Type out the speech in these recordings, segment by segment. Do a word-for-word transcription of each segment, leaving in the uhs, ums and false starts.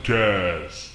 Podcast.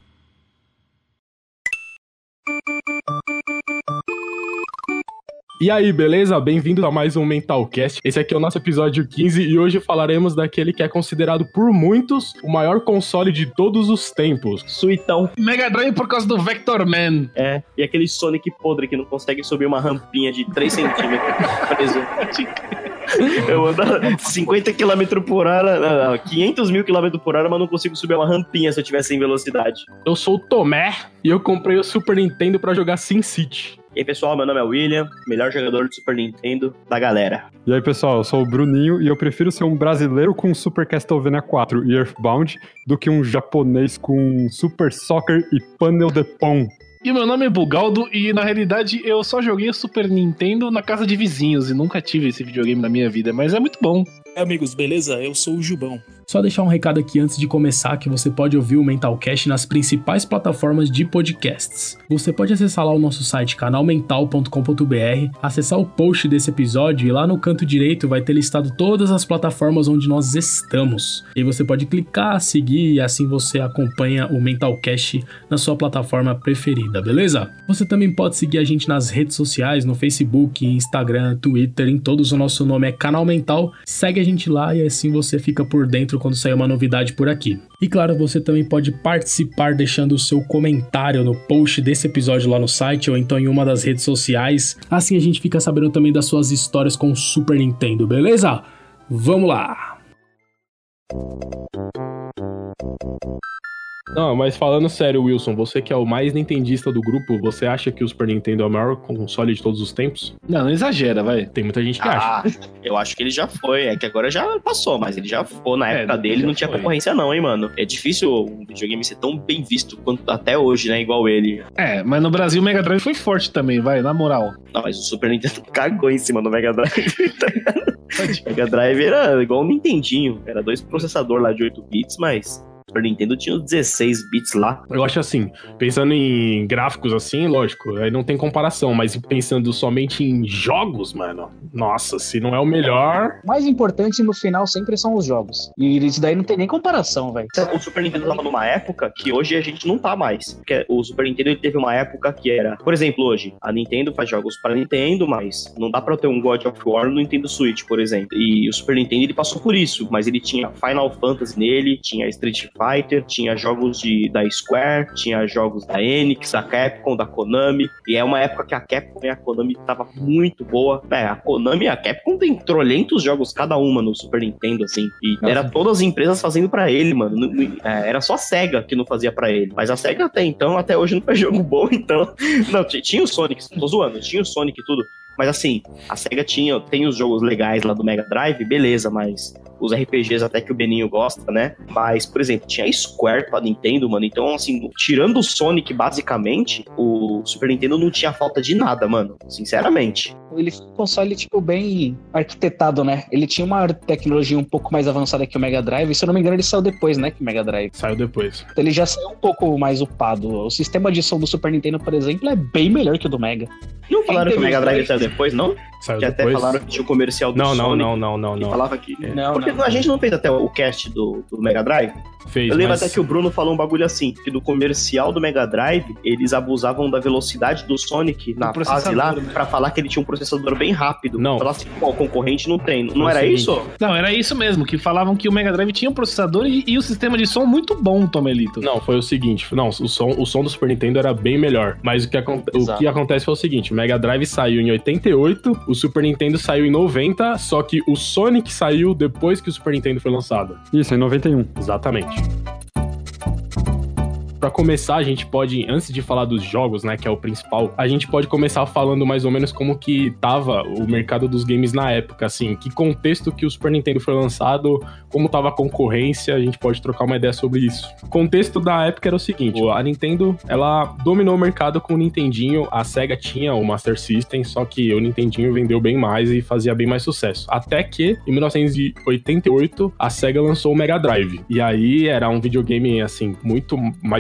E aí, beleza? Bem-vindo a mais um Mentalcast. Esse aqui é o nosso episódio quinze e hoje falaremos daquele que é considerado por muitos o maior console de todos os tempos. Suitão. Mega Drive por causa do Vector Man. É, e aquele Sonic podre que não consegue subir uma rampinha de três centímetros preso. Eu ando cinquenta quilômetros por hora, quinhentos mil quilômetros por hora, mas não consigo subir uma rampinha se eu tivesse em velocidade. Eu sou o Tomé e eu comprei o Super Nintendo pra jogar SimCity. E aí, pessoal, meu nome é William, melhor jogador de Super Nintendo da galera. E aí, pessoal, eu sou o Bruninho e eu prefiro ser um brasileiro com Super Castlevania quatro e Earthbound do que um japonês com Super Soccer e Panel de Pão. E meu nome é Bugaldo e, na realidade, eu só joguei o Super Nintendo na casa de vizinhos e nunca tive esse videogame na minha vida, mas é muito bom. Amigos, beleza? Eu sou o Jubão. Só deixar um recado aqui antes de começar que você pode ouvir o Mentalcast nas principais plataformas de podcasts. Você pode acessar lá o nosso site canal mental ponto com ponto b r, acessar o post desse episódio e lá no canto direito vai ter listado todas as plataformas onde nós estamos. E você pode clicar, seguir e assim você acompanha o Mentalcast na sua plataforma preferida, beleza? Você também pode seguir a gente nas redes sociais, no Facebook, Instagram, Twitter, em todos o nosso nome é Canal Mental. Segue a gente lá e assim você fica por dentro quando sair uma novidade por aqui. E claro, você também pode participar deixando o seu comentário no post desse episódio lá no site ou então em uma das redes sociais. Assim a gente fica sabendo também das suas histórias com o Super Nintendo, beleza? Vamos lá! Não, mas falando sério, Wilson, você que é o mais nintendista do grupo, você acha que o Super Nintendo é o maior console de todos os tempos? Não, não exagera, vai. Tem muita gente que Ah, acha. eu acho que ele já foi, é que agora já passou, mas ele já foi. Na É, época dele já não tinha foi. concorrência não, hein, mano. É difícil um videogame ser tão bem visto quanto até hoje, né, igual ele. É, mas no Brasil o Mega Drive foi forte também, vai, na moral. Não, mas o Super Nintendo cagou em cima do Mega Drive, tá ligado? O Mega Drive era igual um Nintendinho, era dois processadores lá de oito bits, mas o Super Nintendo tinha os dezesseis bits lá. Eu acho assim, pensando em gráficos assim, lógico, aí não tem comparação, mas pensando somente em jogos, mano, nossa, se não é o melhor... O mais importante no final sempre são os jogos. E isso daí não tem nem comparação, velho. O Super Nintendo tava numa época que hoje a gente não tá mais. Porque o Super Nintendo ele teve uma época que era... Por exemplo, hoje, a Nintendo faz jogos para Nintendo, mas não dá pra ter um God of War no Nintendo Switch, por exemplo. E o Super Nintendo ele passou por isso, mas ele tinha Final Fantasy nele, tinha Street Fighter, tinha jogos de, da Square, tinha jogos da Enix, da Capcom, da Konami, e é uma época que a Capcom e a Konami tava muito boa. É, a Konami e a Capcom tem trolentos jogos cada uma no Super Nintendo, assim, e Nossa. era todas as empresas fazendo pra ele, mano. Não- não- é, era só a SEGA que não fazia pra ele, mas a SEGA até então, até hoje não faz jogo bom, então... Não, t- tinha o Sonic, tô zoando, tinha o Sonic e tudo, mas assim, a SEGA tinha, tem os jogos legais lá do Mega Drive, beleza, mas os R P Gs até que o Beninho gosta, né? Mas, por exemplo, tinha a Square pra Nintendo, mano. Então, assim, tirando o Sonic, basicamente, o Super Nintendo não tinha falta de nada, mano. Sinceramente. Ele foi um console, tipo, bem arquitetado, né? Ele tinha uma tecnologia um pouco mais avançada que o Mega Drive. E, se eu não me engano, ele saiu depois, né? Que o Mega Drive. Saiu depois. Então, ele já saiu um pouco mais upado. O sistema de som do Super Nintendo, por exemplo, é bem melhor que o do Mega. Não falaram que o teve Mega os Drive dois? saiu depois, não? Saiu Que até depois. falaram que tinha o comercial do Não, não, Sonic. não, não, não, E não. falava que... Não, Porque não. a gente não fez até o cast do, do Mega Drive? Fez, Eu lembro mas... até que o Bruno falou um bagulho assim, que do comercial do Mega Drive, eles abusavam da velocidade do Sonic na fase processador, lá, né? pra falar que ele tinha um processador bem rápido. Não. Falar assim, pô, o concorrente não tem. Não Foi o era seguinte. isso? Não, era isso mesmo, que falavam que o Mega Drive tinha um processador e, e o sistema de som muito bom, Tomelito. Não, foi o seguinte, não, o som, o som do Super Nintendo era bem melhor, mas o que, acon- o Exato. que acontece foi o seguinte, o Mega Drive saiu em oitenta e oito, o Super Nintendo saiu em noventa, só que o Sonic saiu depois que o Super Nintendo foi lançado. Isso, em noventa e um. Exatamente. Pra começar, a gente pode, antes de falar dos jogos, né, que é o principal, a gente pode começar falando mais ou menos como que tava o mercado dos games na época, assim, que contexto que o Super Nintendo foi lançado, como tava a concorrência, a gente pode trocar uma ideia sobre isso. O contexto da época era o seguinte, a Nintendo, ela dominou o mercado com o Nintendinho, a Sega tinha o Master System, só que o Nintendinho vendeu bem mais e fazia bem mais sucesso. Até que, em mil novecentos e oitenta e oito, a Sega lançou o Mega Drive, e aí era um videogame, assim, muito mais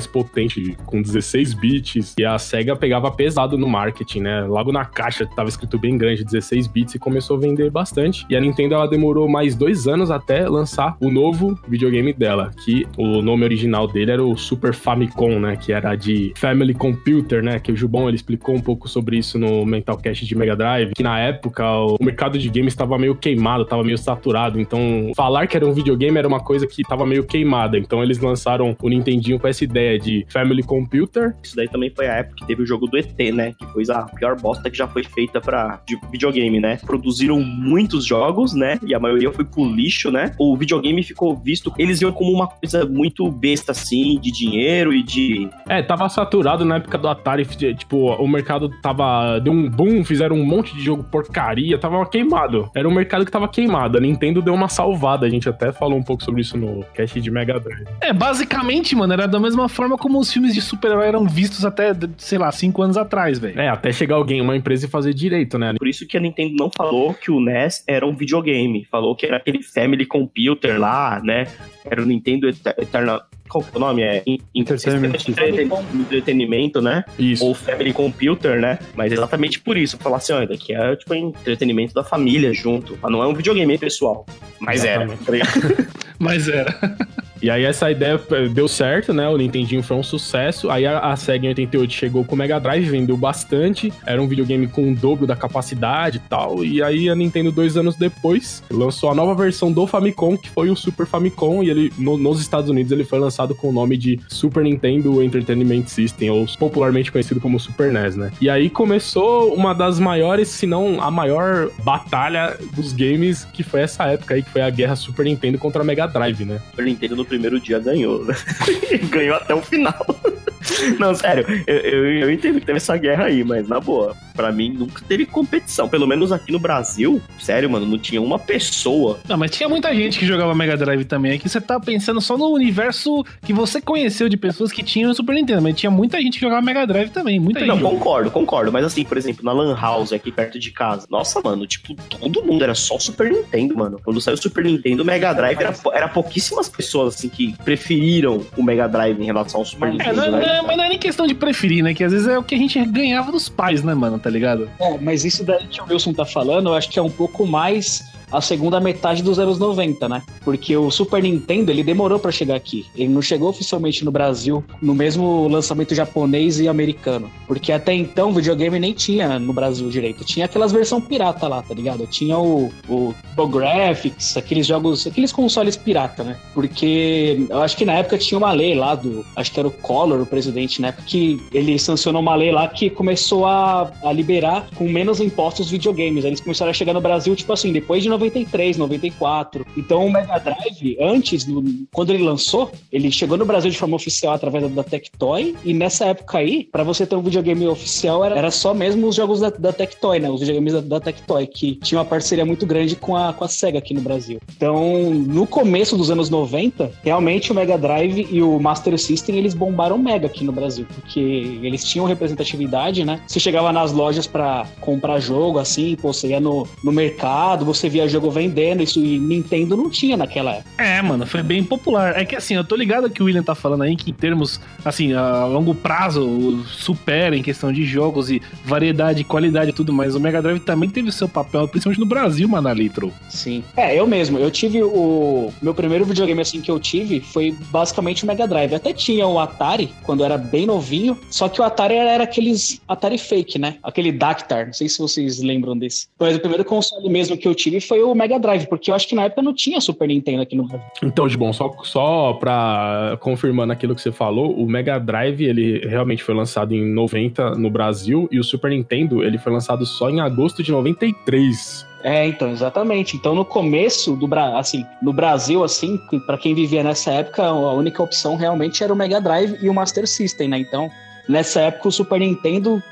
mais potente, com dezesseis bits, e a SEGA pegava pesado no marketing, né? Logo na caixa tava escrito bem grande, dezesseis bits, e começou a vender bastante. E a Nintendo, ela demorou mais dois anos até lançar o novo videogame dela, que o nome original dele era o Super Famicom, né? Que era de Family Computer, né? Que o Jubão, ele explicou um pouco sobre isso no Mentalcast de Mega Drive, que na época o mercado de games estava meio queimado, estava meio saturado, então falar que era um videogame era uma coisa que estava meio queimada, então eles lançaram o Nintendinho com essa ideia de Family Computer. Isso daí também foi a época que teve o jogo do E T, né? Que foi a pior bosta que já foi feita pra de videogame, né? Produziram muitos jogos, né? E a maioria foi pro lixo, né? O videogame ficou visto, eles viam como uma coisa muito besta, assim, de dinheiro e de... É, tava saturado na época do Atari, tipo, o mercado tava... deu um boom, fizeram um monte de jogo porcaria, tava queimado. Era um mercado que tava queimado. A Nintendo deu uma salvada, a gente até falou um pouco sobre isso no cast de Mega Drive. É, basicamente, mano, era da mesma forma como os filmes de super-herói eram vistos até, sei lá, cinco anos atrás, velho. É, até chegar alguém, uma empresa e fazer direito, né? Por isso que a Nintendo não falou que o N E S era um videogame, falou que era aquele Family Computer lá, né? Era o Nintendo Eternal... Qual que é o nome? É Entertainment. Entretenimento, né? Isso. Ou Family Computer, né? Mas exatamente por isso. Falar assim, olha, daqui é tipo entretenimento da família junto. Mas não é um videogame, pessoal. Mas Exatamente. era. Mas era. E aí essa ideia deu certo, né? O Nintendinho foi um sucesso. Aí a, a SEGA em oitenta e oito chegou com o Mega Drive, vendeu bastante. Era um videogame com o dobro da capacidade e tal. E aí a Nintendo, dois anos depois, lançou a nova versão do Famicom, que foi o Super Famicom. E ele, no, nos Estados Unidos, ele foi lançado com o nome de Super Nintendo Entertainment System, ou popularmente conhecido como Super N E S, né? E aí começou uma das maiores, se não a maior batalha dos games, que foi essa época aí, que foi a guerra Super Nintendo contra a Mega Drive, né? Super Nintendo no primeiro dia ganhou, né? Ganhou até o final. Não, sério, eu, eu, eu entendo que teve essa guerra aí, mas na boa, pra mim nunca teve competição. Pelo menos aqui no Brasil, sério, mano, não tinha uma pessoa. Não, mas tinha muita gente que jogava Mega Drive também. Aqui você tá pensando só no universo que você conheceu de pessoas que tinham o Super Nintendo, mas tinha muita gente que jogava Mega Drive também, muita Não, gente. concordo, concordo, mas assim, por exemplo, na Lan House aqui perto de casa, nossa, mano, tipo, todo mundo era só Super Nintendo, mano. Quando saiu o Super Nintendo, o Mega Drive era, era pouquíssimas pessoas, assim, que preferiram o Mega Drive em relação ao Super É, Nintendo, não, né? não, mas não é nem questão de preferir, né? Que às vezes é o que a gente ganhava dos pais, né, mano? Tá ligado? É, mas isso daí que o Wilson tá falando, eu acho que é um pouco mais a segunda metade dos anos noventa, né? Porque o Super Nintendo, ele demorou pra chegar aqui. Ele não chegou oficialmente no Brasil no mesmo lançamento japonês e americano. Porque até então o videogame nem tinha no Brasil direito. Tinha aquelas versões pirata lá, tá ligado? Tinha o, o TurboGrafx, aqueles jogos, aqueles consoles pirata, né? Porque eu acho que na época tinha uma lei lá do... Acho que era o Collor, o presidente, né? Porque ele sancionou uma lei lá que começou a, a liberar com menos impostos videogames. Eles começaram a chegar no Brasil, tipo assim, depois de noventa e três, noventa e quatro. Então o Mega Drive, antes, no, quando ele lançou, ele chegou no Brasil de forma oficial através da, da Tectoy, e nessa época aí, pra você ter um videogame oficial, era, era só mesmo os jogos da, da Tectoy, né? Os videogames da, da Tectoy, que tinha uma parceria muito grande com a, com a SEGA aqui no Brasil. Então, no começo dos anos noventa, realmente o Mega Drive e o Master System, eles bombaram mega aqui no Brasil, porque eles tinham representatividade, né? Você chegava nas lojas pra comprar jogo, assim, pô, você ia no, no mercado, você via jogo vendendo, isso e Nintendo não tinha naquela época. É, mano, foi bem popular. É que assim, eu tô ligado que o William tá falando aí que em termos, assim, a longo prazo, supera em questão de jogos e variedade, qualidade e tudo mais. O Mega Drive também teve o seu papel, principalmente no Brasil, Manalitro. Sim. É, eu mesmo. Eu tive o... Meu primeiro videogame, assim, que eu tive foi basicamente o Mega Drive. Até tinha o Atari, quando eu era bem novinho, só que o Atari era, era aqueles Atari fake, né? Aquele Dactar. Não sei se vocês lembram desse. Mas o primeiro console mesmo que eu tive foi o Mega Drive, porque eu acho que na época não tinha Super Nintendo aqui no Brasil. Então, de bom, só, só pra confirmando aquilo que você falou, o Mega Drive, ele realmente foi lançado em noventa no Brasil, e o Super Nintendo, ele foi lançado só em agosto de noventa e três. É, então, exatamente. Então, no começo do Brasil, assim, no Brasil, assim, pra quem vivia nessa época, a única opção realmente era o Mega Drive e o Master System, né? Então, nessa época, o Super Nintendo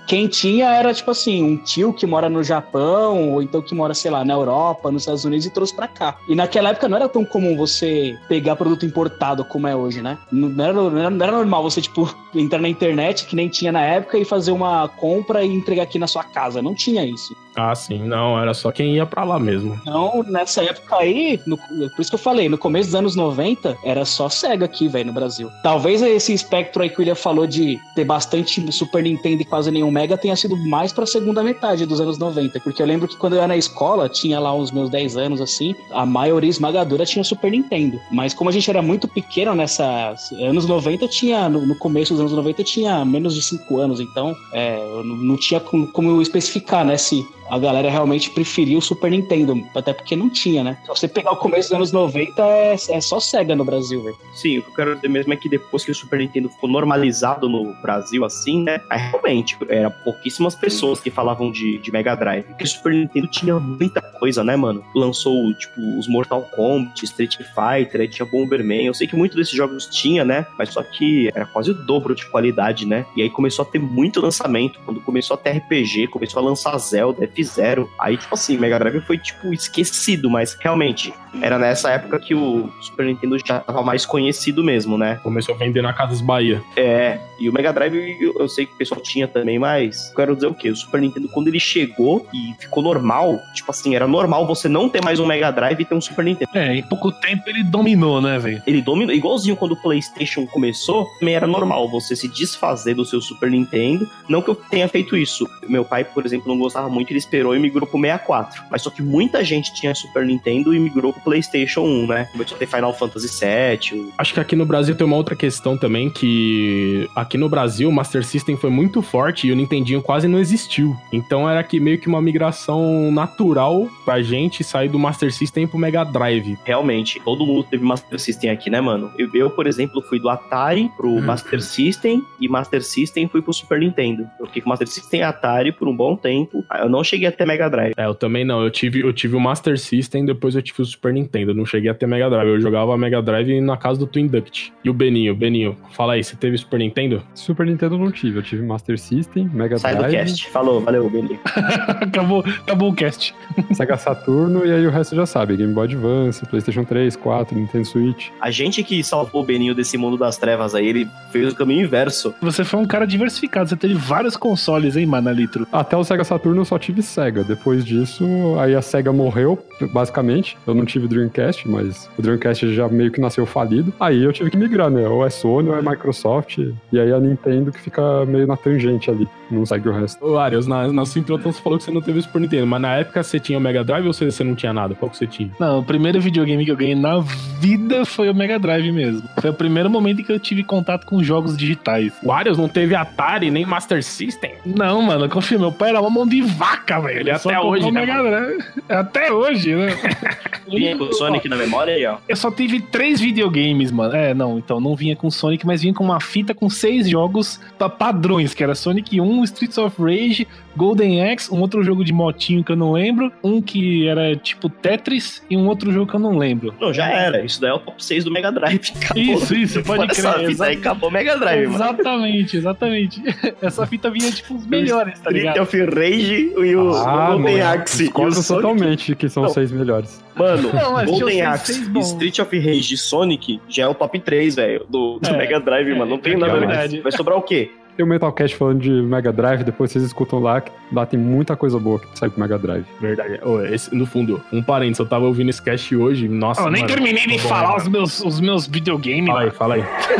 quem tinha era, tipo assim, um tio que mora no Japão, ou então que mora, sei lá, na Europa, nos Estados Unidos, e trouxe pra cá. E naquela época não era tão comum você pegar produto importado como é hoje, né? Não era, não era, não era normal você, tipo, entrar na internet, que nem tinha na época, e fazer uma compra e entregar aqui na sua casa. Não tinha isso. Ah, sim, não, era só quem ia pra lá mesmo. Então, nessa época aí, no, por isso que eu falei, no começo dos anos noventa, era só Sega aqui, velho, no Brasil. Talvez esse espectro aí que o William falou de ter bastante Super Nintendo e quase nenhum Mega tenha sido mais pra segunda metade dos anos noventa, porque eu lembro que quando eu ia na escola, tinha lá uns meus dez anos, assim, a maioria esmagadora tinha Super Nintendo. Mas como a gente era muito pequeno nessa... anos noventa, tinha, no, no começo dos anos noventa, tinha menos de cinco anos, então é, não, não tinha como, como eu especificar, né, se a galera realmente preferia o Super Nintendo, até porque não tinha, né? Se você pegar o começo dos anos noventa, é, é só Sega no Brasil, velho. Sim, o que eu quero dizer mesmo é que depois que o Super Nintendo ficou normalizado no Brasil, assim, né? Aí, realmente, eram pouquíssimas pessoas que falavam de, de Mega Drive. Porque o Super Nintendo tinha muita coisa, né, mano? Lançou, tipo, os Mortal Kombat, Street Fighter, aí tinha Bomberman. Eu sei que muitos desses jogos tinha, né? Mas só que era quase o dobro de qualidade, né? E aí começou a ter muito lançamento. Quando começou a ter R P G, começou a lançar Zelda, F-Zero. Aí, tipo assim, Mega Drive foi, tipo, esquecido, mas realmente era nessa época que o Super Nintendo já tava mais conhecido mesmo, né? Começou a vender na Casas Bahia. É, e o Mega Drive eu, eu sei que o pessoal tinha também, mas eu quero dizer o quê? O Super Nintendo, quando ele chegou e ficou normal, tipo assim, era normal você não ter mais um Mega Drive e ter um Super Nintendo. É, em pouco tempo ele dominou, né, velho? Ele dominou, igualzinho quando o PlayStation começou, também era normal você se desfazer do seu Super Nintendo. Não que eu tenha feito isso. Meu pai, por exemplo, não gostava muito, ele esperou e migrou pro sessenta e quatro. Mas só que muita gente tinha Super Nintendo e migrou pro PlayStation um, né? Começou a ter Final Fantasy sete. O... Acho que aqui no Brasil tem uma outra questão também, que aqui no Brasil o Master System foi muito forte e o Nintendinho quase não existiu. Então era que meio que uma migração natural pra gente sair do Master System pro Mega Drive. Realmente, todo mundo teve Master System aqui, né, mano? Eu, eu por exemplo, fui do Atari pro hum. Master System e Master System fui pro Super Nintendo. Eu fiquei com Master System e Atari por um bom tempo. Eu não cheguei até Mega Drive. É, eu também não. Eu tive, eu tive o Master System, depois eu tive o Super Nintendo. Eu não cheguei até Mega Drive. Eu jogava Mega Drive na casa do Twin Duct. E o Beninho, Beninho, fala aí, você teve Super Nintendo? Super Nintendo eu não tive. Eu tive Master System, Mega Sai Drive. Sai do cast. Falou, valeu, Beninho. acabou, acabou o cast. Sega Saturno e aí o resto já sabe. Game Boy Advance, PlayStation três, quatro, Nintendo Switch. A gente que salvou o Beninho desse mundo das trevas aí, ele fez o caminho inverso. Você foi um cara diversificado. Você teve vários consoles, hein, Manalitro? Até o Sega Saturno eu só tive Sega. Depois disso, aí a Sega morreu, basicamente. Eu não tive Dreamcast, mas o Dreamcast já meio que nasceu falido. Aí eu tive que migrar, né? Ou é Sony ou é Microsoft. E aí a Nintendo que fica meio na tangente ali. Não segue o resto. Ô, Arias, na, na sua introdução você falou que você não teve o Super Nintendo, mas na época você tinha o Mega Drive ou você, você não tinha nada? Qual que você tinha? Não, o primeiro videogame que eu ganhei na vida foi o Mega Drive mesmo. Foi o primeiro momento em que eu tive contato com jogos digitais. O Arias não teve Atari nem Master System? Não, mano, confia, meu pai era uma mão de vaca, velho. Ele até hoje, né? Mega Drive. Até hoje, né? Vinha com o Sonic na memória aí, ó. Eu só tive três videogames, mano. É, não, então não vinha com Sonic, mas vinha com uma fita com seis jogos padrões, que era Sonic um, Streets of Rage, Golden Axe, um outro jogo de motinho que eu não lembro, um que era tipo Tetris e um outro jogo que eu não lembro. Não, já era. Isso daí é o top seis do Mega Drive. Acabou. Isso, isso, pode crer. Isso aí acabou o Mega Drive, mano. Exatamente, exatamente. Essa fita vinha tipo os melhores, tá ligado? Street of Rage e o ah, Golden Axe. Discordo totalmente que são não. os seis melhores. Mano, não, Golden Axe e Street of Rage e Sonic já é o top três, velho, do, do é, Mega Drive, é, mano. Não é, tem nada mais. Vai sobrar o quê? Tem o Metalcast falando de Mega Drive, depois vocês escutam lá, que lá tem muita coisa boa que sai pro Mega Drive. Verdade. Oh, esse, no fundo, um parênteses, eu tava ouvindo esse cast hoje, nossa, Eu nem mano, terminei de falar os meus, os meus videogames. Fala aí, fala aí.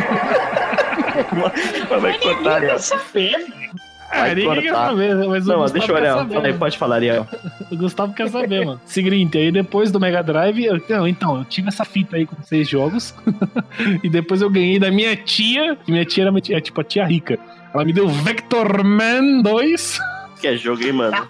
Vai cortar, Ariel. Ah, ninguém quer saber, mas Não, o deixa eu olhar. Fala aí, pode falar, Ariel. O Gustavo quer saber, mano. Seguinte, aí depois do Mega Drive, eu, não, então, eu tive essa fita aí com seis jogos. E depois eu ganhei da minha tia, que minha tia era minha, tipo a tia rica. Ela me deu Vector Man dois. Que é jogo, hein, mano?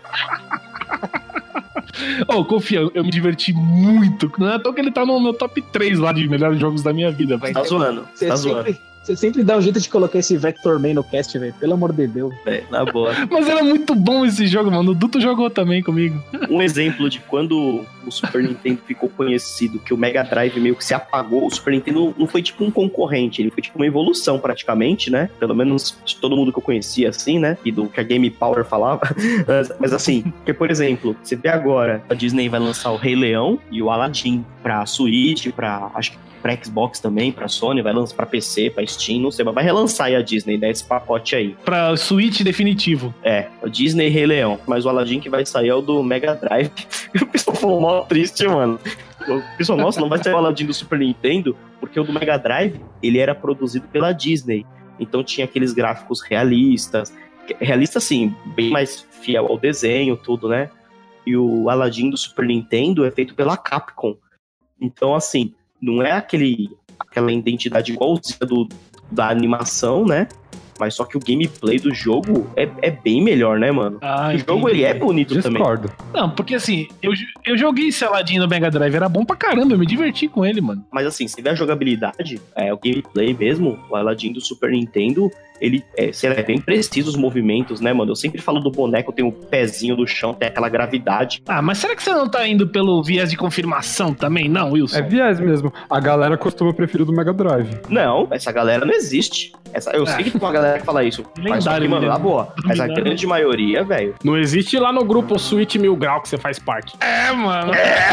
Oh, confia, eu me diverti muito. Não é à toa que ele tá no meu top três lá de melhores jogos da minha vida. Você tá zoando, você tá zoando. Você sempre dá um jeito de colocar esse Vector Man no cast, velho. Pelo amor de Deus. É, na boa. Mas era muito bom esse jogo, mano. O Duto jogou também comigo. Um exemplo de quando o Super Nintendo ficou conhecido, que o Mega Drive meio que se apagou, o Super Nintendo não foi tipo um concorrente, ele foi tipo uma evolução praticamente, né? Pelo menos de todo mundo que eu conhecia, assim, né? E do que a Game Power falava. Mas assim, porque, por exemplo, você vê agora, a Disney vai lançar o Rei Leão e o Aladdin pra Switch, pra, acho que pra Xbox também, pra Sony, vai lançar pra P C, pra Steam, não sei, mas vai relançar aí a Disney, né? Esse pacote aí. Pra Switch definitivo. É, o Disney Rei Leão, mas o Aladdin que vai sair é o do Mega Drive. O pessoal falou mal triste, mano. O pessoal, nossa, não vai sair o Aladdin do Super Nintendo, porque o do Mega Drive, ele era produzido pela Disney. Então tinha aqueles gráficos realistas, realista assim, bem mais fiel ao desenho, tudo, né? E o Aladdin do Super Nintendo é feito pela Capcom. Então, assim, não é aquele, aquela identidade igualzinha do, da animação, né? Mas só que o gameplay do jogo é, é bem melhor, né, mano? Ah, o jogo, ele é bonito Discordo. também. Não, porque assim, eu, eu joguei esse Aladdin no Mega Drive, era bom pra caramba, eu me diverti com ele, mano. Mas assim, se vê a jogabilidade, é, o gameplay mesmo, o Aladdin do Super Nintendo, ele é, sei lá, é bem preciso os movimentos, né, mano? Eu sempre falo do boneco, tem o pezinho do chão, tem aquela gravidade. Ah, mas será que você não tá indo pelo viés de confirmação também? Não, Wilson? É viés mesmo. A galera costuma preferir o do Mega Drive. Não, essa galera não existe. Essa, eu É. sei que tem uma galera que fala isso. Mas só que, Lendário, mano, né? na boa. Mas a Lendário. grande maioria, velho. Não existe lá no grupo Switch Mil Grau que você faz parte. É, mano.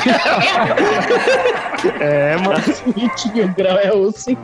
É, mano. Switch Mil Grau é o sim.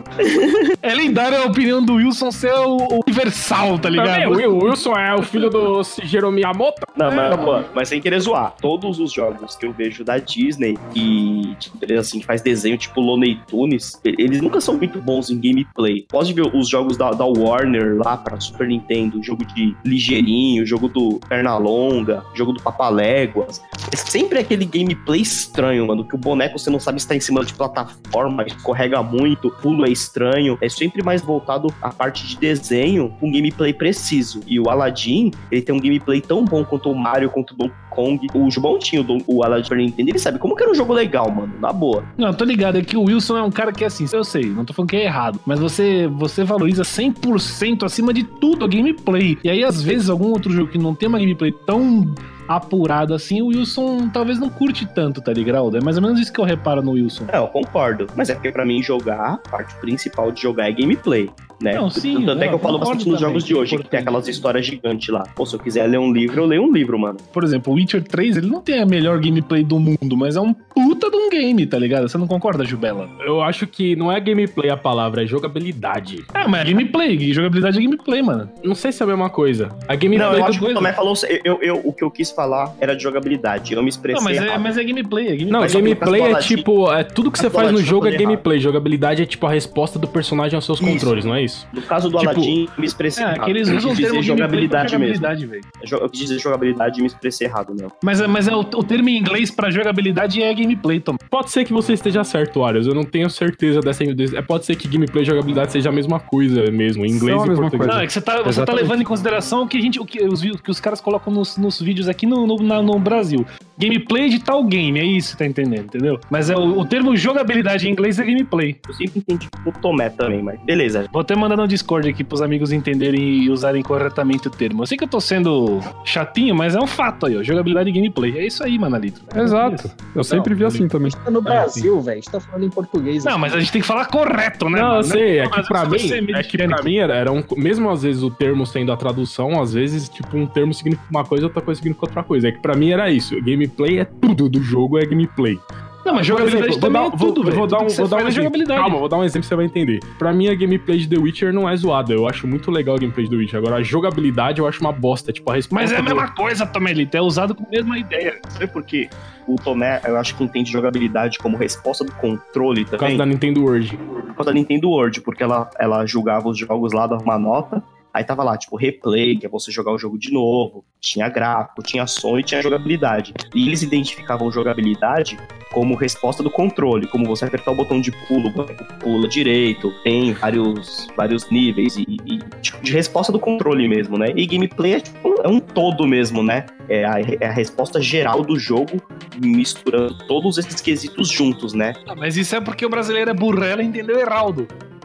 É lendário a opinião do Wilson ser o, o universal, tá ligado? Também, o Wilson é o filho do Shigeru Miyamoto. Não, mas, pô, mas sem querer zoar. Todos os jogos que eu vejo da Disney, que tipo, assim, faz desenho tipo Looney Tunes, eles nunca são muito bons em gameplay. Pode ver os jogos da, da Warner lá pra Super Nintendo, jogo de Ligeirinho, jogo do Pernalonga, jogo do Papaléguas. É sempre aquele gameplay estranho, mano, que o boneco você não sabe se tá em cima de plataforma, escorrega muito, o pulo é estranho. É sempre mais voltado à parte de desenho, com gameplay preciso. E o Aladdin, ele tem um gameplay tão bom quanto o Mario, quanto o Donkey Kong. O Jubão tinha o, Don- o Aladdin Super Nintendo, ele sabe como que era um jogo legal, mano, na boa. Não, tô ligado, é que o Wilson é um cara que é assim, eu sei, não tô falando que é errado, mas você, você valoriza cem por cento acima de tudo a gameplay. E aí, às vezes, algum outro jogo que não tem uma gameplay tão apurada assim, o Wilson talvez não curte tanto, tá ligado? É mais ou menos isso que eu reparo no Wilson. É, eu concordo. Mas é porque pra mim jogar, a parte principal de jogar é gameplay, né? Não, sim, Tanto é não, que eu falo concordo bastante nos também, jogos de hoje, que tem aquelas histórias gigantes lá. Pô, se eu quiser ler um livro, eu leio um livro, mano. Por exemplo, o Witcher três, ele não tem a melhor gameplay do mundo, mas é um puta de um game, tá ligado? Você não concorda, Jubela? Eu acho que não é gameplay a palavra, é jogabilidade. Ah, mas é gameplay, jogabilidade é gameplay, mano. Não sei se é a mesma coisa. A gameplay Não, eu do- acho que o Tomé falou... Eu, eu, eu- o que eu quis falar era de jogabilidade. Eu me expressei Não, mas é, errado. mas é gameplay, é gameplay. Não, Mas só que gameplay no é caso do tipo, é tudo que no você caso do faz no Aladdin, jogo é eu falei gameplay. Jogabilidade é tipo a resposta do personagem aos seus Isso. controles, não é isso? No caso do Tipo, Aladdin, eu me expressei É, errado. que eles Eu usam o quis termo dizer gameplay pra jogabilidade mesmo. jogabilidade, velho. Eu quis dizer jogabilidade e me expressei errado, meu. Mas, é- mas é o, o termo em inglês pra jogabilidade é gameplay, Tom. Pode ser que você esteja certo, Arias. Eu não tenho certeza dessa. É, pode ser que gameplay e jogabilidade seja a mesma coisa mesmo, em inglês São a e mesma português. coisa. Não, é que você tá, você tá Exatamente. levando em consideração o que, a gente, o que, os, vi- que os caras colocam nos, nos vídeos aqui no, no, na- no Brasil. Gameplay de tal game, é isso, tá entendendo, entendeu? Mas é o, o termo jogabilidade em inglês é gameplay. Eu sempre entendi o Tomé também, mas beleza. Vou até mandar no Discord aqui pros amigos entenderem e usarem corretamente o termo. Eu sei que eu tô sendo chatinho, mas é um fato aí, ó. Jogabilidade e gameplay. É isso aí, Manalito. Exato. Eu sempre vi assim também. Tá no Brasil, velho. A gente tá falando em português. Não, aqui. mas a gente tem que falar correto, né? Não, eu mano? sei, é Mas que pra você vai mim, ser é que pra mim era, era um, mesmo às vezes o termo sendo a tradução, às vezes, tipo, um termo significa uma coisa, outra coisa significa outra coisa. É que pra mim era isso, gameplay é tudo do jogo, é gameplay. Não, mas Por jogabilidade exemplo, vou também dar, é vou, tudo, velho. vou dar Tudo um, que você vou dar um faz é exemplo. jogabilidade. Calma, vou dar um exemplo que você vai entender. Pra mim, a gameplay de The Witcher não é zoada. Eu acho muito legal a gameplay de The Witcher. Agora, a jogabilidade eu acho uma bosta. Tipo, a resposta Mas é a do- mesma coisa, Tomelito. É usado com a mesma ideia. Sabe por quê? O Tomé, eu acho que entende jogabilidade como resposta do controle Por causa também. da Nintendo World. Por causa da Nintendo World, porque ela, ela julgava os jogos lá, dava uma nota, aí tava lá, tipo, replay, que é você jogar o jogo de novo, tinha gráfico, tinha som e tinha jogabilidade. E eles identificavam jogabilidade como resposta do controle, como você apertar o botão de pulo, pula direito, tem vários, vários níveis e, e tipo, de resposta do controle mesmo, né? E gameplay é, tipo, é um todo mesmo, né? É a, é a resposta geral do jogo, misturando todos esses quesitos juntos, né? Ah, mas isso é porque o brasileiro é burrela e entendeu errado.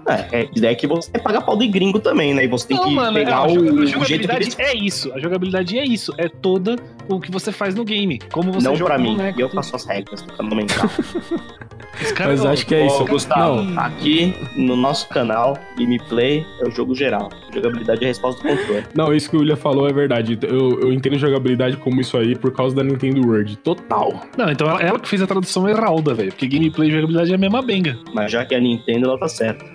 É, é, ideia que você paga pau de gringo também, né? E você tem Não, que mano, pegar é, a o, jogabilidade o jeito que eles... é isso. A jogabilidade é isso. É toda o que você faz no game. Como você Não joga pra com mim, boneco, eu tudo. faço as regras do fundamental. Os caras- Mas acho que é Ô, isso. Gustavo, Não. aqui no nosso canal, gameplay é o jogo geral. Jogabilidade é a resposta do controle. Não, isso que o William falou é verdade. Eu, eu entendo jogabilidade como isso aí por causa da Nintendo World. Total. Não, então ela, ela que fez a tradução errada, velho. Porque gameplay e jogabilidade é a mesma benga. Mas já que a Nintendo, ela tá certa.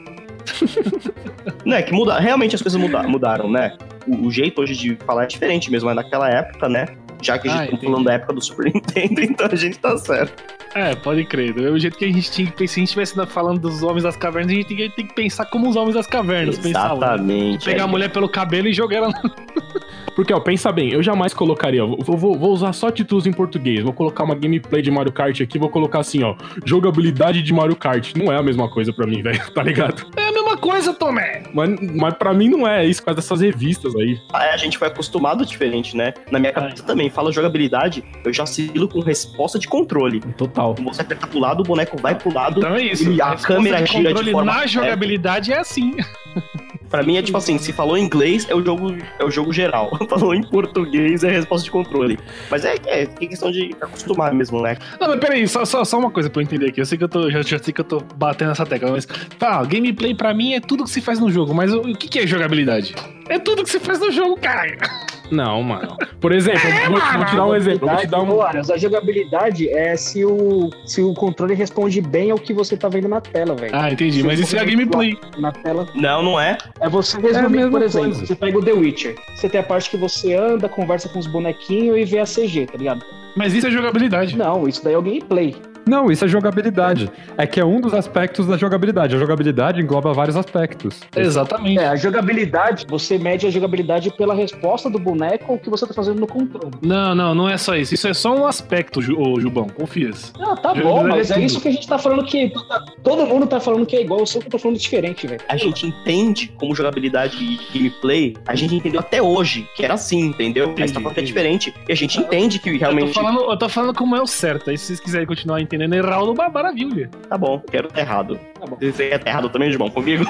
Não, é que muda, realmente as coisas muda, mudaram, né? O, o jeito hoje de falar é diferente mesmo, mas naquela época, né? Já que a gente Ah, tá entendi. falando da época do Super Nintendo, então a gente tá certo. É, pode crer. Do mesmo jeito que a gente tinha que pensar, se a gente estivesse falando dos homens das cavernas, a gente tem, tem que pensar como os homens das cavernas pensavam. Exatamente. Pegar é. a mulher pelo cabelo e jogar ela na... Porque, ó, pensa bem, eu jamais colocaria, ó, vou, vou, vou usar só títulos em português, vou colocar uma gameplay de Mario Kart aqui, vou colocar assim, ó, jogabilidade de Mario Kart. Não é a mesma coisa pra mim, velho, tá ligado? É a mesma coisa, Tomé! Mas, mas pra mim não é, é isso por causa dessas revistas aí. A gente foi acostumado diferente, né? Na minha cabeça também, fala jogabilidade, eu já assimilo com resposta de controle. Total. Você aperta pro lado, o boneco vai pro lado. Então é isso. E a resposta câmera de gira de controle forma na correta. jogabilidade é assim. Pra mim é tipo assim, se falou em inglês, é o jogo, é o jogo geral. Falou em português, é a resposta de controle. Mas é, é, é questão de acostumar mesmo, né? Não, mas peraí, só, só, só uma coisa pra eu entender aqui. Eu sei que eu tô, já, já sei que eu tô batendo essa tecla, mas tá, gameplay pra mim é tudo que se faz no jogo, mas o, o que, que é jogabilidade? É tudo que se faz no jogo, cara. Não, mano. Por exemplo, vou, vou te dar um exemplo, vou te dar um... Ô, Arias, a jogabilidade é se o, se o controle responde bem ao que você tá vendo na tela, velho. Ah, entendi, mas isso é a gameplay. Na tela. Não, não é. É você É a resumir, mesma por exemplo, coisa. você pega o The Witcher. Você tem a parte que você anda, conversa com os bonequinhos e vê a C G, tá ligado? Mas isso é jogabilidade. Não, isso daí é o gameplay. Não, isso é jogabilidade. É que é um dos aspectos da jogabilidade. A jogabilidade engloba vários aspectos. Exatamente. É, a jogabilidade, você mede a jogabilidade pela resposta do boneco ao que você tá fazendo no controle. Não, não, não é só isso. Isso é só um aspecto, Ju, ô, Jubão, confia. Ah, tá Jogabilidade bom, mas é é tudo. isso que a gente tá falando que todo mundo tá falando que é igual, eu sei que eu tô falando diferente, velho. A gente entende como jogabilidade e gameplay, a gente entendeu até hoje que era assim, entendeu? Mas tá falando que é diferente. E a gente entende que Eu tô, realmente. falando, eu tô falando como é o certo. Aí se vocês quiserem continuar entendendo errado, maravilha. Tá bom, quero estar errado. Tá bom. Você tá errado também, João, comigo?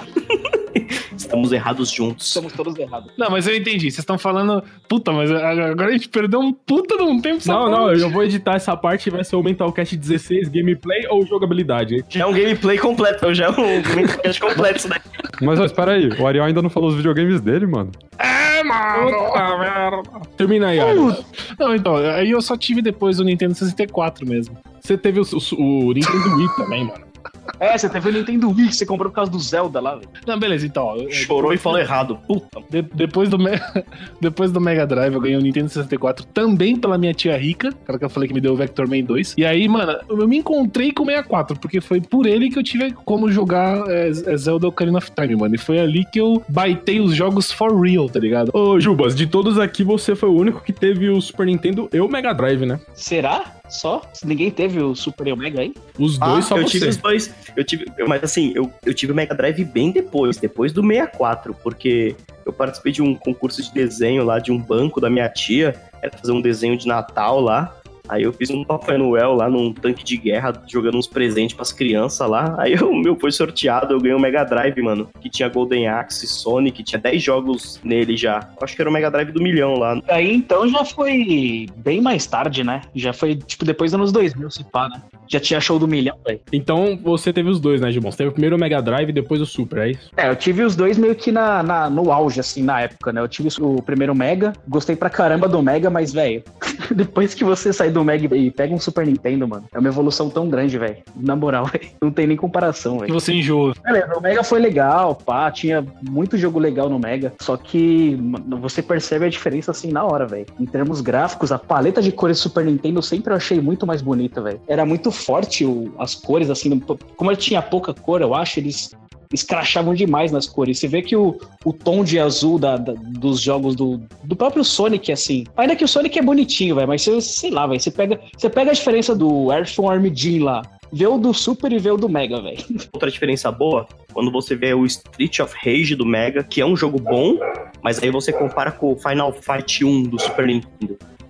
Estamos errados juntos. Estamos todos errados. Não, mas eu entendi. Vocês estão falando. Puta, mas agora a gente perdeu um puta de um tempo. só Não, falando. não, eu vou editar essa parte e vai ser o Mentalcast dezesseis, gameplay ou jogabilidade? Já é um gameplay completo, já é um gameplay completo isso daí. Mas ó, espera aí, o Ariel ainda não falou os videogames dele, mano. É, mano! Puta merda. Termina aí, Arias. Não, então, aí eu só tive depois o Nintendo sessenta e quatro mesmo. Você teve o, o, o Nintendo Wii também, mano. É, você teve o Nintendo Wii que você comprou por causa do Zelda lá, velho. Não, beleza, então. ó, eu- Chorou e falou errado. Puta. de- depois, do Me- depois do Mega Drive, eu ganhei o Nintendo sessenta e quatro também pela minha tia rica, aquela que eu falei que me deu o Vector Man dois. E aí, mano, eu me encontrei com o sessenta e quatro, porque foi por ele que eu tive como jogar é, é Zelda Ocarina of Time, mano. E foi ali que eu baitei os jogos for real, tá ligado? Ô, Jubas, de todos aqui, você foi o único que teve o Super Nintendo e o Mega Drive, né? Será? Só? Ninguém teve o Super e o Mega aí? Os Ah, dois só eu você. tive os dois. Eu tive, eu- mas assim, eu, eu tive o Mega Drive bem depois, depois do sessenta e quatro, porque eu participei de um concurso de desenho lá de um banco da minha tia, era fazer um desenho de Natal lá. Aí eu fiz um Papai Noel lá num tanque de guerra, jogando uns presentes pras crianças lá. Aí o meu foi sorteado, eu ganhei o Mega Drive, mano. Que tinha Golden Axe, Sonic, tinha dez jogos nele já. Eu acho que era o Mega Drive do milhão lá. Aí então já foi bem mais tarde, né? Já foi, tipo, depois dos anos dois mil, se pá, né? Já tinha show do milhão, velho. Então você teve os dois, né, Gibon? Você teve primeiro o Mega Drive e depois o Super, é isso? É, eu tive os dois meio que na, na- no auge, assim, na época, né? Eu tive o primeiro Mega, gostei pra caramba do Mega, mas, velho, depois que você sai do Mega e pega um Super Nintendo, mano, é uma evolução tão grande, velho. Na moral, velho, não tem nem comparação, E velho. você enjoa. Beleza, o Mega foi legal, pá, tinha muito jogo legal no Mega, só que mano, você percebe a diferença, assim, na hora, velho. Em termos gráficos, a paleta de cores do Super Nintendo eu sempre achei muito mais bonita, velho. Era muito forte o- as cores, assim, no- como ele tinha pouca cor, eu acho, eles escrachavam demais nas cores. Você vê que o, o tom de azul da, da- dos jogos do, do próprio Sonic, assim. Ainda que o Sonic é bonitinho, velho, mas você, sei lá, velho, você pega, você pega a diferença do Earthworm Jim lá, vê o do Super e vê o do Mega, velho. Outra diferença boa, quando você vê o Street of Rage do Mega, que é um jogo bom, mas aí você compara com o Final Fight um do Super Nintendo.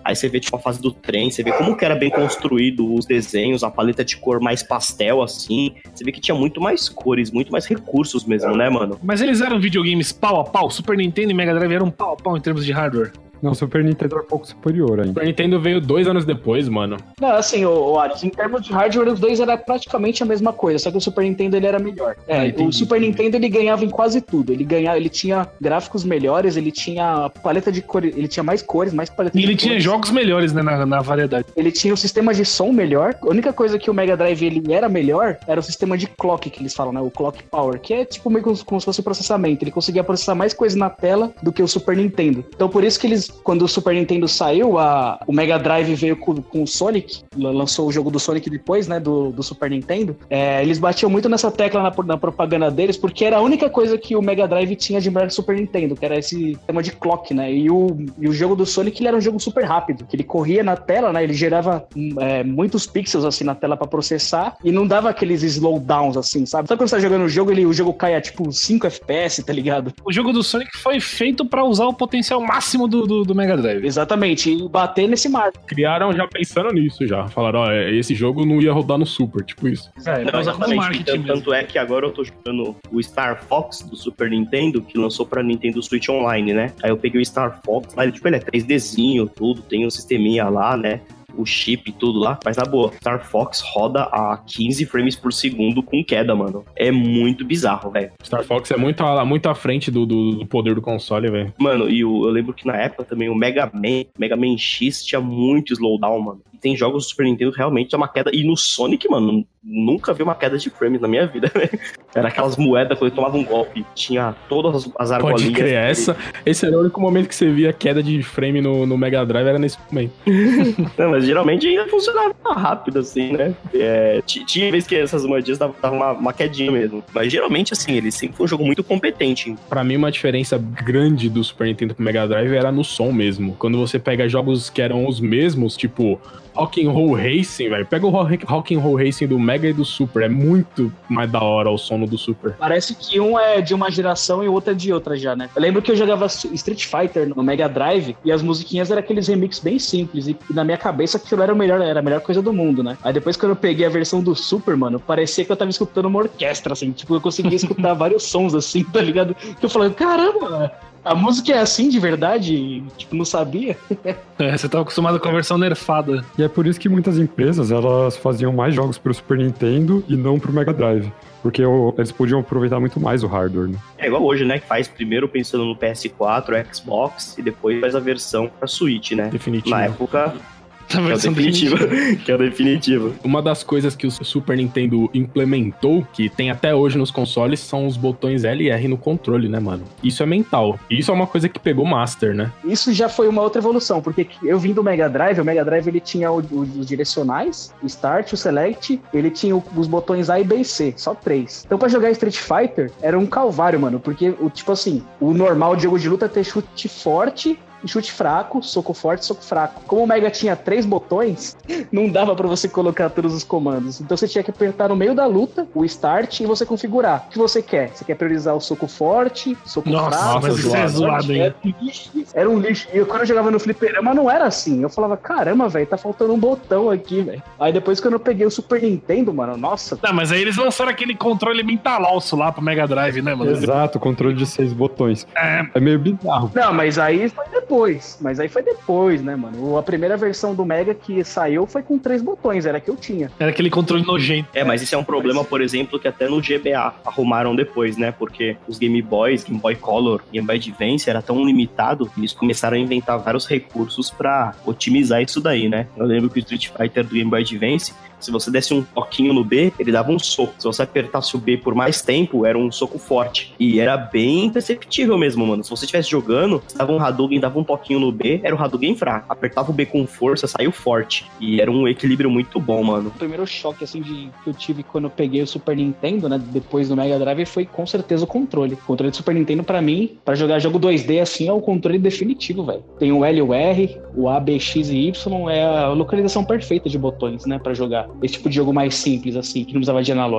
Aí você vê, tipo, a fase do trem, você vê como que era bem construído os desenhos, a paleta de cor mais pastel, assim. Você vê que tinha muito mais cores, muito mais recursos mesmo, né, mano? Mas eles eram videogames pau a pau? Super Nintendo e Mega Drive eram pau a pau em termos de hardware? Não, o Super Nintendo é um pouco superior ainda. Super Nintendo veio dois anos depois, mano. Não, assim, o, o Alex, em termos de hardware, os dois eram praticamente a mesma coisa, só que o Super Nintendo ele era melhor. É, Ah, o Super Nintendo ele ganhava em quase tudo. Ele ganhava, ele tinha gráficos melhores, ele tinha paleta de cores, ele tinha mais cores, mais paleta E de ele cores. tinha jogos melhores, né, na, na variedade. Ele tinha o sistema de som melhor. A única coisa que o Mega Drive ele era melhor era o sistema de clock que eles falam, né? O clock power, que é tipo meio como, como se fosse processamento. Ele conseguia processar mais coisas na tela do que o Super Nintendo. Então por isso que eles, quando o Super Nintendo saiu, a, o Mega Drive veio com, com o Sonic, lançou o jogo do Sonic depois, né? Do, do Super Nintendo. É, eles batiam muito nessa tecla na, na propaganda deles, porque era a única coisa que o Mega Drive tinha de melhor que o Super Nintendo, que era esse sistema de clock, né? E o, e o jogo do Sonic ele era um jogo super rápido, que ele corria na tela, né? Ele gerava é, muitos pixels assim na tela pra processar e não dava aqueles slowdowns assim, sabe? Sabe quando você tá jogando o jogo, ele, o jogo cai a tipo cinco F P S, tá ligado? O jogo do Sonic foi feito pra usar o potencial máximo do, do, do Mega Drive. Exatamente, e bater nesse marco. Criaram já pensando nisso já. Falaram, ó, esse jogo não ia rodar no Super, tipo isso. É, Não, pra usar como exatamente. marketing Tanto, mesmo. tanto é que agora eu tô jogando o Star Fox do Super Nintendo, que lançou pra Nintendo Switch Online, né? Aí eu peguei o Star Fox, lá ele, tipo, ele é três Dzinho, tudo, tem um sisteminha lá, né? O chip e tudo lá, mas na boa, Star Fox roda a quinze frames por segundo com queda, mano. É muito bizarro, velho. Star Fox é muito, à- muito à frente do, do, do poder do console, velho. Mano, e o- eu lembro que na época também o Mega Man, Mega Man X tinha muito slowdown, mano. E tem jogos do Super Nintendo que realmente é uma queda. E no Sonic, mano, nunca vi uma queda de frames na minha vida, velho. Era aquelas moedas quando eu tomava um golpe. Tinha todas as, as argolinhas. Pode crer, essa, esse era o único momento que você via queda de frame no, no Mega Drive, era nesse momento. Não, mas geralmente ainda funcionava rápido, assim, né? É, t- tinha vez que essas moedinhas davam davam uma, uma quedinha mesmo. Mas geralmente, assim, ele sempre foi um jogo muito competente. Pra mim, uma diferença grande do Super Nintendo pro Mega Drive era no som mesmo. Quando você pega jogos que eram os mesmos, tipo Rock'n'Roll Racing, velho. Pega o Rock- Rock'n'Roll Racing do Mega e do Super. É muito mais da hora o som do Super. Parece que um é de uma geração e o outro é de outra já, né? Eu lembro que eu jogava Street Fighter no Mega Drive e as musiquinhas eram aqueles remixes bem simples. E na minha cabeça aquilo era, o melhor, era a melhor coisa do mundo, né? Aí depois quando eu peguei a versão do Super, mano, parecia que eu tava escutando uma orquestra, assim. Tipo, eu conseguia escutar vários sons, assim, tá ligado? Que eu falei, caramba, a música é assim de verdade? E, tipo, não sabia. É, você tava acostumado com a versão nerfada. E é por isso que muitas empresas elas faziam mais jogos pro Super Nintendo e não pro Mega Drive. Porque o- eles podiam aproveitar muito mais o hardware, né? É igual hoje, né? Que faz primeiro pensando no P S quatro, Xbox, e depois faz a versão pra Switch, né? Definitivo. Na época, A que é o versão definitivo. que é o definitivo. Uma das coisas que o Super Nintendo implementou, que tem até hoje nos consoles, são os botões L e R no controle, né, mano? Isso é mental. Isso é uma coisa que pegou Master, né? Isso já foi uma outra evolução, porque eu vim do Mega Drive, o Mega Drive ele tinha o- o- os direcionais, o Start, o Select, ele tinha o- os botões A e B e C, só três. Então pra jogar Street Fighter era um calvário, mano, porque, o tipo assim, o normal de jogo de luta é ter chute forte e chute fraco, soco forte, soco fraco. Como o Mega tinha três botões, não dava pra você colocar todos os comandos. Então você tinha que apertar no meio da luta, o Start, e você configurar. O que você quer? Você quer priorizar o soco forte, soco Nossa, fraco? mas isso é zoado, hein? Era um lixo. Era um lixo. E eu, quando eu jogava no fliperama, não era assim. Eu falava, caramba, velho, tá faltando um botão aqui, velho. Aí depois, quando eu peguei o Super Nintendo, mano, nossa. Tá, mas aí eles lançaram aquele controle mentalauço lá pro Mega Drive, né, mano? Exato, controle de seis botões. É. É meio bizarro. Não, mas aí foi depois. Mas aí foi depois, né, mano? A primeira versão do Mega que saiu foi com três botões, era a que eu tinha. Era aquele controle nojento. É, mas isso é um problema, por exemplo, que até no G B A arrumaram depois, né? Porque os Game Boys, Game Boy Color, Game Boy Advance era tão limitado que eles começaram a inventar vários recursos pra otimizar isso daí, né? Eu lembro que o Street Fighter do Game Boy Advance, se você desse um toquinho no B, ele dava um soco. Se você apertasse o B por mais tempo, era um soco forte. E era bem perceptível mesmo, mano. Se você estivesse jogando, você dava um Hadouken, dava um toquinho no B, era o Hadouken fraco. Apertava o B com força, saiu forte. E era um equilíbrio muito bom, mano. O primeiro choque, assim, de, que eu tive quando eu peguei o Super Nintendo, né, depois do Mega Drive, foi com certeza o controle. O controle do Super Nintendo, pra mim, pra jogar jogo dois D, assim, é o controle definitivo, velho. Tem o L e o R, o A, B, X e Y, é a localização perfeita de botões, né, pra jogar. Esse tipo de jogo mais simples, assim, que não precisava de analógico.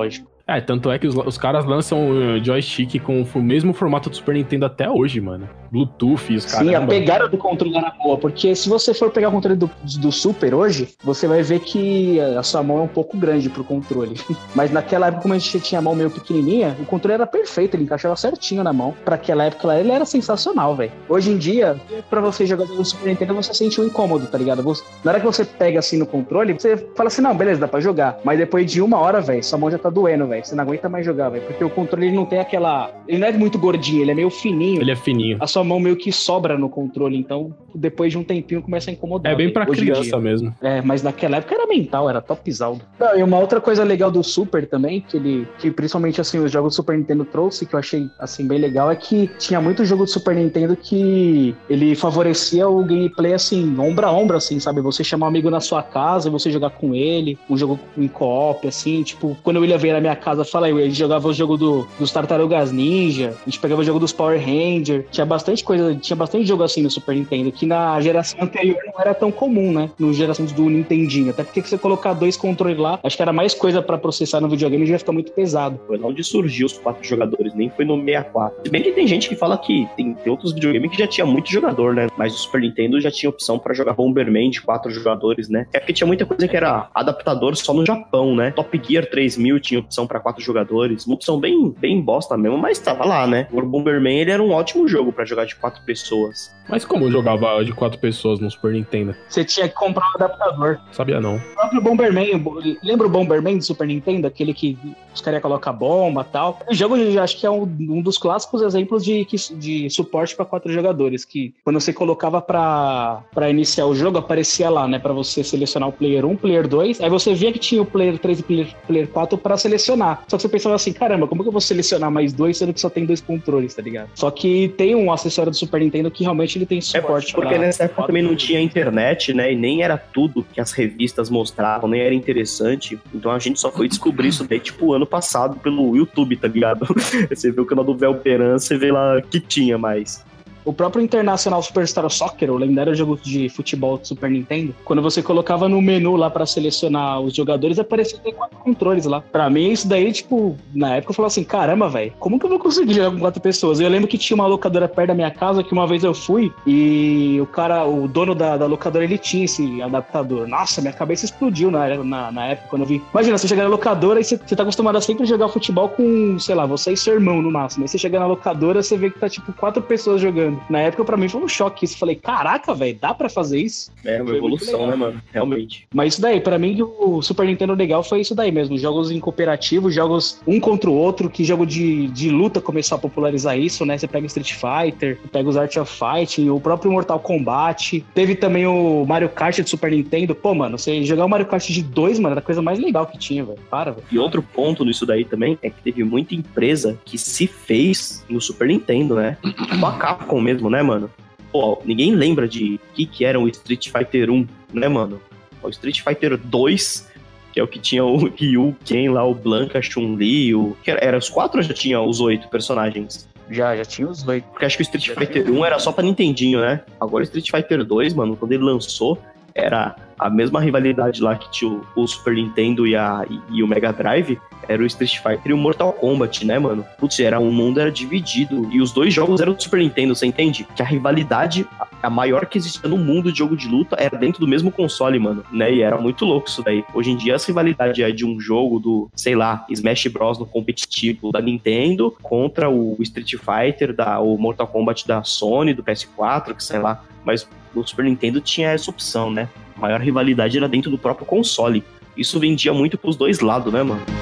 É, tanto é que os, os caras lançam uh, joystick com o mesmo formato do Super Nintendo até hoje, mano. Bluetooth e os caras. Sim, a pegada do controle era boa, porque se você for pegar o controle do, do Super hoje, você vai ver que a sua mão é um pouco grande pro controle. Mas naquela época, como a gente tinha a mão meio pequenininha, o controle era perfeito, ele encaixava certinho na mão. Pra aquela época, ele era sensacional, velho. Hoje em dia, pra você jogar no Super Nintendo, você sente um incômodo, tá ligado? Você, na hora que você pega assim no controle, você fala assim, não, beleza, dá pra jogar. Mas depois de uma hora, velho, sua mão já tá doendo, velho. Você não aguenta mais jogar, velho. Porque o controle, ele não tem aquela... Ele não é muito gordinho, ele é meio fininho. Ele é fininho. A sua mão meio que sobra no controle, então depois de um tempinho começa a incomodar. É bem pra hoje criança mesmo. É, mas naquela época era mental, era topzaldo. Não, e uma outra coisa legal do Super também, que ele, que principalmente assim, os jogos do Super Nintendo trouxe, que eu achei assim bem legal, é que tinha muito jogo do Super Nintendo que ele favorecia o gameplay assim, ombro a ombro, assim, sabe? Você chamar um amigo na sua casa e você jogar com ele, um jogo em co-op, assim, tipo, quando eu ia ver na minha casa, fala aí, a gente jogava o jogo do, dos Tartarugas Ninja, a gente pegava o jogo dos Power Rangers, tinha bastante coisa, tinha bastante jogo assim no Super Nintendo, que na geração anterior não era tão comum, né? No geração do Nintendinho. Até porque se você colocar dois controles lá, acho que era mais coisa pra processar no videogame e já fica muito pesado. Foi lá onde surgiu os quatro jogadores, nem foi no sessenta e quatro. Se bem que tem gente que fala que tem, tem outros videogames que já tinha muito jogador, né? Mas o Super Nintendo já tinha opção pra jogar Bomberman de quatro jogadores, né? É porque tinha muita coisa que era adaptador só no Japão, né? Top Gear três mil tinha opção pra quatro jogadores. Uma opção bem, bem bosta mesmo, mas tava lá, né? O Bomberman, ele era um ótimo jogo pra jogar de quatro pessoas. Mas como eu jogava de quatro pessoas no Super Nintendo? Você tinha que comprar um adaptador. Sabia não. O próprio Bomberman, lembra o Bomberman do Super Nintendo? Aquele que os caras colocam bomba e tal. O jogo, eu acho que é um, um dos clássicos exemplos de, de suporte para quatro jogadores, que quando você colocava pra, pra iniciar o jogo, aparecia lá, né? Pra você selecionar o player um, player dois, aí você via que tinha o player três e player, player quatro pra selecionar. Só que você pensava assim, caramba, como que eu vou selecionar mais dois, sendo que só tem dois controles, tá ligado? Só que tem um acessório do Super Nintendo que realmente ele tem suporte. É porque nessa época também não tinha internet, né? E nem era tudo que as revistas mostravam, nem era interessante. Então a gente só foi descobrir isso daí, tipo, ano passado pelo YouTube, tá ligado? Você vê o canal do Velperan, você vê lá que tinha mais. O próprio International Superstar Soccer, o lendário jogo de futebol do Super Nintendo, quando você colocava no menu lá pra selecionar os jogadores, aparecia até quatro controles lá. Pra mim, isso daí, tipo, na época eu falava assim, caramba, velho, como que eu vou conseguir jogar com quatro pessoas? Eu lembro que tinha uma locadora perto da minha casa, que uma vez eu fui, e o cara, o dono da, da locadora, ele tinha esse adaptador. Nossa, minha cabeça explodiu na, na, na época, quando eu vi. Imagina, você chegar na locadora e você, você tá acostumado a sempre jogar futebol com, sei lá, você e seu irmão no máximo. Aí você chega na locadora, você vê que tá, tipo, quatro pessoas jogando. Na época, pra mim, foi um choque isso. Falei, caraca, velho, dá pra fazer isso? É uma evolução, né, mano? Realmente. Mas isso daí, pra mim, o Super Nintendo legal foi isso daí mesmo. Jogos em cooperativo, jogos um contra o outro, que jogo de, de luta começou a popularizar isso, né? Você pega Street Fighter, pega os Art of Fighting, o próprio Mortal Kombat. Teve também o Mario Kart de Super Nintendo. Pô, mano, você jogar o Mario Kart de dois, mano, era a coisa mais legal que tinha, velho. Para, velho. E outro ponto nisso daí também é que teve muita empresa que se fez no Super Nintendo, né? Tipo a Capcom mesmo, né, mano? Pô, ninguém lembra de o que, que era o Street Fighter um, né, mano? O Street Fighter dois, que é o que tinha o Ryu, Ken lá, o Blanca, Chun-Li, o... que era, era os quatro ou já tinha os oito personagens? Já, já tinha os oito. Porque acho que o Street Fighter um era só pra Nintendinho, né? Agora o Street Fighter dois, mano, quando ele lançou, era a mesma rivalidade lá que tinha o, o Super Nintendo e, a, e, e o Mega Drive, era o Street Fighter e o Mortal Kombat, né, mano? Putz, era, um mundo era dividido, e os dois jogos eram do Super Nintendo, você entende? Que a rivalidade, a, a maior que existia no mundo de jogo de luta, era dentro do mesmo console, mano, né? E era muito louco isso daí. Hoje em dia, as rivalidades é de um jogo do, sei lá, Smash Bros. No competitivo da Nintendo contra o Street Fighter, da, o Mortal Kombat da Sony, do P S quatro, que sei lá, mas no Super Nintendo tinha essa opção, né? A maior rivalidade era dentro do próprio console. Isso vendia muito pros dois lados, né, mano?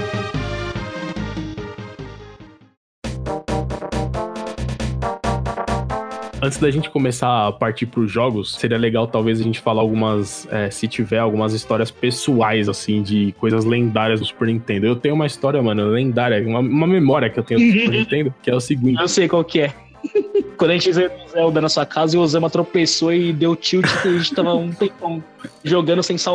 Antes da gente começar a partir pros jogos, seria legal talvez a gente falar algumas, é, se tiver algumas histórias pessoais, assim, de coisas lendárias do Super Nintendo. Eu tenho uma história, mano, lendária, uma, uma memória que eu tenho do Super Nintendo, que é o seguinte. Eu sei qual que é. Quando a gente veio no Zelda na sua casa e o Osama tropeçou e deu tilt que a gente tava um tempão jogando sem salvar.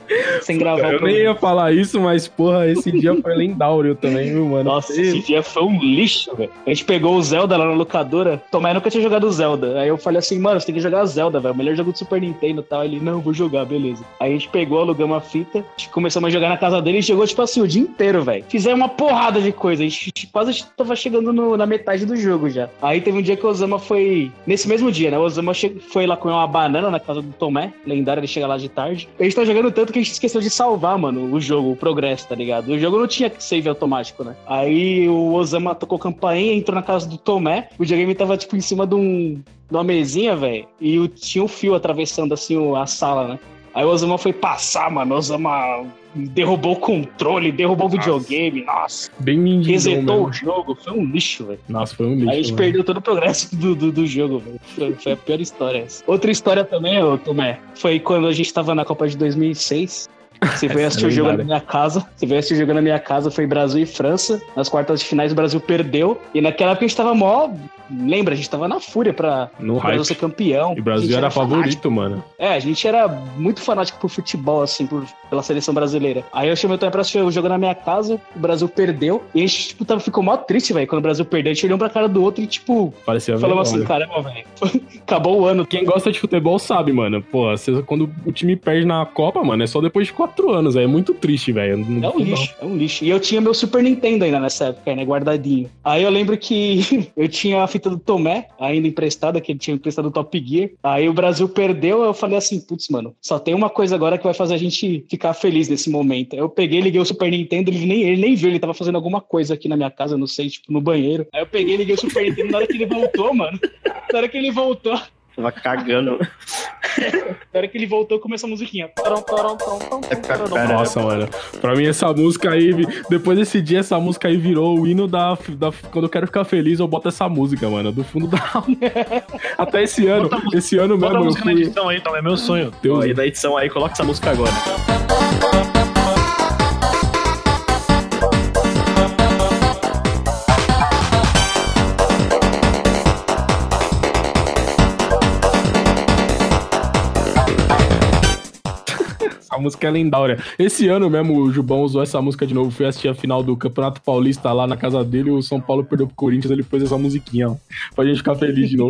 sem gravar Eu o nem ia falar isso, mas, porra, esse dia foi lendário também, viu, mano? Nossa, esse dia foi um lixo, velho. A gente pegou o Zelda lá na locadora. Tomé nunca tinha jogado Zelda. Aí eu falei assim, mano, você tem que jogar Zelda, velho. O melhor jogo do Super Nintendo e tal. Ele, não, vou jogar, beleza. Aí a gente pegou, alugamos a fita, a gente começamos a jogar na casa dele e jogou, tipo assim, o dia inteiro, velho. Fizemos uma porrada de coisa. A gente quase tava chegando no, na metade do jogo já. Aí teve um dia que o Osama foi... Nesse mesmo dia, né? O Osama che... foi lá comer uma banana na casa do Tomé. Lendário, ele chega lá de tarde. A gente tá jogando tanto que a gente esqueceu de salvar, mano, o jogo, o progresso, tá ligado? O jogo não tinha save automático, né? Aí o Osama tocou campainha, entrou na casa do Tomé. O videogame tava, tipo, em cima de, um, de uma mesinha, velho. E o, tinha um fio atravessando, assim, o, a sala, né? Aí o Osama foi passar, mano. O Osama derrubou o controle, derrubou nossa. o videogame. Nossa. Bem mindinho, resetou mesmo. o jogo. Foi um lixo, velho. Nossa, foi um lixo. Aí a gente mano. perdeu todo o progresso do, do, do jogo, velho. Foi, foi a pior história essa. Outra história também, ô, Tomé, foi quando a gente tava na Copa de dois mil e seis. Você veio assistir o jogo na minha casa. Você veio assistir o jogo na minha casa. Foi Brasil e França. Nas quartas de finais, o Brasil perdeu. E naquela época a gente tava mó. Lembra? A gente tava na fúria pra no o Brasil ser campeão. E o Brasil era, era favorito, mano. É, a gente era muito fanático por futebol, assim, por, pela seleção brasileira. Aí eu chamei o Tom pra assistir o jogo na minha casa. O Brasil perdeu. E a gente, tipo, tava, ficou mó triste, velho. Quando o Brasil perdeu, a gente olhou pra cara do outro e, tipo, parecia falamos assim: caramba, velho. Acabou o ano. Quem gosta de futebol sabe, mano. Pô, quando o time perde na Copa, mano, é só depois de quatro anos. É muito triste, velho. É um lixo, é um lixo. E eu tinha meu Super Nintendo ainda nessa época, né, guardadinho. Aí eu lembro que eu tinha a fita do Tomé, ainda emprestada, que ele tinha emprestado o Top Gear. Aí o Brasil perdeu, eu falei assim, putz, mano, só tem uma coisa agora que vai fazer a gente ficar feliz nesse momento. Eu peguei, liguei o Super Nintendo, ele nem, ele nem viu, ele tava fazendo alguma coisa aqui na minha casa, não sei, tipo, no banheiro. Aí eu peguei, liguei o Super Nintendo, na hora que ele voltou, mano, na hora que ele voltou... Tava cagando. Na hora que ele voltou, começou a musiquinha. Nossa, mano. Pra mim, essa música aí, depois desse dia, essa música aí virou o hino da, da. Quando eu quero ficar feliz, eu boto essa música, mano. Do fundo da alma. Até esse ano. Bota, esse ano bota mesmo. Bota a música fui... na edição aí, então, é meu sonho. Deus. Aí da edição aí, coloca essa música agora. A música é lendária. Esse ano mesmo, o Jubão usou essa música de novo. Fui assistir a final do Campeonato Paulista lá na casa dele. O São Paulo perdeu pro Corinthians. Ele pôs essa musiquinha, ó, pra gente ficar feliz de novo.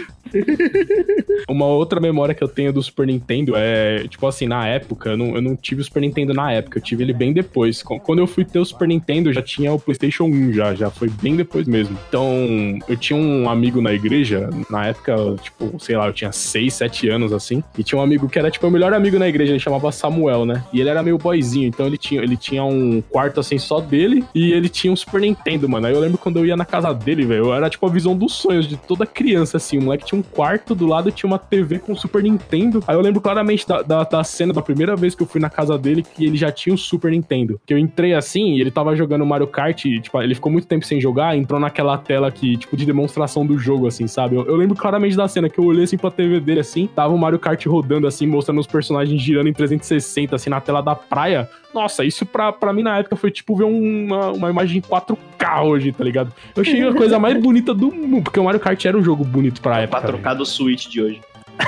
Uma outra memória que eu tenho do Super Nintendo é, tipo assim, na época, eu não, eu não tive o Super Nintendo na época, eu tive ele bem depois. Quando eu fui ter o Super Nintendo, já tinha o PlayStation um, já, já foi bem depois mesmo. Então, eu tinha um amigo na igreja, na época, tipo, sei lá, eu tinha seis, sete anos, assim, e tinha um amigo que era, tipo, o melhor amigo na igreja, ele chamava Samuel, né? E ele era meio boyzinho, então ele tinha, ele tinha um quarto, assim, só dele, e ele tinha um Super Nintendo, mano. Aí eu lembro quando eu ia na casa dele, velho, era, tipo, a visão dos sonhos de toda criança, assim, o moleque tinha um quarto, do lado tinha uma T V com Super Nintendo. Aí eu lembro claramente da, da, da cena da primeira vez que eu fui na casa dele, que ele já tinha o Super Nintendo. Que eu entrei assim e ele tava jogando Mario Kart, e, tipo, ele ficou muito tempo sem jogar, entrou naquela tela que, tipo, de demonstração do jogo, assim, sabe? Eu, eu lembro claramente da cena que eu olhei assim pra T V dele, assim, tava o Mario Kart rodando, assim, mostrando os personagens girando em trezentos e sessenta, assim, na tela da praia. Nossa, isso pra, pra mim na época foi tipo ver uma, uma imagem em quatro K hoje, tá ligado? Eu achei a coisa mais bonita do mundo, porque o Mario Kart era um jogo bonito pra época. quatro K do Switch de hoje.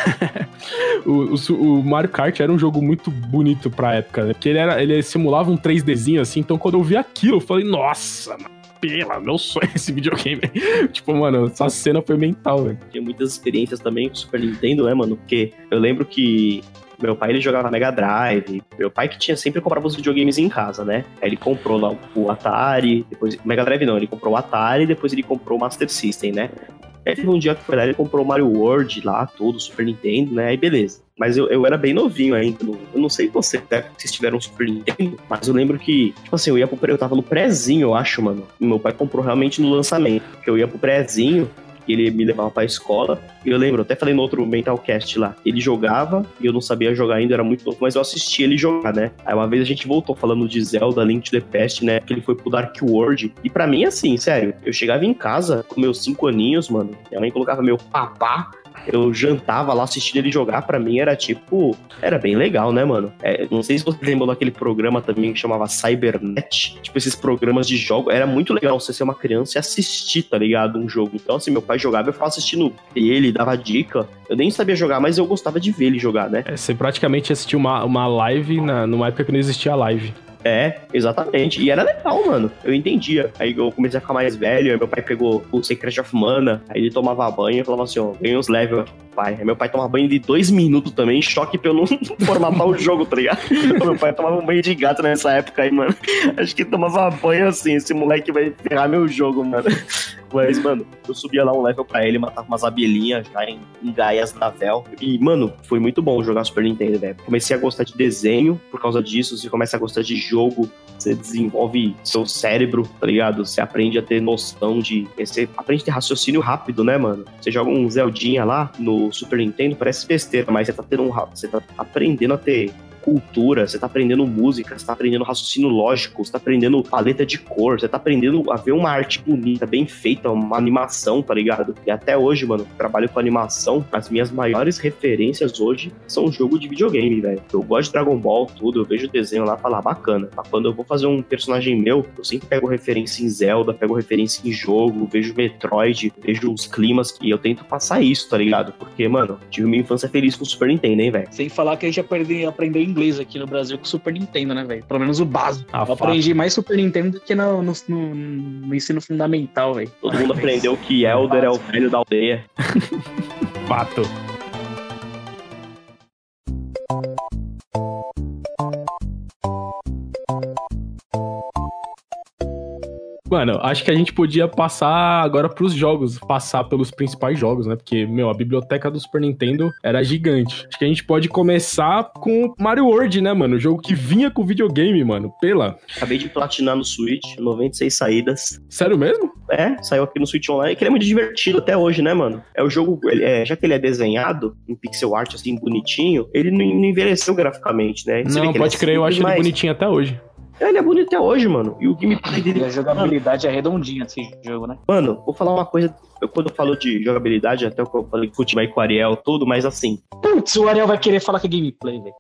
o, o, o Mario Kart era um jogo muito bonito pra época, né? Porque ele, era, ele simulava um três Dzinho, assim, então quando eu vi aquilo, eu falei, nossa, mano. Pela, meu sonho esse videogame. Tipo, mano, essa cena foi mental, velho. Tinha muitas experiências também com o Super Nintendo, né, mano? Porque eu lembro que meu pai, ele jogava Mega Drive. Meu pai que tinha sempre comprava os videogames em casa, né? Aí ele comprou lá o Atari, depois... Mega Drive não, ele comprou o Atari, depois ele comprou o Master System, né? Aí teve um dia que foi lá, ele comprou o Mario World lá, todo, o Super Nintendo, né? Aí beleza. Mas eu, eu era bem novinho ainda. Eu não sei você, né, se vocês tiveram um Super Nintendo, mas eu lembro que, tipo assim, eu ia pro, eu tava no prézinho, eu acho, mano. E meu pai comprou realmente no lançamento. Porque eu ia pro prézinho, e ele me levava pra escola. E eu lembro, eu até falei no outro Mentalcast lá, ele jogava, e eu não sabia jogar ainda, era muito novo, mas eu assistia ele jogar, né? Aí uma vez a gente voltou falando de Zelda, Link to the Past, né? Que ele foi pro Dark World. E pra mim, assim, sério, eu chegava em casa com meus cinco aninhos, mano, minha mãe colocava meu papá Eu jantava lá assistindo ele jogar, pra mim era tipo... Era bem legal, né, mano? É, não sei se você lembra daquele programa também que chamava Cybernet. Tipo, esses programas de jogo. Era muito legal você ser uma criança e assistir, tá ligado? Um jogo. Então, assim, meu pai jogava, eu ficava assistindo ele, dava dica. Eu nem sabia jogar, mas eu gostava de ver ele jogar, né? É, você praticamente assistiu uma, uma live na, numa época que não existia live. É, exatamente. E era legal, mano. Eu entendia. Aí eu comecei a ficar mais velho, aí meu pai pegou o Secret of Mana, aí ele tomava banho e falava assim, ó, ganhei uns levels, pai. Aí meu pai tomava banho de dois minutos também, choque pra eu não formatar o jogo, tá ligado? Meu pai tomava um banho de gato nessa época aí, mano. Acho que tomava banho assim, esse moleque vai ferrar meu jogo, mano. Mas, mano, eu subia lá um level pra ele, matava umas abelhinhas já em, em Gaias da Vel. E, mano, foi muito bom jogar Super Nintendo, velho. Comecei a gostar de desenho por causa disso, você começa a gostar de jogo, você desenvolve seu cérebro, tá ligado? Você aprende a ter noção de... Você aprende a ter raciocínio rápido, né, mano? Você joga um Zeldinha lá no Super Nintendo, parece besteira, mas você tá tendo um... Você tá aprendendo a ter... cultura, você tá aprendendo música, você tá aprendendo raciocínio lógico, você tá aprendendo paleta de cor, você tá aprendendo a ver uma arte bonita, bem feita, uma animação, tá ligado? E até hoje, mano, eu trabalho com animação, as minhas maiores referências hoje são jogo de videogame, velho. Eu gosto de Dragon Ball, tudo, eu vejo o desenho lá e falo, ah, bacana. Mas quando eu vou fazer um personagem meu, eu sempre pego referência em Zelda, pego referência em jogo, vejo Metroid, vejo os climas, e eu tento passar isso, tá ligado? Porque, mano, tive minha infância feliz com o Super Nintendo, hein, velho? Sem falar que a gente aprendeu, aprendeu inglês aqui no Brasil com o Super Nintendo, né, velho? Pelo menos o básico. Ah, eu aprendi mais Super Nintendo do que no, no, no, no ensino fundamental, velho. Todo mundo aprendeu que Elder é o velho da aldeia. Fato. Mano, acho que a gente podia passar agora pros jogos, passar pelos principais jogos, né? Porque, meu, a biblioteca do Super Nintendo era gigante. Acho que a gente pode começar com Mario World, né, mano? O jogo que vinha com videogame, mano. Pela. Acabei de platinar no Switch, noventa e seis saídas. Sério mesmo? É, saiu aqui no Switch Online, que ele é muito divertido até hoje, né, mano? É o jogo, ele é, já que ele é desenhado em pixel art, assim, bonitinho, ele não, não envelheceu graficamente, né? Você Não, pode crer, eu acho ele bonitinho até hoje. Ele é bonito até hoje, mano. E o gameplay dele... E a jogabilidade é redondinha desse jogo, né? Mano, vou falar uma coisa... Eu, quando eu falo de jogabilidade, até eu falei que futebol com o Ariel, tudo, mas assim... Putz, o Ariel vai querer falar que é gameplay, velho.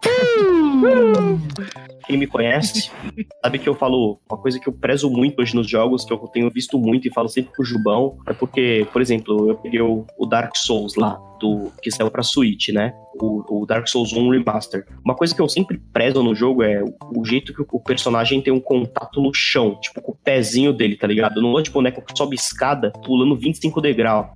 Quem me conhece sabe que eu falo uma coisa que eu prezo muito hoje nos jogos, que eu tenho visto muito e falo sempre pro Jubão, é porque, por exemplo, eu peguei o, o Dark Souls lá, do, que saiu pra Switch, né? O, o Dark Souls um Remaster. Uma coisa que eu sempre prezo no jogo é o, o jeito que o, o personagem tem um contato no chão, tipo, com o pezinho dele, tá ligado? Eu não gosto de boneco que sobe escada pulando vinte e cinco degraus.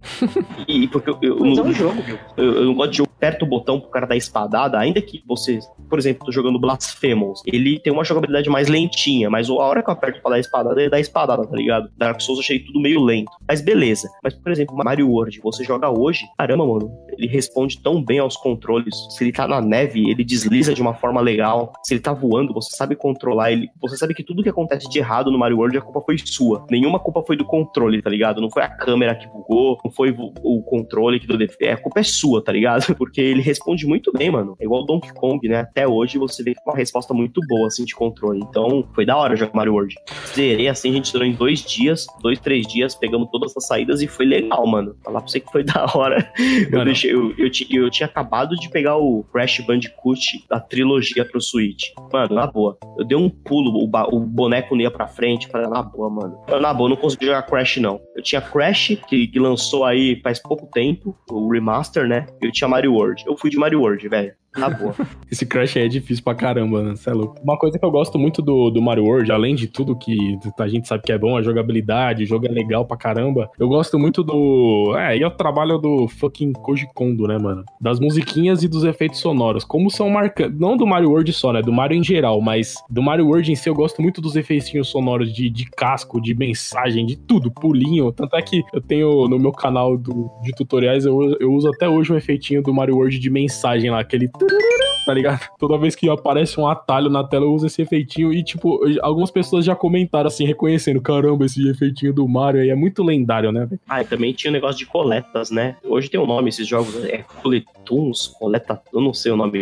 E porque eu, eu, Mas eu, é um jogo, viu? eu, eu não gosto de jogo aperta o botão pro cara dar espadada, ainda que você, por exemplo, tô jogando Blasphemous, ele tem uma jogabilidade mais lentinha, mas a hora que eu aperto pra dar espadada, ele dá espadada, tá ligado? Dark Souls eu achei tudo meio lento. Mas beleza. Mas, por exemplo, Mario World, você joga hoje, caramba, mano, ele responde tão bem aos controles. Se ele tá na neve, ele desliza de uma forma legal. Se ele tá voando, você sabe controlar ele. Você sabe que tudo que acontece de errado no Mario World, a culpa foi sua. Nenhuma culpa foi do controle, tá ligado? Não foi a câmera que bugou, não foi o controle que deu defeito. A culpa é sua, tá ligado? Porque ele responde muito bem, mano. É igual o Donkey Kong, né? Até hoje você vê que é uma resposta muito boa, assim, de controle. Então, foi da hora jogar Mario World. Zerei, assim, a gente zerou em dois dias, dois, três dias, pegamos todas as saídas e foi legal, mano. Falar pra você que foi da hora. Eu, deixei, eu, eu, eu, eu tinha acabado de pegar o Crash Bandicoot da trilogia pro Switch. Mano, na boa. Eu dei um pulo, o, o boneco não ia pra frente. Falei, na boa, mano. Eu, na boa, não consegui jogar Crash, não. Eu tinha Crash, que, que lançou aí faz pouco tempo, o remaster, né? Eu tinha Mario World. Eu fui de Mario World, velho. Na boa. Esse Crash aí é difícil pra caramba, né? Cê é louco. Uma coisa que eu gosto muito do, do Mario World, além de tudo que a gente sabe que é bom, a jogabilidade, o jogo é legal pra caramba, eu gosto muito do... É, e é o trabalho do fucking Koji Kondo, né, mano? Das musiquinhas e dos efeitos sonoros. Como são marcantes... Não do Mario World só, né? Do Mario em geral, mas do Mario World em si eu gosto muito dos efeitinhos sonoros de, de casco, de mensagem, de tudo, pulinho. Tanto é que eu tenho no meu canal do, de tutoriais, eu, eu uso até hoje um efeitinho do Mario World de mensagem lá, aquele... Tá ligado? Toda vez que aparece um atalho na tela, eu uso esse efeitinho e, tipo, algumas pessoas já comentaram assim, reconhecendo, caramba, esse efeitinho do Mario aí é muito lendário, né, velho? Ah, e também tinha um negócio de coletas, né? Hoje tem um nome esses jogos, é Coletoons, coleta, eu não sei o nome do...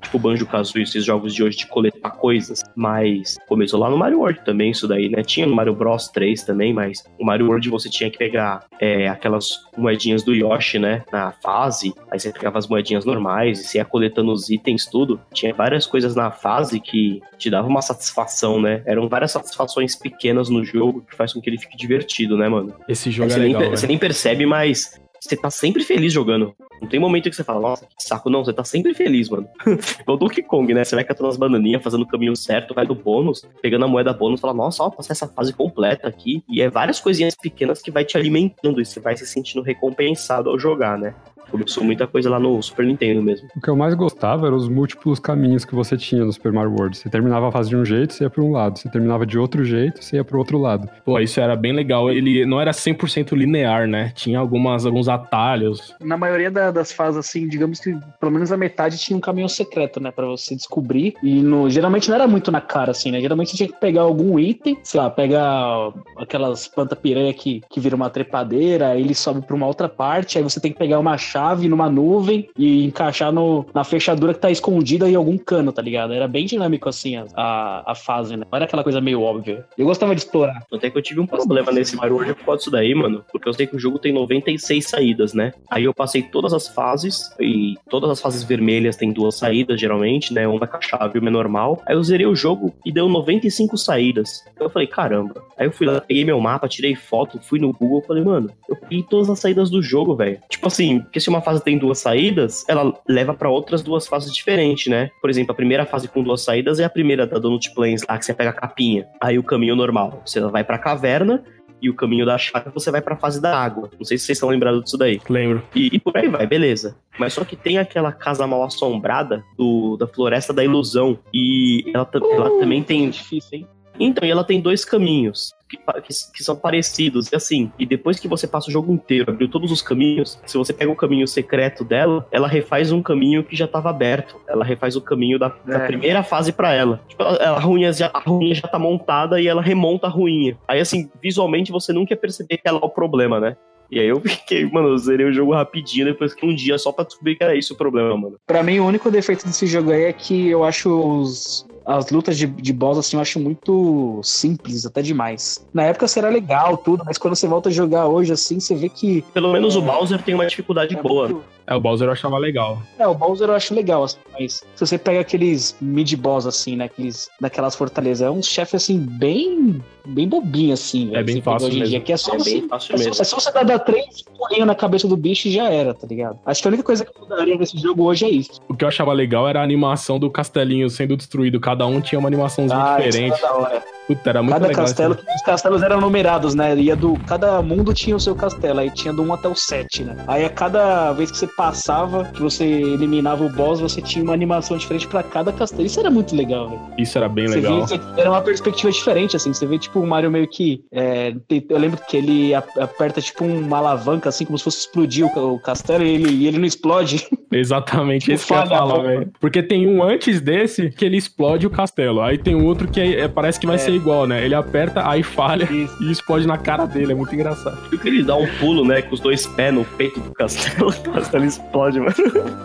tipo Banjo-Kazooie, esses jogos de hoje de coletar coisas, mas começou lá no Mario World também isso daí, né? Tinha no Mario Bros três também, mas o Mario World você tinha que pegar é, aquelas moedinhas do Yoshi, né? Na fase, aí você pegava as moedinhas normais e você ia coletando os itens, tudo. Tinha várias coisas na fase que te davam uma satisfação, né? Eram várias satisfações pequenas no jogo que faz com que ele fique divertido, né, mano? Esse jogo Aí é você, legal, nem, né? você nem percebe, mas você tá sempre feliz jogando. Não tem momento que você fala, nossa, que saco. Não, você tá sempre feliz, mano. Igual o Donkey Kong, né? Você vai catando as bananinhas, fazendo o caminho certo, vai do bônus, pegando a moeda bônus, fala, nossa, ó, passei essa fase completa aqui. E é várias coisinhas pequenas que vai te alimentando e você vai se sentindo recompensado ao jogar, né? Começou muita coisa lá no Super Nintendo mesmo. O que eu mais gostava eram os múltiplos caminhos que você tinha no Super Mario World. Você terminava a fase de um jeito, você ia para um lado. Você terminava de outro jeito, você ia para o outro lado. Pô, isso era bem legal. Ele não era cem por cento linear, né? Tinha algumas, alguns atalhos. Na maioria da- das fases, assim, digamos que pelo menos a metade tinha um caminho secreto, né? Pra você descobrir. E no, geralmente não era muito na cara, assim, né? Geralmente você tinha que pegar algum item, sei lá, pegar aquelas planta piranha que, que vira uma trepadeira, aí ele sobe pra uma outra parte, aí você tem que pegar uma chave numa nuvem e encaixar no, na fechadura que tá escondida em algum cano, tá ligado? Era bem dinâmico, assim, a, a, a fase, né? Não era aquela coisa meio óbvia. Eu gostava de explorar. Até que eu tive um problema nesse Mario World por causa disso daí, mano. Porque eu sei que o jogo tem noventa e seis saídas, né? Aí eu passei todas as fases, e todas as fases vermelhas tem duas saídas, geralmente, né? Uma com a chave e uma normal. Aí eu zerei o jogo e deu noventa e cinco saídas. Então eu falei, caramba. Aí eu fui lá, peguei meu mapa, tirei foto, fui no Google e falei, mano, eu peguei todas as saídas do jogo, velho. Tipo assim, porque se uma fase tem duas saídas, ela leva pra outras duas fases diferentes, né? Por exemplo, a primeira fase com duas saídas é a primeira da Donut Plains, lá que você pega a capinha. Aí o caminho normal, você vai pra caverna, e o caminho da chave você vai pra fase da água. Não sei se vocês estão lembrados disso daí. Lembro. E, e por aí vai, beleza. Mas só que tem aquela casa mal assombrada do, da Floresta da Ilusão. E ela, ela também tem... Difícil, hein? Então, e ela tem dois caminhos que, que, que são parecidos. E assim, e depois que você passa o jogo inteiro, abriu todos os caminhos, se você pega o caminho secreto dela, ela refaz um caminho que já estava aberto. Ela refaz o caminho da, da É. primeira fase pra ela. Tipo, ela- a, ruinha já, a ruinha já tá montada e ela remonta a ruinha. Aí assim, visualmente você nunca ia perceber que ela é o problema, né? E aí eu fiquei, mano, eu zerei o jogo rapidinho, depois que um dia só pra descobrir que era isso o problema, mano. Pra mim, o único defeito desse jogo aí é que eu acho os, as lutas de, de boss, assim, eu acho muito simples, até demais. Na época será legal, tudo, mas quando você volta a jogar hoje, assim, você vê que... Pelo menos o Bowser tem uma dificuldade é boa. muito- É, o Bowser eu achava legal. É, o Bowser eu acho legal, assim, mas se você pega aqueles mid-boss, assim, né, aqueles, daquelas fortalezas, é um chefe, assim, bem, bem bobinho, assim. velho, bem você pega fácil hoje em mesmo. dia, que é só É você, bem fácil é só, mesmo. é só você dar, dar três pulinhos na cabeça do bicho e já era, tá ligado? Acho que a única coisa que eu mudaria nesse jogo hoje é isso. O que eu achava legal era a animação do castelinho sendo destruído. Cada um tinha uma animaçãozinha Ah, isso diferente. era da hora. Puta, era muito Cada legal. castelo, assim. os castelos eram numerados, né? Ia do, cada mundo tinha o seu castelo, aí tinha do um até o sete, né? Aí a cada vez que você passava, que você eliminava o boss, você tinha uma animação diferente pra cada castelo. Isso era muito legal, velho. Isso era bem Você legal. via, era uma perspectiva diferente, assim. Você vê, tipo, o Mario meio que... é, tem- eu lembro que ele ap- aperta, tipo, uma alavanca, assim, como se fosse explodir o, ca- o castelo, e ele, e ele não explode. Exatamente, Tipo, esse que eu ia falha a falar, bomba. velho. Porque tem um antes desse que ele explode o castelo. Aí tem outro que é- é- parece que vai É. ser igual, né? Ele aperta, aí falha Isso. e explode na cara dele. É muito engraçado. Viu que ele dá um pulo, né, com os dois pés no peito do castelo, o castelo explode, mano.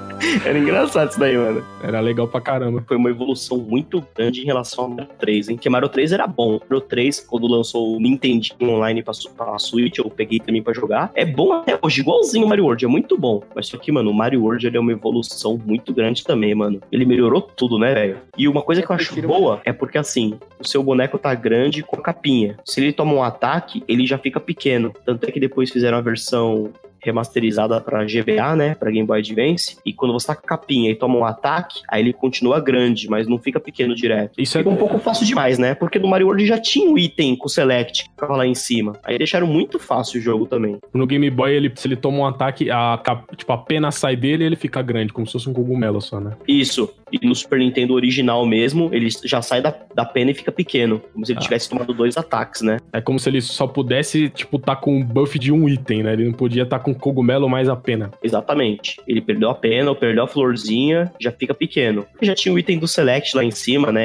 Era engraçado isso daí, mano. Era legal pra caramba. Foi uma evolução muito grande em relação ao Mario três, hein? Porque Mario três era bom. Mario três, quando lançou o Nintendo Online pra, su- pra Switch, eu peguei também pra jogar. É bom até hoje, igualzinho o Mario World, é muito bom. Mas só que, mano, o Mario World ele é uma evolução muito grande também, mano. Ele melhorou tudo, né, velho? E uma coisa que eu acho prefiro- boa é porque, assim, o seu boneco tá grande com a capinha. Se ele toma um ataque, ele já fica pequeno. Tanto é que depois fizeram a versão remasterizada pra G B A, né, pra Game Boy Advance, e quando você tá com a capinha e toma um ataque, aí ele continua grande, mas não fica pequeno direto. Isso é Fica um pouco fácil demais, né, porque no Mario World já tinha um item com o Select que ficava lá em cima, aí deixaram muito fácil o jogo também. No Game Boy, ele, se ele toma um ataque, a, cap- tipo, a pena sai dele e ele fica grande, como se fosse um cogumelo só, né? Isso, e no Super Nintendo original mesmo, ele já sai da, da pena e fica pequeno, como se ele Ah. tivesse tomado dois ataques, né. É como se ele só pudesse, tipo, tá com um buff de um item, né? Ele não podia estar com cogumelo mais a pena. Exatamente. Ele perdeu a pena, ou perdeu a florzinha, já fica pequeno. Já tinha o item do Select lá em cima, né?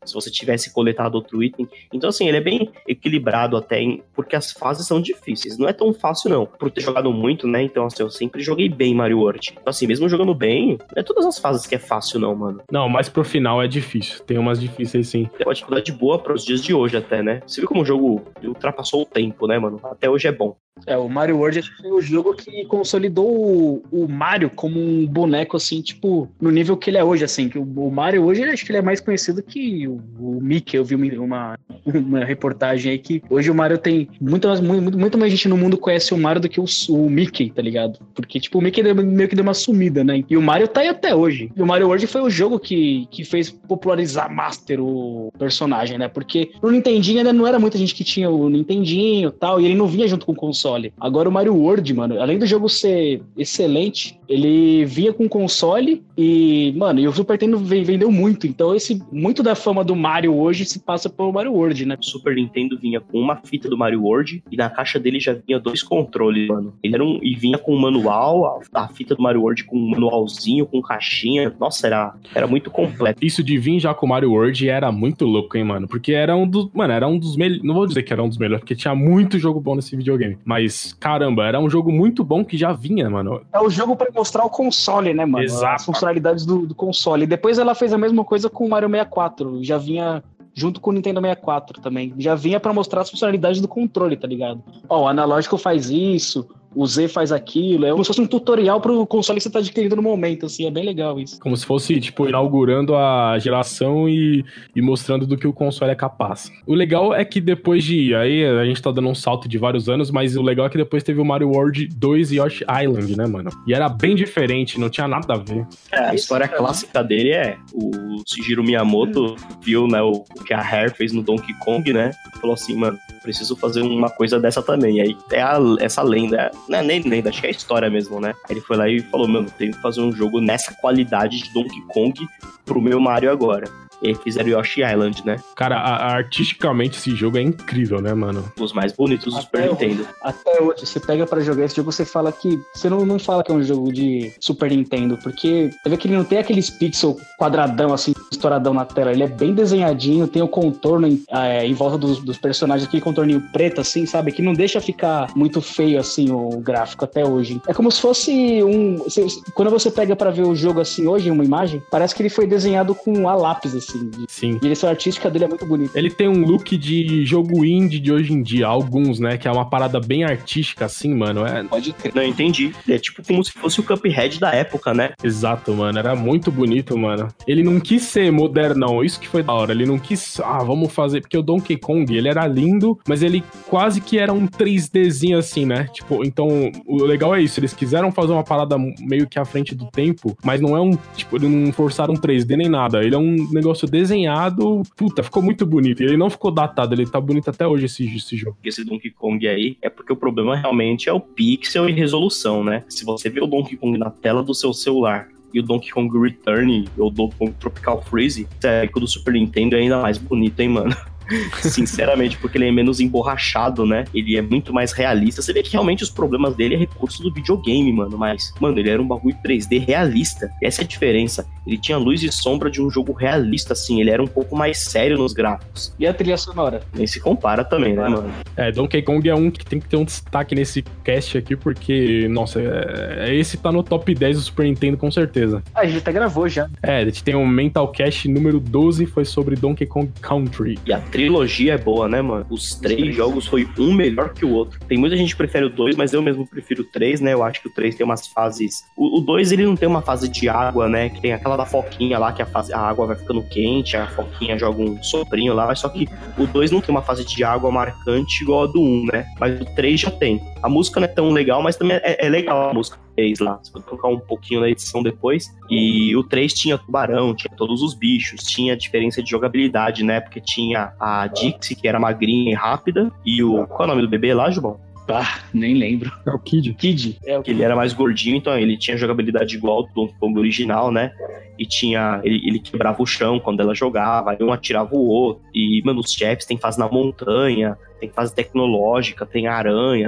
se você tivesse coletado outro item. Então, assim, ele é bem equilibrado até, em, porque as fases são difíceis. Não é tão fácil, não. Por ter jogado muito, né? Então, assim, eu sempre joguei bem Mario World. Então, assim, mesmo jogando bem, não é todas as fases que é fácil, não, mano. Não, mas pro final é difícil. Tem umas difíceis, sim. Tem uma dificuldade boa pros dias de hoje até, né? Você viu como o jogo ultrapassou o tempo, né, mano? Até hoje é bom. É, o Mario World foi o jogo que consolidou o, o Mario como um boneco, assim, tipo, no nível que ele é hoje, assim, que o, o Mario hoje, acho que ele é mais conhecido que o, o Mickey. Eu vi uma, uma reportagem aí que hoje o Mario tem muito mais, muito, muito mais gente no mundo conhece o Mario do que o, o Mickey, tá ligado? Porque, tipo, o Mickey meio que deu uma sumida, né? E o Mario tá aí até hoje. E o Mario World foi o jogo que, que fez popularizar Master o personagem, né? Porque no Nintendinho ainda não era muita gente que tinha o Nintendinho e tal, e ele não vinha junto com o console. Agora o Mario World, mano, além do jogo ser excelente, ele vinha com console e, mano, e o Super Nintendo vendeu muito. Então esse, muito da fama do Mario hoje se passa pelo Mario World, né? O Super Nintendo vinha com uma fita do Mario World e na caixa dele já vinha dois controles, mano. Ele era um, e vinha com um manual, a, a fita do Mario World com um manualzinho, com caixinha. Nossa, era, era muito completo. Isso de vir já com o Mario World era muito louco, hein, mano? Porque era um dos, mano, era um dos melhores, não vou dizer que era um dos melhores, porque tinha muito jogo bom nesse videogame. Mas, caramba, era um jogo muito bom que já vinha, mano. É o jogo pra mostrar o console, né, mano? Exato. As funcionalidades do, do console. E depois ela fez a mesma coisa com o Mario sessenta e quatro. Já vinha junto com o Nintendo sessenta e quatro também. Já vinha pra mostrar as funcionalidades do controle, tá ligado? Ó, o analógico faz isso, o Z faz aquilo, é como se fosse um tutorial pro console que você tá adquirindo no momento, assim, é bem legal isso. Como se fosse, tipo, inaugurando a geração e, e mostrando do que o console é capaz. O legal é que depois de... Aí a gente tá dando um salto de vários anos, mas o legal é que depois teve o Mario World dois e Yoshi Island, né, mano? E era bem diferente, não tinha nada a ver. É, a história clássica dele é o Shigeru Miyamoto viu, né, o que a Rare fez no Donkey Kong, né? Falou assim, mano, preciso fazer uma coisa dessa também. E aí é a, essa lenda, não é nem lenda, acho que é a história mesmo, né? Ele foi lá e falou, mano, tenho que fazer um jogo nessa qualidade de Donkey Kong pro meu Mario agora. E aí fizeram Yoshi Island, né? Cara, a, a, artisticamente esse jogo é incrível, né, mano? Os mais bonitos do Até Super hoje, Nintendo. Até hoje, você pega pra jogar esse jogo, você fala que... Você não, não fala que é um jogo de Super Nintendo, porque você vê que ele não tem aqueles pixels quadradão, assim, estouradão na tela. Ele é bem desenhadinho, tem o contorno em, é, em volta dos, dos personagens, aquele contorninho preto, assim, sabe? Que não deixa ficar muito feio, assim, o gráfico até hoje. É como se fosse um... Você, quando você pega pra ver o jogo, assim, hoje, uma imagem, parece que ele foi desenhado com a lápis, assim. De, Sim. A direção artística dele é muito bonita. Ele tem um look de jogo indie de hoje em dia, alguns, né? Que é uma parada bem artística, assim, mano. É... Pode crer. Não, entendi. É tipo como se fosse o Cuphead da época, né? Exato, mano. Era muito bonito, mano. Ele não quis ser modernão, isso que foi da hora. Ele não quis, ah, vamos fazer... Porque o Donkey Kong, ele era lindo, mas ele quase que era um três Dzinho assim, né? Tipo, então, o legal é isso. Eles quiseram fazer uma parada meio que à frente do tempo, mas não é um... Tipo, eles não forçaram um três D nem nada. Ele é um negócio desenhado. Puta, ficou muito bonito. Ele não ficou datado, ele tá bonito até hoje esse, esse jogo. Esse Donkey Kong aí é porque o problema realmente é o pixel e resolução, né? Se você vê o Donkey Kong na tela do seu celular e o Donkey Kong Return ou o Donkey Kong Tropical Freeze, é que o do Super Nintendo é ainda mais bonito, hein, mano? Sinceramente, porque ele é menos emborrachado, né? Ele é muito mais realista. Você vê que realmente os problemas dele é recurso do videogame, mano. Mas, mano, ele era um bagulho três D realista. Essa é a diferença. Ele tinha luz e sombra de um jogo realista, assim. Ele era um pouco mais sério nos gráficos. E a trilha sonora? Nem se compara também, né, mano? É, Donkey Kong é um que tem que ter um destaque nesse cast aqui, porque, nossa, é, esse tá no top dez do Super Nintendo com certeza. Ah, a gente até gravou já. É, a gente tem um Mental Cast número doze, foi sobre Donkey Kong Country. E a trilogia é boa, né, mano? Os três jogos foi um melhor que o outro. Tem muita gente que prefere o dois, mas eu mesmo prefiro o três, né? Eu acho que o três tem umas fases... O dois, ele não tem uma fase de água, né? Que tem aquela da foquinha lá, que a, fase... a água vai ficando quente, a foquinha joga um soprinho lá, mas só que o dois não tem uma fase de água marcante igual a do um, né? Mas o três já tem. A música não é tão legal, mas também é, é legal a música. Lá, você pode colocar um pouquinho na edição depois. E o três tinha tubarão, tinha todos os bichos, tinha diferença de jogabilidade, né? Porque tinha a Dixie, que era magrinha e rápida, e o... Qual é o nome do bebê lá, Jubão? Ah, nem lembro. É o Kid. Kid. É o que ele era mais gordinho, então ele tinha jogabilidade igual ao do Donkey Kong original, né? E tinha... Ele, ele quebrava o chão quando ela jogava, aí um atirava o outro. E, mano, os chefs tem fase na montanha, tem fase tecnológica, tem aranha, tem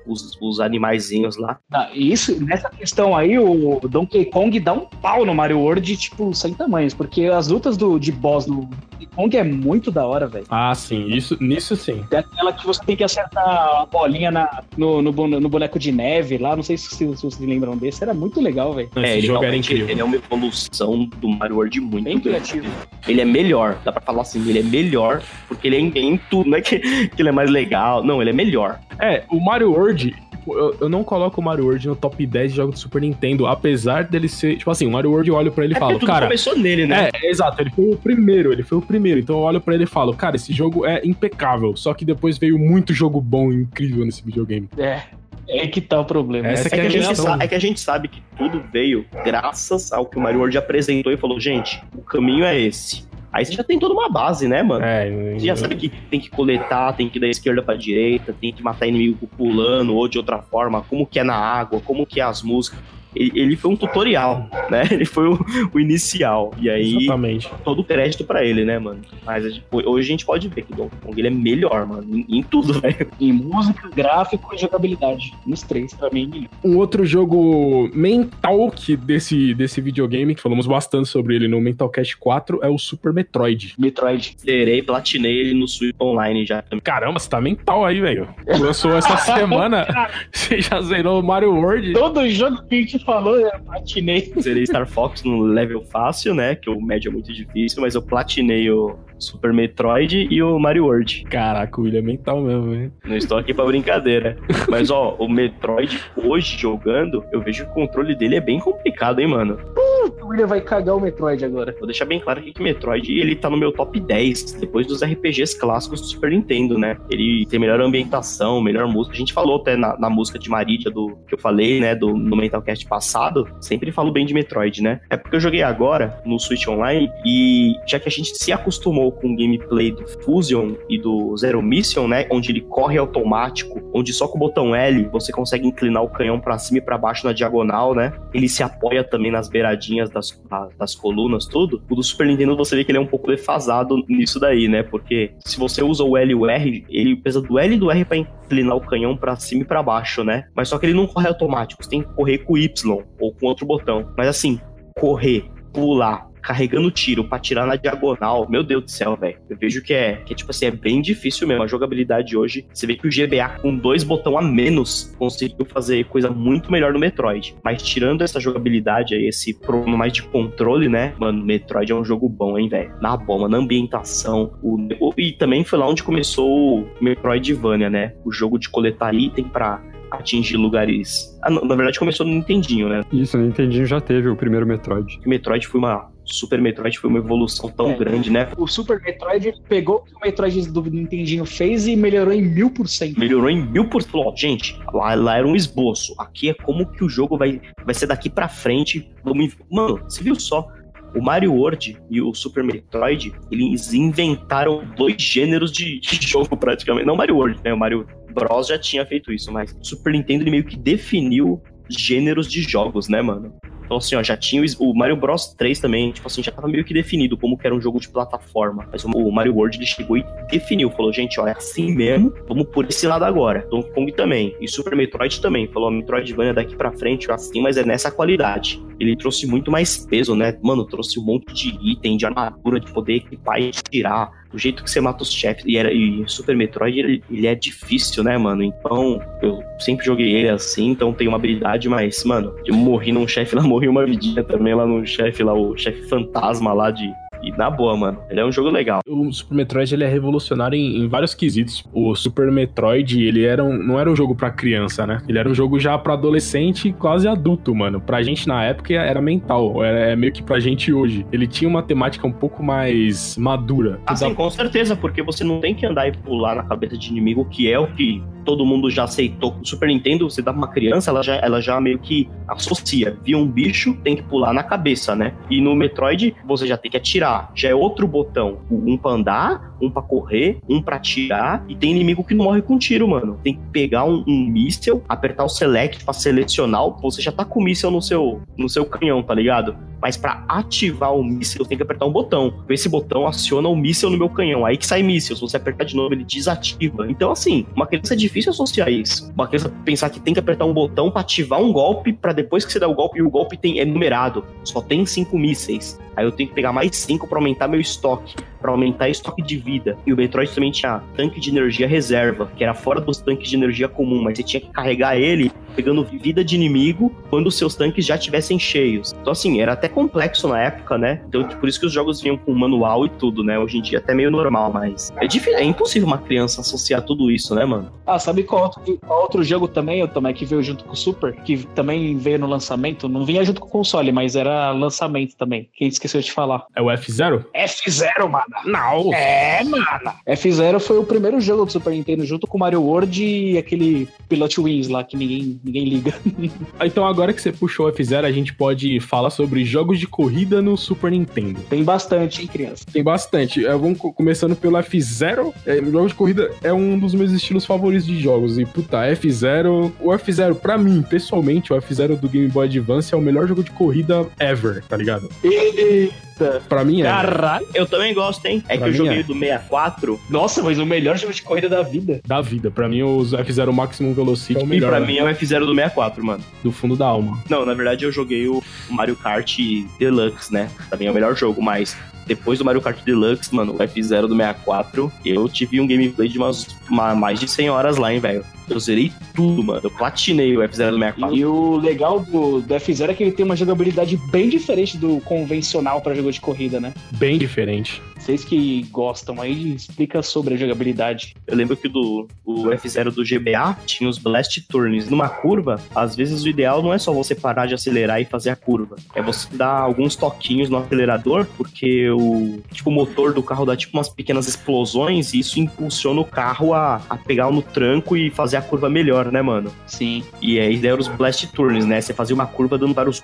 os, os animaizinhos lá. Ah, isso, nessa questão aí, o Donkey Kong dá um pau no Mario World, tipo, sem tamanhos, porque as lutas do, de boss no Donkey Kong é muito da hora, velho. Ah, sim, isso, nisso sim. Tem aquela que você tem que acertar a bolinha na, no, no, no boneco de neve lá, não sei se, se vocês lembram desse, era muito legal, velho. Esse É, ele, jogo era realmente- incrível. ele é uma evolução do Mario World muito Bem grande. criativo. Ele é melhor, dá pra falar assim, ele é melhor, porque ele é em, em tudo, não é que, que ele é mais legal, não, ele é melhor. É, o Mario World, tipo, eu, eu não coloco o Mario World no top dez de jogos do Super Nintendo, apesar dele ser, tipo assim, o Mario World eu olho pra ele e É falo, porque tudo cara... começou nele, né? É, exato, ele foi o primeiro, ele foi o primeiro, então eu olho pra ele e falo, cara, esse jogo é impecável, só que depois veio muito jogo bom e incrível nesse videogame. É, é que tá o problema. Essa É que que, é a a gente questão. sa- é que a gente sabe que tudo veio graças ao que o Mario World apresentou e falou, gente, o caminho é esse. Aí você já tem toda uma base, né, mano? É, Você já sabe que tem que coletar, tem que ir da esquerda pra direita, tem que matar inimigo pulando ou de outra forma, como que é na água, como que é as músicas. Ele, ele foi um tutorial, né? Ele foi o, o inicial. E aí, exatamente. todo o crédito pra ele, né, mano? Mas a gente- hoje a gente pode ver que o Donkey Kong ele é melhor, mano, em, em tudo, velho. Em música, gráfico e jogabilidade. Nos três, pra mim. Um outro jogo mental que desse, desse videogame, que falamos bastante sobre ele no Mental Cast quatro, é o Super Metroid. Metroid. Zerei, platinei ele no Switch Online já também. Caramba, você tá mental aí, velho. Lançou essa semana, você já zerou o Mario World. Todo jogo que a gente falou, eu platinei. Zerei Star Fox no level fácil, né? Que o médio é muito difícil, mas eu platinei o Super Metroid e o Mario World. Caraca, o William é mental mesmo, velho. Não estou aqui pra brincadeira. Mas, ó, o Metroid, hoje jogando, eu vejo que o controle dele é bem complicado, hein, mano? O William vai cagar o Metroid agora. Vou deixar bem claro aqui que Metroid, ele tá no meu top dez, depois dos R P Gs clássicos do Super Nintendo, né? Ele tem melhor ambientação, melhor música. A gente falou até na, na música de Maridia, do, que eu falei, né, do, no Mentalcast passado, sempre falo bem de Metroid, né? É porque eu joguei agora no Switch Online e já que a gente se acostumou com o gameplay do Fusion e do Zero Mission, né, onde ele corre automático, onde só com o botão L você consegue inclinar o canhão pra cima e pra baixo na diagonal, né? Ele se apoia também nas beiradinhas das, das colunas, tudo. O do Super Nintendo você vê que ele é um pouco defasado nisso daí, né? Porque se você usa o L e o R, ele precisa do L e do R pra inclinar o canhão pra cima e pra baixo, né? Mas só que ele não corre automático, você tem que correr com o Y ou com outro botão. Mas assim, correr, pular, carregando tiro pra tirar na diagonal, meu Deus do céu, velho. Eu vejo que é, que é, tipo assim, é bem difícil mesmo. A jogabilidade hoje, você vê que o G B A com dois botões a menos conseguiu fazer coisa muito melhor no Metroid. Mas tirando essa jogabilidade aí, esse problema mais de controle, né? Mano, Metroid é um jogo bom, hein, velho. Na boa, na ambientação. O, o, e também foi lá onde começou o Metroidvania, né? O jogo de coletar item pra atingir lugares... Ah, na verdade começou no Nintendinho, né? Isso, o Nintendinho já teve o primeiro Metroid. O Metroid foi uma... Super Metroid foi uma evolução tão É. grande, né? O Super Metroid pegou o que o Metroid do Nintendinho fez e melhorou em mil por cento. Melhorou em mil por cento. Ó, gente, lá, lá era um esboço. Aqui é como que o jogo vai, vai ser daqui pra frente. Vamos... Mano, você viu só? O Mario World e o Super Metroid, eles inventaram dois gêneros de, de jogo praticamente. Não o Mario World, né? O Mario Bros já tinha feito isso, mas o Super Nintendo ele meio que definiu gêneros de jogos, né, mano? Então, assim, ó, já tinha o, o Mario Bros três também, tipo assim, já tava meio que definido como que era um jogo de plataforma. Mas o, o Mario World, ele chegou e definiu, falou, gente, ó, é assim mesmo, vamos por esse lado agora. Donkey Kong também, e Super Metroid também, falou, Metroidvania daqui pra frente, é assim, mas é nessa qualidade. Ele trouxe muito mais peso, né? Mano, trouxe um monte de item, de armadura, de poder equipar e tirar. O jeito que você mata os chefes, e, era, e Super Metroid, ele, ele é difícil, né, mano? Então, eu sempre joguei ele assim, então tenho uma habilidade, mas, mano, eu morri num chefe lá, morri uma vidinha também lá no chefe lá, o chefe fantasma lá de... E na boa, mano, ele é um jogo legal. O Super Metroid, ele é revolucionário em, em vários quesitos. O Super Metroid, ele era um, não era um jogo pra criança, né? Ele era um jogo já pra adolescente e quase adulto, mano. Pra gente na época era mental, era é meio que pra gente hoje. Ele tinha uma temática um pouco mais madura. Ah, sim, Dá- com certeza, porque você não tem que andar e pular na cabeça de inimigo, que é o que todo mundo já aceitou. No Super Nintendo, você dá pra uma criança, ela já, ela já meio que associa. Via um bicho, tem que pular na cabeça, né? E no Metroid, você já tem que atirar. Já é outro botão. Um pra andar, um pra correr, um pra atirar. E tem inimigo que não morre com tiro, mano. Tem que pegar um, um míssel, apertar o select pra selecionar. Você já tá com o míssel no seu, no seu canhão, tá ligado? Mas pra ativar o míssil, tem que apertar um botão. Esse botão aciona o míssil no meu canhão. Aí que sai míssil. Se você apertar de novo, ele desativa. Então, assim, uma criança de difícil associar isso. Uma criança pensar que tem que apertar um botão pra ativar um golpe, pra depois que você dá o golpe, e o golpe tem, é numerado. Só tem cinco mísseis. Aí eu tenho que pegar mais cinco pra aumentar meu estoque, pra aumentar estoque de vida. E o Metroid também tinha tanque de energia reserva, que era fora dos tanques de energia comum, mas você tinha que carregar ele pegando vida de inimigo quando os seus tanques já estivessem cheios. Então assim, era até complexo na época, né? Então por isso que os jogos vinham com manual e tudo, né? Hoje em dia é até meio normal, mas é, difícil, é impossível uma criança associar tudo isso, né, mano? Ah, sabe qual outro, qual outro jogo também, eu também, que veio junto com o Super, que também veio no lançamento, não vinha junto com o console, mas era lançamento também, quem esqueceu de falar. É o F zero? F zero, mano. Não! É, mano. F zero foi o primeiro jogo do Super Nintendo, junto com o Mario World e aquele Pilot Wings lá, que ninguém, ninguém liga. Então agora que você puxou o F zero, a gente pode falar sobre jogos de corrida no Super Nintendo. Tem bastante, hein, criança? Tem bastante. É, vamos começando pelo F zero. É, jogos de corrida é um dos meus estilos favoritos de jogos. E, puta, F zero... O F zero, pra mim, pessoalmente, o F zero do Game Boy Advance é o melhor jogo de corrida ever, tá ligado? Eita! Pra mim é. Caralho! Eu também gosto, hein? É Pra que eu mim joguei é. do sessenta e quatro. Nossa, mas o melhor jogo de corrida da vida. Da vida. Pra mim, o F zero Maximum Velocity é o E melhor. pra né? mim é o F zero do sessenta e quatro, mano. Do fundo da alma. Não, na verdade eu joguei o Mario Kart Deluxe, né? Também é o melhor jogo, mas depois do Mario Kart Deluxe, mano, o F zero do sessenta e quatro, eu tive um gameplay de umas uma, mais de cem horas lá, hein, velho. Eu zerei tudo, mano. Eu platinei o F zero do sessenta e quatro. E o legal do, do F zero é que ele tem uma jogabilidade bem diferente do convencional pra jogo de corrida, né? Bem diferente. Vocês que gostam aí, explica sobre a jogabilidade. Eu lembro que do o F zero do G B A tinha os Blast Turns. Numa curva, às vezes o ideal não é só você parar de acelerar e fazer a curva. É você dar alguns toquinhos no acelerador, porque o, tipo, o motor do carro dá tipo umas pequenas explosões e isso impulsiona o carro a, a pegar no tranco e fazer a curva melhor, né, mano? Sim. E aí deram os Blast Turns, né? Você fazia uma curva dando vários...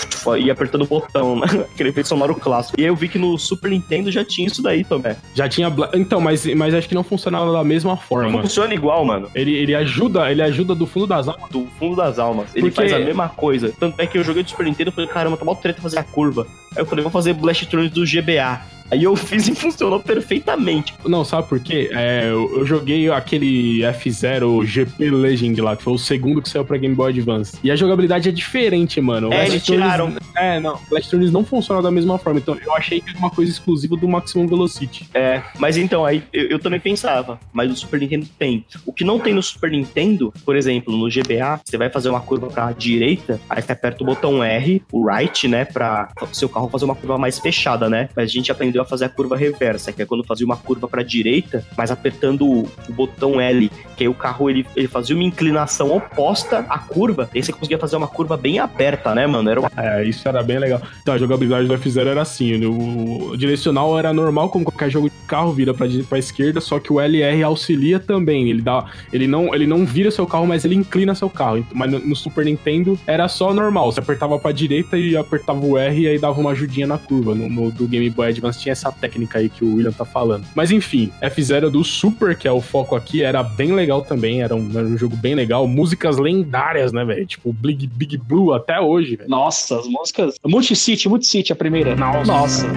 e apertando o botão, né? Aquele efeito sonoro clássico. E aí eu vi que no Super Nintendo já tinha isso daí também. Já tinha... Bla... Então, mas, mas acho que não funcionava da mesma forma. Funciona igual, mano. Ele, ele ajuda, ele ajuda do fundo das almas. Do fundo das almas. Ele Porque- faz a mesma coisa. Tanto é que eu joguei do Super Nintendo e falei, caramba, tá mal treta fazer a curva. Aí eu falei, vou fazer Blast Turns do G B A. Aí eu fiz e funcionou perfeitamente. Não, sabe por quê? É, eu, eu joguei aquele F zero G P Legend lá, que foi o segundo que saiu pra Game Boy Advance. E a jogabilidade é diferente, mano. O É, Blast eles Turns- tiraram. É, não. Blast Turns não funciona da mesma forma. Então eu achei que era uma coisa exclusiva do Maximum Velocity. É, mas então, aí eu, eu também pensava, mas no Super Nintendo tem. O que não tem no Super Nintendo, por exemplo, no G B A, você vai fazer uma curva pra direita, aí você aperta o botão R, o right, né, pra seu carro fazer uma curva mais fechada, né? Mas a gente aprendeu a fazer a curva reversa, que é quando fazia uma curva pra direita, mas apertando o, o botão L, que aí o carro ele, ele fazia uma inclinação oposta à curva, e aí você conseguia fazer uma curva bem aberta, né, mano? Era uma... É, isso era bem legal. Então a jogabilidade do F zero era assim: o, o direcional era normal, como qualquer jogo de carro, vira pra, direita, pra esquerda, só que o L R auxilia também. Ele, dá, ele, não, ele não vira seu carro, mas ele inclina seu carro. Mas no, no Super Nintendo era só normal. Você apertava pra direita e apertava o R e aí dava uma ajudinha na curva. No, no do Game Boy Advance tinha essa técnica aí que o William tá falando. Mas enfim, F zero do Super, que é o foco aqui, era bem legal também. Era um, era um jogo bem legal. Músicas lendárias, né, velho? Tipo Big, Big Blue até hoje, velho. Nossa, as músicas... Multicity, Multicity, a primeira. Nossa. Nossa.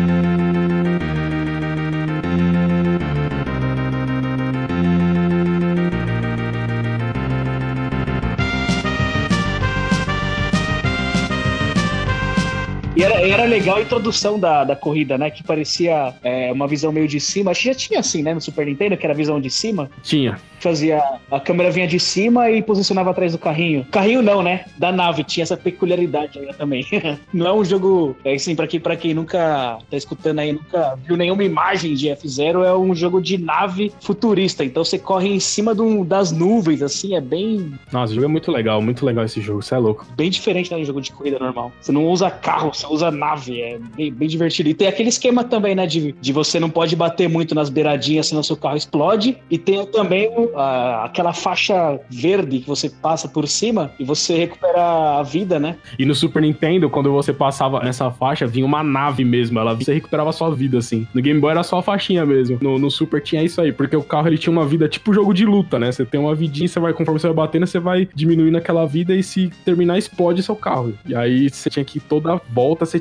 E era, era legal a introdução da, da corrida, né? Que parecia é, uma visão meio de cima. Acho que já tinha assim, né? No Super Nintendo, que era a visão de cima. Tinha. Fazia... A câmera vinha de cima e posicionava atrás do carrinho. Carrinho não, né? Da nave. Tinha essa peculiaridade aí também. Não é um jogo... É assim, pra quem, pra quem nunca tá escutando aí, nunca viu nenhuma imagem de F zero, é um jogo de nave futurista. Então você corre em cima de um, das nuvens, assim. É bem... Nossa, o jogo é muito legal. Muito legal esse jogo. Você é louco. Bem diferente do jogo de corrida normal. Você não usa carro, você usa nave. É bem, bem divertido. E tem aquele esquema também, né? De, de você não pode bater muito nas beiradinhas, senão seu carro explode. E tem também o, a, aquela faixa verde que você passa por cima e você recupera a vida, né? E no Super Nintendo, quando você passava nessa faixa, vinha uma nave mesmo. Ela, você recuperava a sua vida, assim. No Game Boy era só a faixinha mesmo. No, no Super tinha isso aí, porque o carro ele tinha uma vida tipo jogo de luta, né? Você tem uma vidinha, você vai, conforme você vai batendo, você vai diminuindo aquela vida e se terminar, explode seu carro. E aí você tinha que ir toda a volta, você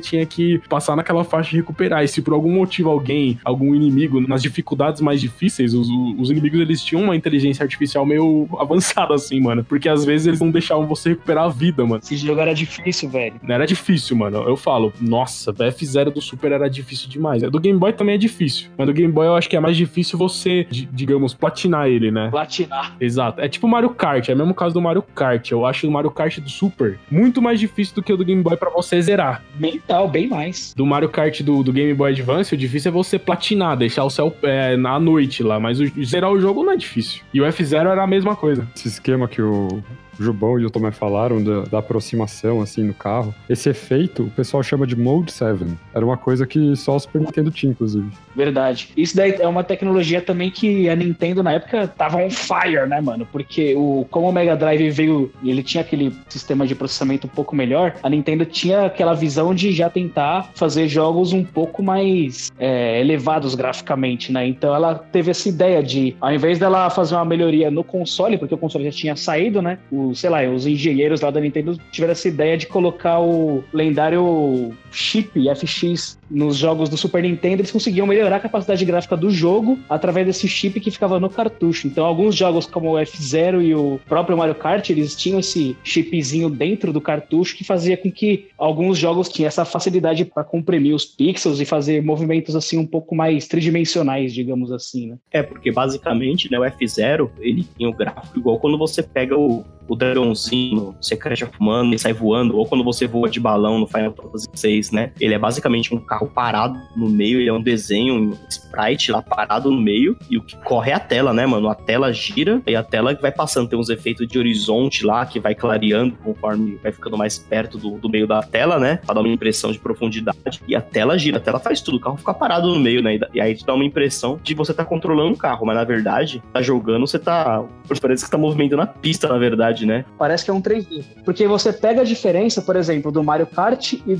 tinha que passar naquela faixa e recuperar. E se por algum motivo alguém, algum inimigo, nas dificuldades mais difíceis, os, os inimigos eles tinham uma inteligência artificial meio avançada, assim, mano. Porque às vezes eles não deixavam você recuperar a vida, mano. Esse jogo era difícil, velho. Não era difícil, mano. Eu falo, nossa, F zero do Super era difícil demais. Do Game Boy também é difícil. Mas do Game Boy eu acho que é mais difícil você, digamos, platinar ele, né? Platinar. Exato. É tipo Mario Kart, é o mesmo caso do Mario Kart. Eu acho o Mario Kart do Super muito mais difícil do que o do Game Boy pra você zerar. Mental, bem mais. Do Mario Kart do, do Game Boy Advance, o difícil é você platinar, deixar o céu é, na noite lá. Mas o, zerar o jogo não é difícil. E o F zero era a mesma coisa. Esse esquema que o Jubão e o Tomé falaram da, da aproximação, assim, no carro. Esse efeito, o pessoal chama de Mode sete. Era uma coisa que só o Super Nintendo tinha, inclusive. Verdade. Isso daí é uma tecnologia também que a Nintendo, na época, tava on fire, né, mano? Porque o, como o Mega Drive veio, ele tinha aquele sistema de processamento um pouco melhor, a Nintendo tinha aquela visão de já tentar fazer jogos um pouco mais é, elevados graficamente, né? Então ela teve essa ideia de, ao invés dela fazer uma melhoria no console, porque o console já tinha saído, né? O, sei lá, os engenheiros lá da Nintendo tiveram essa ideia de colocar o lendário chip F X nos jogos do Super Nintendo. Eles conseguiam melhorar a capacidade gráfica do jogo através desse chip que ficava no cartucho. Então alguns jogos como o F zero e o próprio Mario Kart, eles tinham esse chipzinho dentro do cartucho que fazia com que alguns jogos tinham essa facilidade para comprimir os pixels e fazer movimentos assim um pouco mais tridimensionais, digamos assim, né? É, porque basicamente, né, o F zero, ele tinha o gráfico igual quando você pega o o dragãozinho no Secret of Mana e sai voando, ou quando você voa de balão no Final Fantasy seis, né? Ele é basicamente um carro parado no meio, ele é um desenho, um sprite lá parado no meio, e o que corre é a tela, né, mano? A tela gira, e a tela vai passando, tem uns efeitos de horizonte lá, que vai clareando conforme vai ficando mais perto do, do meio da tela, né? Pra dar uma impressão de profundidade, e a tela gira, a tela faz tudo, o carro fica parado no meio, né? E aí te dá uma impressão de você tá controlando um carro, mas na verdade, tá jogando, você tá... Parece que você tá movimentando a pista, na verdade, né? Parece que é um três D. Porque você pega a diferença, por exemplo, do Mario Kart e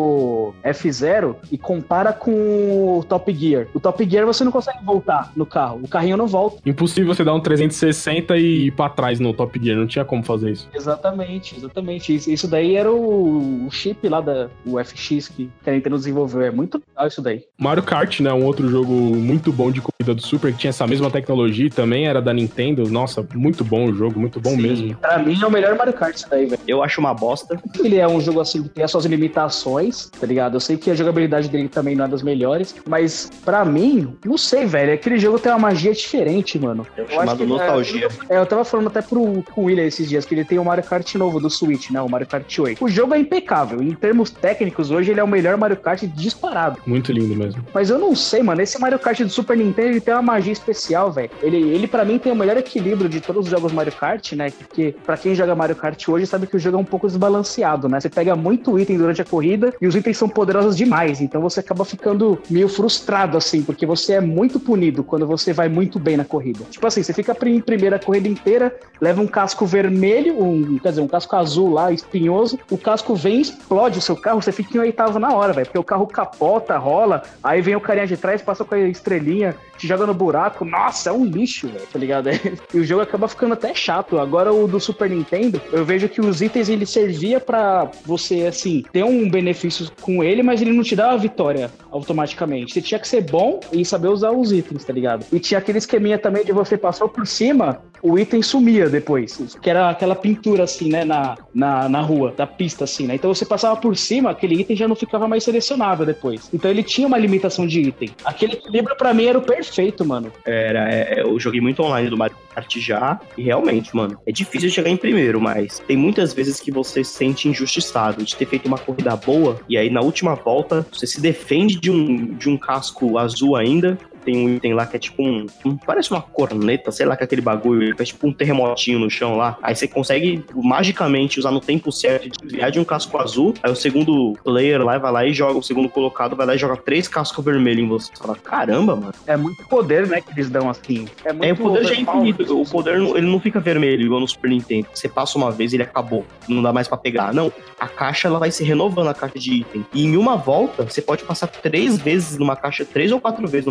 do F zero e compara com o Top Gear. O Top Gear você não consegue voltar no carro. O carrinho não volta. Impossível você dar um trezentos e sessenta e ir pra trás no Top Gear. Não tinha como fazer isso. Exatamente, exatamente. Isso, isso daí era o, o chip lá da o F X que a Nintendo desenvolveu. É muito legal isso daí. Mario Kart, né? Um outro jogo muito bom de corrida do Super, que tinha essa mesma tecnologia, também era da Nintendo. Nossa, muito bom o jogo, muito bom Sim. mesmo. Pra mim é o melhor Mario Kart isso daí, velho. Eu acho uma bosta. Ele é um jogo assim que tem as suas limitações, tá ligado? Eu sei que a jogabilidade dele também não é das melhores, mas pra mim, não sei, velho. Aquele jogo tem uma magia diferente, mano. É chamado nostalgia. É, eu tava falando até pro, pro William esses dias que ele tem o Mario Kart novo do Switch, né? O Mario Kart oito. O jogo é impecável. Em termos técnicos, hoje ele é o melhor Mario Kart disparado. Muito lindo mesmo. Mas eu não sei, mano. Esse Mario Kart do Super Nintendo, ele tem uma magia especial, velho. Ele, ele pra mim tem o melhor equilíbrio de todos os jogos Mario Kart, né? Porque pra quem joga Mario Kart hoje sabe que o jogo é um pouco desbalanceado, né? Você pega muito item durante a corrida e os itens são poderosos demais, então você acaba ficando meio frustrado, assim, porque você é muito punido quando você vai muito bem na corrida. Tipo assim, você fica em primeira corrida inteira, leva um casco vermelho, um, quer dizer, um casco azul lá, espinhoso, o casco vem e explode o seu carro, você fica em oitavo na hora, velho, porque o carro capota, rola, aí vem o carinha de trás, passa com a estrelinha, te joga no buraco, nossa, é um lixo, velho, tá ligado? E o jogo acaba ficando até chato. Agora o do Super Nintendo, eu vejo que os itens, ele servia pra você, assim, ter um benefício com ele, mas ele não te dá a vitória automaticamente. Você tinha que ser bom e saber usar os itens, tá ligado? E tinha aquele esqueminha também de você passou por cima, o item sumia depois, que era aquela pintura, assim, né, na, na, na rua, da pista, assim, né? Então você passava por cima, aquele item já não ficava mais selecionável depois. Então ele tinha uma limitação de item. Aquele equilíbrio pra mim era o perfeito, mano. Era, é, eu joguei muito online do Mario Kart já, e realmente, mano, é difícil chegar em primeiro, mas tem muitas vezes que você se sente injustiçado de ter feito uma corrida boa, e aí na última volta você se defende de um, de um casco azul ainda. Tem um item lá que é tipo um, um... Parece uma corneta, sei lá, que é aquele bagulho. É tipo um terremotinho no chão lá. Aí você consegue magicamente usar no tempo certo de desviar de um casco azul. Aí o segundo player lá vai lá e joga, o segundo colocado vai lá e joga três cascos vermelhos em você. Você fala, caramba, mano. É muito poder, né, que eles dão assim. É, muito é o poder já é infinito. O poder ele não fica vermelho igual no Super Nintendo. Você passa uma vez e ele acabou. Não dá mais pra pegar. Não. A caixa ela vai se renovando, a caixa de item. E em uma volta, você pode passar três vezes numa caixa, três ou quatro vezes numa caixa de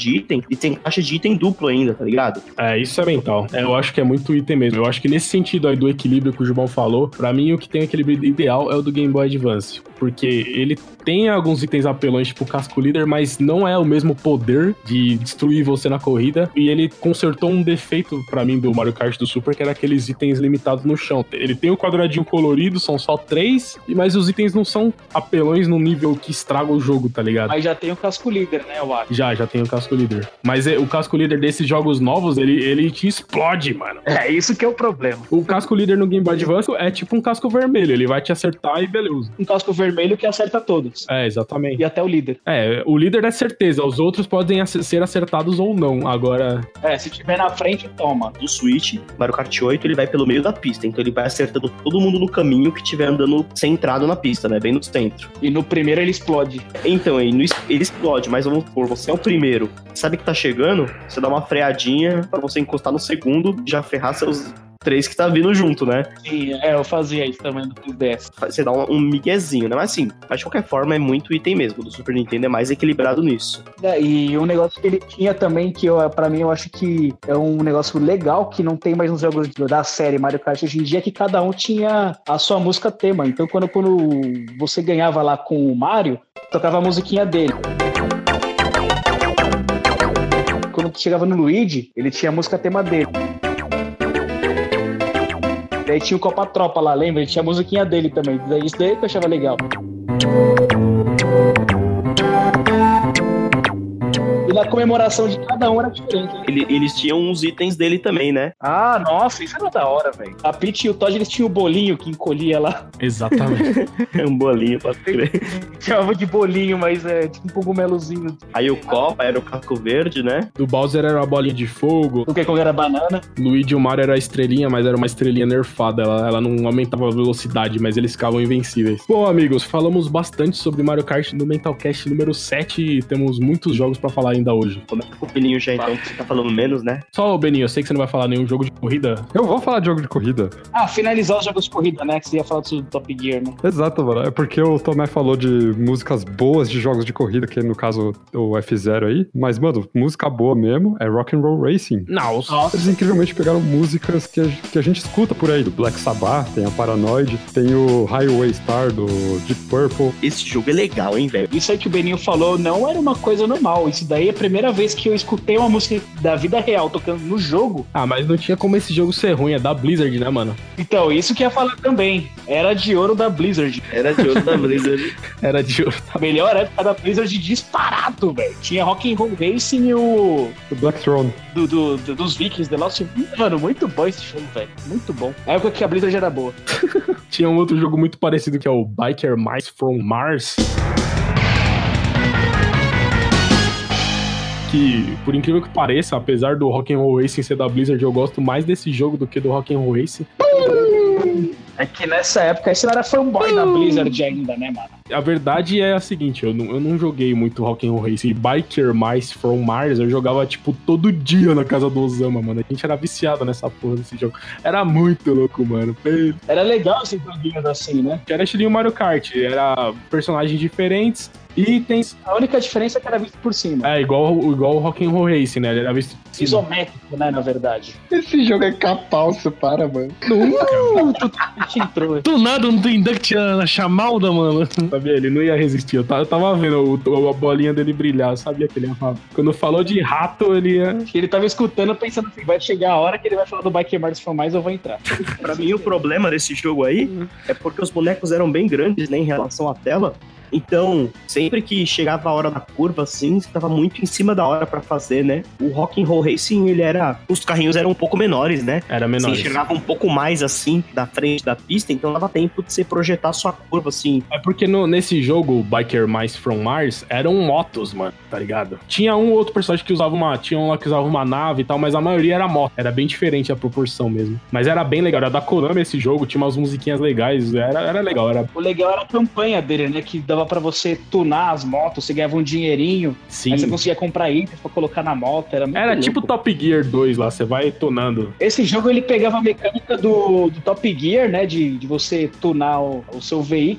de item e tem caixa de item duplo ainda, tá ligado? É, isso é mental. É, eu acho que é muito item mesmo. Eu acho que nesse sentido aí do equilíbrio que o Gilbão falou, pra mim o que tem o equilíbrio ideal é o do Game Boy Advance. Porque ele tem alguns itens apelões, tipo o casco líder, mas não é o mesmo poder de destruir você na corrida. E ele consertou um defeito pra mim do Mario Kart do Super, que era aqueles itens limitados no chão. Ele tem o quadradinho colorido, são só três, mas os itens não são apelões no nível que estraga o jogo, tá ligado? Mas já tem o casco líder, né, eu acho. Já, já tem o casco líder. Mas é, o casco líder desses jogos novos, ele, ele te explode, mano. É isso que é o problema. O casco líder no Game Boy Advance é tipo um casco vermelho, ele vai te acertar e beleza. Um casco vermelho que acerta todos. É, exatamente. E até o líder. É, o líder é certeza, os outros podem ac- ser acertados ou não, agora... É, se tiver na frente, toma. Do Switch, Mario Kart oito, ele vai pelo meio da pista, então ele vai acertando todo mundo no caminho que estiver andando centrado na pista, né, bem no centro. E no primeiro ele explode. Então, ele, não- ele explode, mas vamos supor, você é o primeiro, sabe que tá chegando, você dá uma freadinha pra você encostar no segundo e já ferrar seus três que tá vindo junto, né? Sim, é, eu fazia isso também no três D S. Você dá um, um miguezinho, né? Mas assim, mas de qualquer forma é muito item mesmo. Do Super Nintendo é mais equilibrado nisso. É, e um negócio que ele tinha também, que eu, pra mim eu acho que é um negócio legal, que não tem mais nos jogos da série Mario Kart hoje em dia, que cada um tinha a sua música tema. Então quando, quando você ganhava lá com o Mario, tocava a musiquinha dele. Quando chegava no Luigi, ele tinha a música tema dele. Daí tinha o Copa Tropa lá, lembra? Ele tinha a musiquinha dele também. Isso daí que eu achava legal. E na comemoração de cada um era diferente. Hein? Ele, eles tinham uns itens dele também, né? Ah, nossa, isso era da hora, velho. A Peach e o Todd, eles tinham o bolinho que encolhia lá. Exatamente. Um bolinho, pode crer. Chamava de bolinho, mas é tipo um cogumelozinho. Aí o Copa era o casco verde, né? Do Bowser era a bolinha de fogo. O que era banana. Luigi e o Mario era a estrelinha, mas era uma estrelinha nerfada. Ela, ela não aumentava a velocidade, mas eles ficavam invencíveis. Bom, amigos, falamos bastante sobre Mario Kart no Mentalcast número sete e temos muitos jogos pra falar ainda hoje. Começa com o Beninho já, então, que você tá falando menos, né? Só, o Beninho, eu sei que você não vai falar nenhum jogo de corrida. Eu vou falar de jogo de corrida. Ah, finalizar os jogos de corrida, né? Que você ia falar do Top Gear, né? Exato, mano. É porque o Tomé falou de músicas boas de jogos de corrida, que no caso o F zero aí. Mas, mano, música boa mesmo é Rock'n'Roll Racing. Nossa. Eles incrivelmente pegaram músicas que a, que a gente escuta por aí, do Black Sabbath, tem a Paranoid, tem o Highway Star do Deep Purple. Esse jogo é legal, hein, velho? Isso aí que o Beninho falou não era uma coisa normal. Isso daí é a primeira vez que eu escutei uma música da vida real tocando no jogo. Ah, mas não tinha como esse jogo ser ruim, é da Blizzard, né, mano? Então, isso que eu ia falar também. Era de ouro da Blizzard. Era de ouro da Blizzard. Era de ouro. A melhor época da Blizzard disparado, velho. Tinha Rock'n'Roll Racing e o... O Black Throne. Do, do, do, dos Vikings, The Lost... Mano, muito bom esse jogo, velho. Muito bom. A época que a Blizzard era boa. Tinha um outro jogo muito parecido que é o Biker Mice from Mars. Que, por incrível que pareça, apesar do Rock'n'Roll Racing ser da Blizzard, eu gosto mais desse jogo do que do Rock'n'Roll Racing. É que nessa época esse não era fanboy da Blizzard ainda, né, mano? A verdade é a seguinte, eu não, eu não joguei muito Rock'n'Roll Racing. Biker Mice from Mars, eu jogava, tipo, todo dia na casa do Osama, mano. A gente era viciado nessa porra desse jogo. Era muito louco, mano. Era legal esses joguinhos assim, né? Era estilinho Mario Kart, era personagens diferentes, itens. A única diferença é que era visto por cima. É, igual, igual o Rock'n'Roll Racing, né? Ele era visto por cima. Isométrico, né, na verdade. Esse jogo é capalço, para, mano. Entrou. Do nada um Induct na chamalda, mano. Sabia? Ele não ia resistir. Eu tava, eu tava vendo o, a bolinha dele brilhar. Eu sabia que ele ia falar. Quando falou de rato, ele ia... Ele tava escutando, pensando assim, vai chegar a hora que ele vai falar do Biker Mars for mais, eu vou entrar. Pra mim, o problema desse jogo aí é porque os bonecos eram bem grandes, né, em relação à tela. Então, sempre que chegava a hora da curva, assim, você tava muito em cima da hora pra fazer, né? O Rock'n'Roll Racing, ele era... Os carrinhos eram um pouco menores, né? Era menor. Você enxergava um pouco mais, assim, da frente da pista, então dava tempo de você projetar sua curva, assim. É porque no, nesse jogo, Biker Mice from Mars, eram motos, mano, tá ligado? Tinha um ou outro personagem que usava uma... Tinha um lá que usava uma nave e tal, mas a maioria era moto. Era bem diferente a proporção mesmo. Mas era bem legal. Era da Konami esse jogo, tinha umas musiquinhas legais. Era, era legal, era... O legal era a campanha dele, né? Que dava pra você tunar as motos, você ganhava um dinheirinho. Sim. Aí você conseguia comprar itens pra colocar na moto. Era muito Era louco. tipo Top Gear dois lá, você vai tunando. Esse jogo, ele pegava a mecânica do, do Top Gear, né? De, de você tunar o, o seu veículo.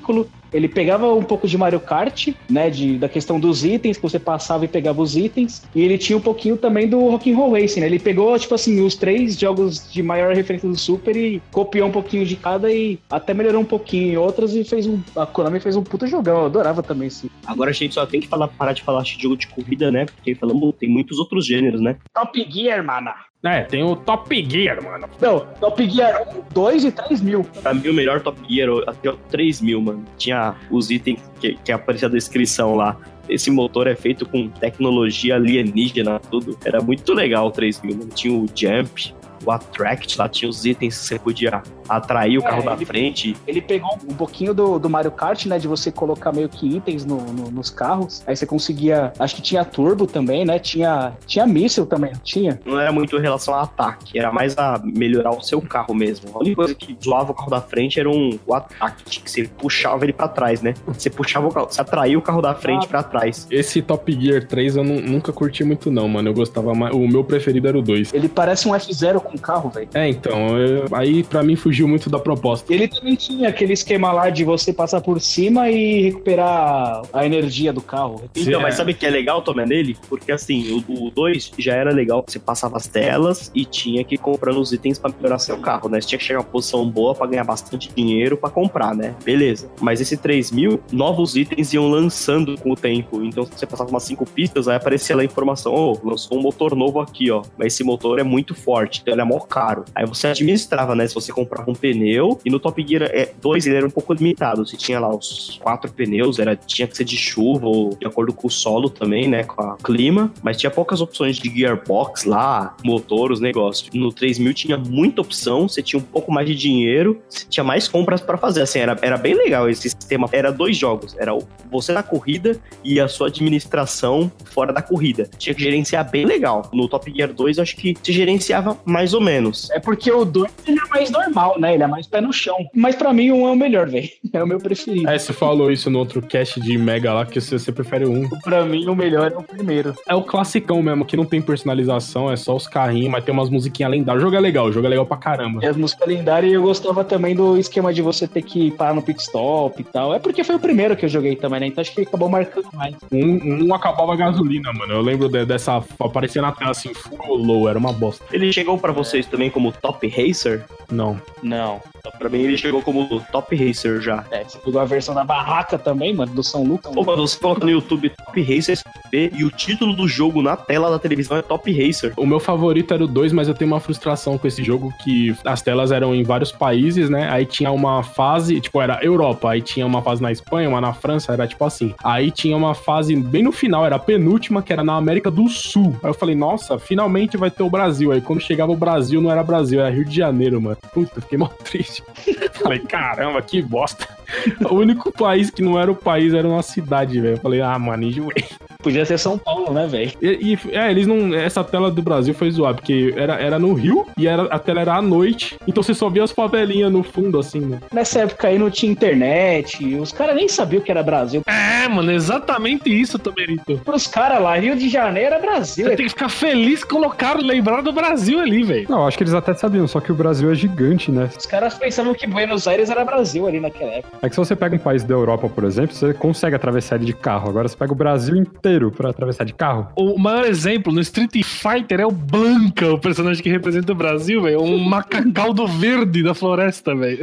Ele pegava um pouco de Mario Kart, né, de, da questão dos itens, que você passava e pegava os itens, e ele tinha um pouquinho também do Rock'n'Roll Racing, né? Ele pegou, tipo assim, os três jogos de maior referência do Super e copiou um pouquinho de cada e até melhorou um pouquinho em outras e fez um... A Konami fez um puta jogão, eu adorava também esse. Agora a gente só tem que falar, parar de falar de jogo de corrida, né? Porque falamos, tem muitos outros gêneros, né? Top Gear, mana. É, tem o Top Gear, mano. Não, Top Gear um, dois e três mil. Pra mim, o melhor Top Gear até o três mil, mano. Tinha os itens que, que aparecia a descrição lá. Esse motor é feito com tecnologia alienígena, tudo. Era muito legal o três mil, mano. Tinha o Jump, o Attract, lá tinha os itens que você podia atrair o carro é, da ele, frente. Ele pegou um pouquinho do, do Mario Kart, né, de você colocar meio que itens no, no, nos carros, aí você conseguia, acho que tinha turbo também, né, tinha, tinha míssil também, tinha? Não era muito em relação ao ataque, era mais a melhorar o seu carro mesmo. A única coisa que zoava o carro da frente era um, o ataque, que você puxava ele pra trás, né, você puxava o carro, você atraía o carro da frente ah, pra trás. Esse Top Gear três eu não, nunca curti muito não, mano, eu gostava mais, o meu preferido era o dois. Ele parece um F zero com carro, velho. É, então, eu, aí pra mim fugiu muito da proposta. Ele também tinha aquele esquema lá de você passar por cima e recuperar a energia do carro. Então, Sim, mas é. sabe o que é legal, Tomé, nele? Porque assim, o dois já era legal, você passava as telas e tinha que ir comprando os itens pra melhorar seu carro, né? Você tinha que chegar em uma posição boa pra ganhar bastante dinheiro pra comprar, né? Beleza. Mas esse três mil, novos itens iam lançando com o tempo. Então, se você passava umas cinco pistas, aí aparecia lá a informação, ô, oh, lançou um motor novo aqui, ó. Mas esse motor é muito forte, então ele é mó caro. Aí você administrava, né? Se você comprava um pneu, e no Top Gear dois ele era um pouco limitado. Você tinha lá os quatro pneus, era, tinha que ser de chuva ou de acordo com o solo também, né? Com o clima. Mas tinha poucas opções de gearbox lá, motor, os negócios. No três mil tinha muita opção, você tinha um pouco mais de dinheiro, você tinha mais compras pra fazer. Assim, era, era bem legal esse sistema. Era dois jogos. Era você na corrida e a sua administração fora da corrida. Tinha que gerenciar bem legal. No Top Gear dois, acho que se gerenciava mais ou menos. É porque o dois ele é mais normal, né? Ele é mais pé no chão. Mas pra mim, um é o melhor, velho. É o meu preferido. É, você falou isso no outro cast de Mega lá, que você, você prefere um. Pra mim, o melhor é o primeiro. É o classicão mesmo, que não tem personalização, é só os carrinhos, mas tem umas musiquinhas lendárias. O jogo é legal, o jogo é legal pra caramba. E as músicas lendárias, eu gostava também do esquema de você ter que parar no pit stop e tal. É porque foi o primeiro que eu joguei também, né? Então acho que acabou marcando mais. Um, um acabava a gasolina, mano. Eu lembro de, dessa... Aparecia na tela assim, full ou low, era uma bosta. Ele chegou pra vocês também como Top Racer? Não. Não. Pra mim, ele chegou como Top Racer já. É, você pegou a versão da barraca também, mano, do São Lucas. Pô, mano, você coloca no YouTube Top Racer B e o título do jogo na tela da televisão é Top Racer. O meu favorito era o dois, mas eu tenho uma frustração com esse jogo que as telas eram em vários países, né? Aí tinha uma fase, tipo, era Europa, aí tinha uma fase na Espanha, uma na França, era tipo assim. Aí tinha uma fase bem no final, era a penúltima, que era na América do Sul. Aí eu falei, nossa, finalmente vai ter o Brasil. Aí quando chegava o Brasil, não era Brasil, era Rio de Janeiro, mano. Puta, fiquei mó triste. Falei, caramba, que bosta. O único país que não era o país era uma cidade, velho. Eu falei, ah, mano, enjoei. Podia ser São Paulo, né, velho? E, e, é, eles não... Essa tela do Brasil foi zoada, porque era, era no Rio e era, a tela era à noite, então você só via as favelinhas no fundo, assim, né? Nessa época aí não tinha internet, os caras nem sabiam o que era Brasil. É, mano, exatamente isso, Tomerito. Pros caras lá, Rio de Janeiro é Brasil. Você tem que ficar feliz que colocaram, lembraram do Brasil ali, velho. Não, acho que eles até sabiam, só que o Brasil é gigante, né? Os caras pensavam que Buenos Aires era Brasil ali naquela época. É que se você pega um país da Europa, por exemplo, você consegue atravessar ele de carro. Agora você pega o Brasil inteiro pra atravessar de carro. O maior exemplo no Street Fighter é o Blanca, o personagem que representa o Brasil, velho. Um macacaldo verde da floresta, velho.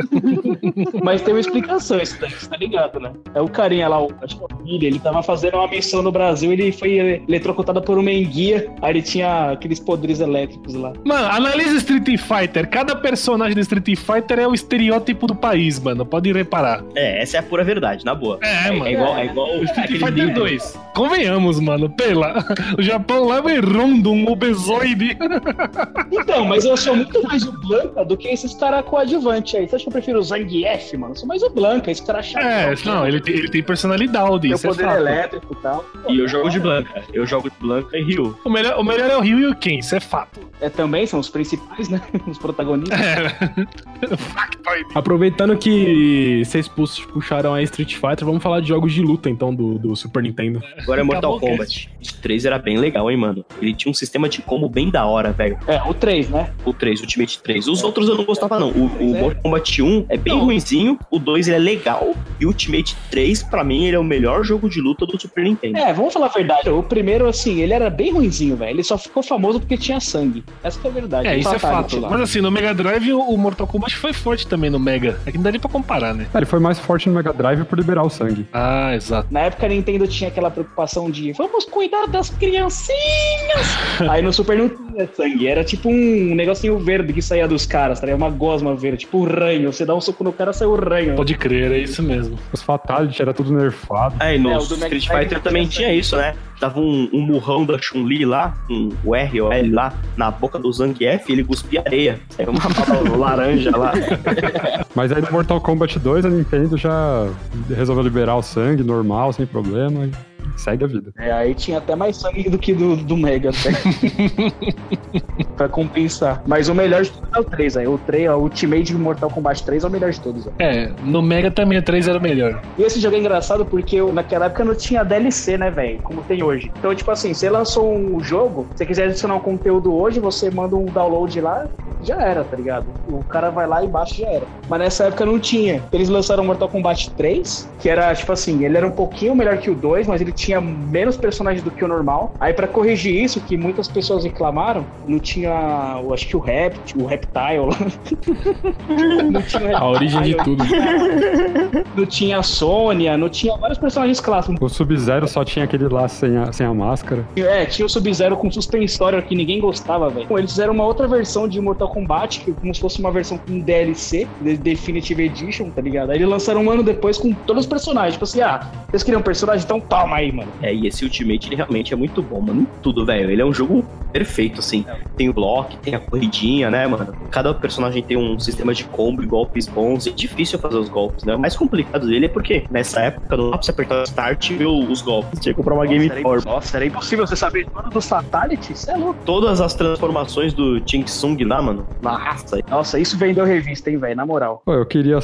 Mas tem uma explicação isso daí, você tá ligado, né? É o carinha lá, o, acho que é o Billy, ele tava fazendo uma missão no Brasil, ele foi eletrocutado por uma enguia, aí ele tinha aqueles poderes elétricos lá. Mano, analisa Street Fighter. Cada personagem do Street Fighter é o estereótipo do país, mano. Pode reparar. É, essa é a pura verdade, na boa. É, é mano. É igual, é igual o Street Fighter livro. dois. Convenhamos, mano. Pela. O Japão leva em rondo um obesoide. Então, mas eu sou muito mais o Blanca do que esses caras coadjuvantes aí. Você acha que eu prefiro o Zangief, mano? Eu sou mais o Blanca, esse cara chato. É, não, ele tem, ele tem personalidade. Tem o isso poder é fato. elétrico e tal. E eu jogo de Blanca. Eu jogo de Blanca e Ryu. O melhor, o melhor é o Ryu e o Ken, isso é fato. É, também são os principais, né? Os protagonistas. É. Factoid Aproveitando que vocês puxaram a Street Fighter, vamos falar de jogos de luta, então, do, do Super Nintendo. Agora é Mortal Kombat. O três era bem legal, hein, mano? Ele tinha um sistema de combo bem da hora, velho. É, o três, né? O três, Ultimate três. Os outros eu não gostava, não. O, o Mortal Kombat um é bem ruinzinho, o dois ele é legal, e o Ultimate três, pra mim, ele é o melhor jogo de luta do Super Nintendo. É, vamos falar a verdade. O primeiro, assim, ele era bem ruinzinho, velho. Ele só ficou famoso porque tinha sangue. Essa que é a verdade. É, Um isso é fato. lá. Mas assim, no Mega Drive, o Mortal Kombat foi forte também no Mega. É que não dá nem pra comparar, né? É, ele foi mais forte no Mega Drive por liberar o sangue. Ah, exato. Na época, a Nintendo tinha aquela preocupação de vamos cuidar das criancinhas. Aí no Super não tinha sangue. Era tipo um negocinho verde que saía dos caras, tá ligado? Uma gosma verde, tipo um ranho. Você dá um soco no cara, sai o ranho. Pode crer, é isso mesmo. Os Fatality era tudo nerfado. É, e no É, o do Mega Street Drive Fighter também tinha isso, né? Dava um, um murrão da Chun-Li lá, um, o R ou L lá, na boca do Zangief, ele cuspia areia. Saiu uma bala laranja lá. Mas aí no Mortal Kombat dois a Nintendo já resolveu liberar o sangue normal, sem problema, e segue a vida. É, aí tinha até mais sangue do que do, do Mega, até. Pra compensar. Mas o melhor de tudo é o três, aí. O três, o Ultimate Mortal Kombat três é o melhor de todos, aí. É, no Mega também o três era o melhor. E esse jogo é engraçado porque eu, naquela época não tinha D L C, né, velho? Como tem hoje. Então, tipo assim, você lançou um jogo, se você quiser adicionar um conteúdo hoje, você manda um download lá, já era, tá ligado? O cara vai lá e baixa e já era. Mas nessa época não tinha. Eles lançaram Mortal Kombat três, que era, tipo assim, ele era um pouquinho melhor que o dois, mas ele tinha menos personagens do que o normal. Aí pra corrigir isso, que muitas pessoas reclamaram, não tinha, eu acho que o Rept, o Reptile lá. Não tinha A origem de tudo. Não tinha a Sônia, não tinha vários personagens clássicos. O Sub-Zero só tinha aquele lá sem a, sem a máscara. É, tinha o Sub-Zero com suspensório que ninguém gostava, velho. Eles fizeram uma outra versão de Mortal Kombat, que como se fosse uma versão com D L C, de Definitive Edition, tá ligado? Aí eles lançaram um ano depois com todos os personagens. Tipo assim, ah, vocês queriam um personagem? Então toma aí, mano. É, e esse Ultimate, ele realmente é muito bom, mano. Em tudo, velho. Ele é um jogo perfeito, assim. Tem o bloco, tem a corridinha, né, mano? Cada personagem tem um sistema de combo e golpes bons. É difícil fazer os golpes, né? O mais complicado dele é porque, nessa época, não dá pra você apertar o Start e ver os golpes. Tinha que comprar uma Game Form. Nossa, era impossível você saber tudo dos Fatalities? Isso é louco. Todas as transformações do Shang Tsung lá, mano, na raça. Nossa, isso vendeu revista, hein, velho? Na moral. Pô, eu queria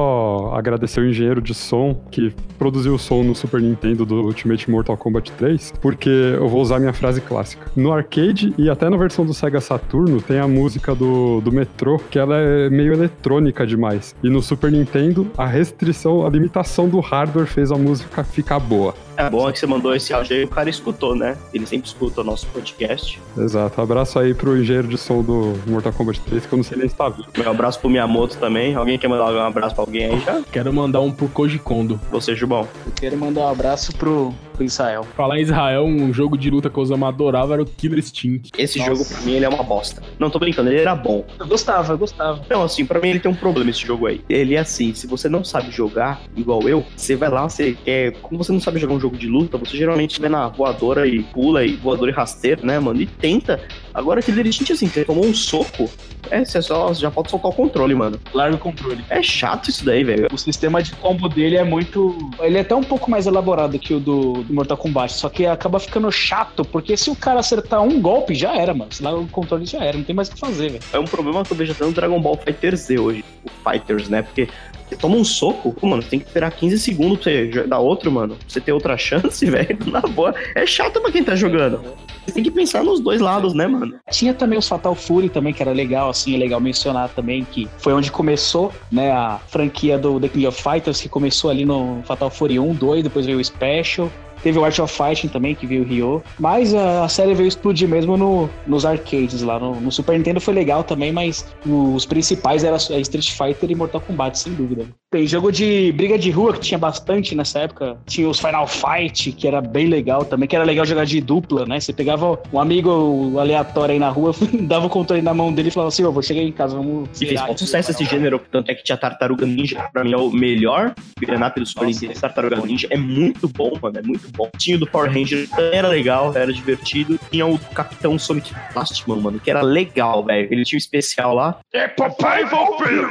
só agradecer o engenheiro de som que produziu o som no Super Nintendo do Ultimate Mortal Kombat três, porque eu vou usar minha frase clássica. No arcade e até na versão do Sega Saturno tem a música do, do metrô, que ela é meio eletrônica demais. E no Super Nintendo, a restrição, a limitação do hardware fez a música ficar boa. É bom que você mandou esse áudio aí, o cara escutou, né? Ele sempre escuta o nosso podcast. Exato. Abraço aí pro engenheiro de som do Mortal Kombat três, que eu não sei nem se tá vivo. Um abraço pro Miyamoto também. Alguém quer mandar um abraço pra alguém aí já? Quero mandar um pro Koji Kondo. Você, Jubão. Eu quero mandar um abraço pro, pro Israel. Falar em Israel, um jogo de luta que o Osama adorava era o Killer Instinct. Esse Nossa. jogo, pra mim, ele é uma bosta. Não, tô brincando, ele era bom. Eu gostava, eu gostava. Não, assim, pra mim ele tem um problema esse jogo aí. Ele é assim, se você não sabe jogar, igual eu, você vai lá, você quer... Como você não sabe jogar um jogo de luta, você geralmente vai na voadora e pula, e voadora e rasteiro, né, mano? E tenta. Agora aquele Instinct, assim, você tomou um soco, é, você só já pode soltar o controle, mano. Larga o controle. É chato isso daí, velho. O sistema de combo dele é muito... Ele é até um pouco mais elaborado que o do, do Mortal Kombat, só que acaba ficando chato, porque se o cara acertar um golpe, já era, mano. Se larga o controle, já era. Não tem mais o que fazer, velho. É um problema que eu vejo até no Dragon Ball FighterZ hoje. O Fighters, né? Porque você toma um soco, pô, mano, você tem que esperar quinze segundos pra você dar outro, mano. Pra você ter outra chance, velho. Na boa. É chato pra quem tá jogando. Você tem que pensar nos dois lados, né, mano? Tinha também os Fatal Fury também, que era legal, assim, é legal mencionar também, que foi onde começou, né, a franquia do The King of Fighters, que começou ali no Fatal Fury um, dois, depois veio o Special. Teve o Art of Fighting também, que veio o Ryo. Mas a, a série veio explodir mesmo no, nos arcades lá. No, no Super Nintendo foi legal também, mas os principais eram Street Fighter e Mortal Kombat, sem dúvida. Tem jogo de briga de rua, que tinha bastante nessa época. Tinha os Final Fight, que era bem legal também, que era legal jogar de dupla, né? Você pegava um amigo aleatório aí na rua, dava o controle na mão dele e falava assim, ó, oh, vou chegar em casa, vamos... E fez muito sucesso esse gênero, tanto é que tinha Tartaruga Ninja, pra mim é o melhor beat'em do Super Nintendo. Tartaruga Ninja é muito bom, mano, é muito bom. Tinha o do Power Ranger, era legal, era divertido. Tinha o Capitão Sonic Plastman, mano, que era legal, velho. Ele tinha um especial lá. É Papai Vampiro!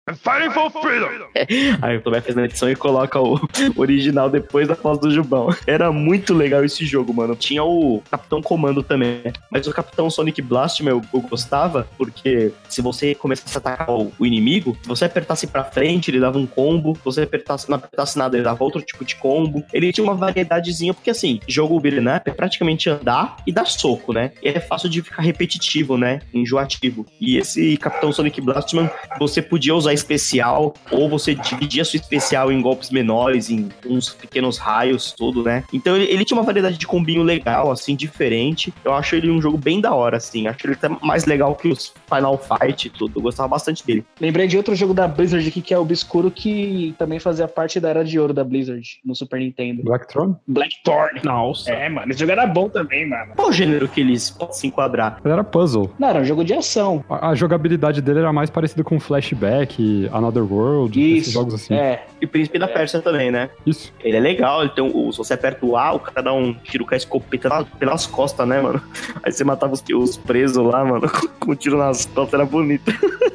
Fighting for freedom! Aí o Tomé fez na edição e coloca o original depois da voz do Jubão. Era muito legal esse jogo, mano. Tinha o Capitão Comando também, mas o Capitão Sonic Blast, meu, eu gostava, porque se você começasse a atacar o, o inimigo, se você apertasse pra frente, ele dava um combo, se você apertasse, não apertasse nada, ele dava outro tipo de combo. Ele tinha uma variedadezinha, porque assim, jogo beat'em up é praticamente andar e dar soco, né? E é fácil de ficar repetitivo, né? Enjoativo. E esse Capitão Sonic Blastman, você podia usar especial, ou você dividia sua especial em golpes menores, em uns pequenos raios, tudo, né? Então ele, ele tinha uma variedade de combinho legal, assim, diferente. Eu acho ele um jogo bem da hora, assim. Acho ele até mais legal que os Final Fight e tudo. Eu gostava bastante dele. Lembrei de outro jogo da Blizzard aqui, que é o Obscuro, que também fazia parte da Era de Ouro da Blizzard, no Super Nintendo. Blackthorn? Blackthorn. Nossa. É, mano, esse jogo era bom também, mano. Qual o gênero que eles podem se enquadrar? Ele era puzzle. Não, era um jogo de ação. A, a jogabilidade dele era mais parecida com Flashback, Another World, Isso, esses jogos assim. É. E Príncipe da Pérsia também, né? Isso. Ele é legal, então se você aperta o A, o cara dá um tiro com a escopeta na- pelas costas, né, mano? Aí você matava os, os presos lá, mano, com um tiro nas costas, era bonito.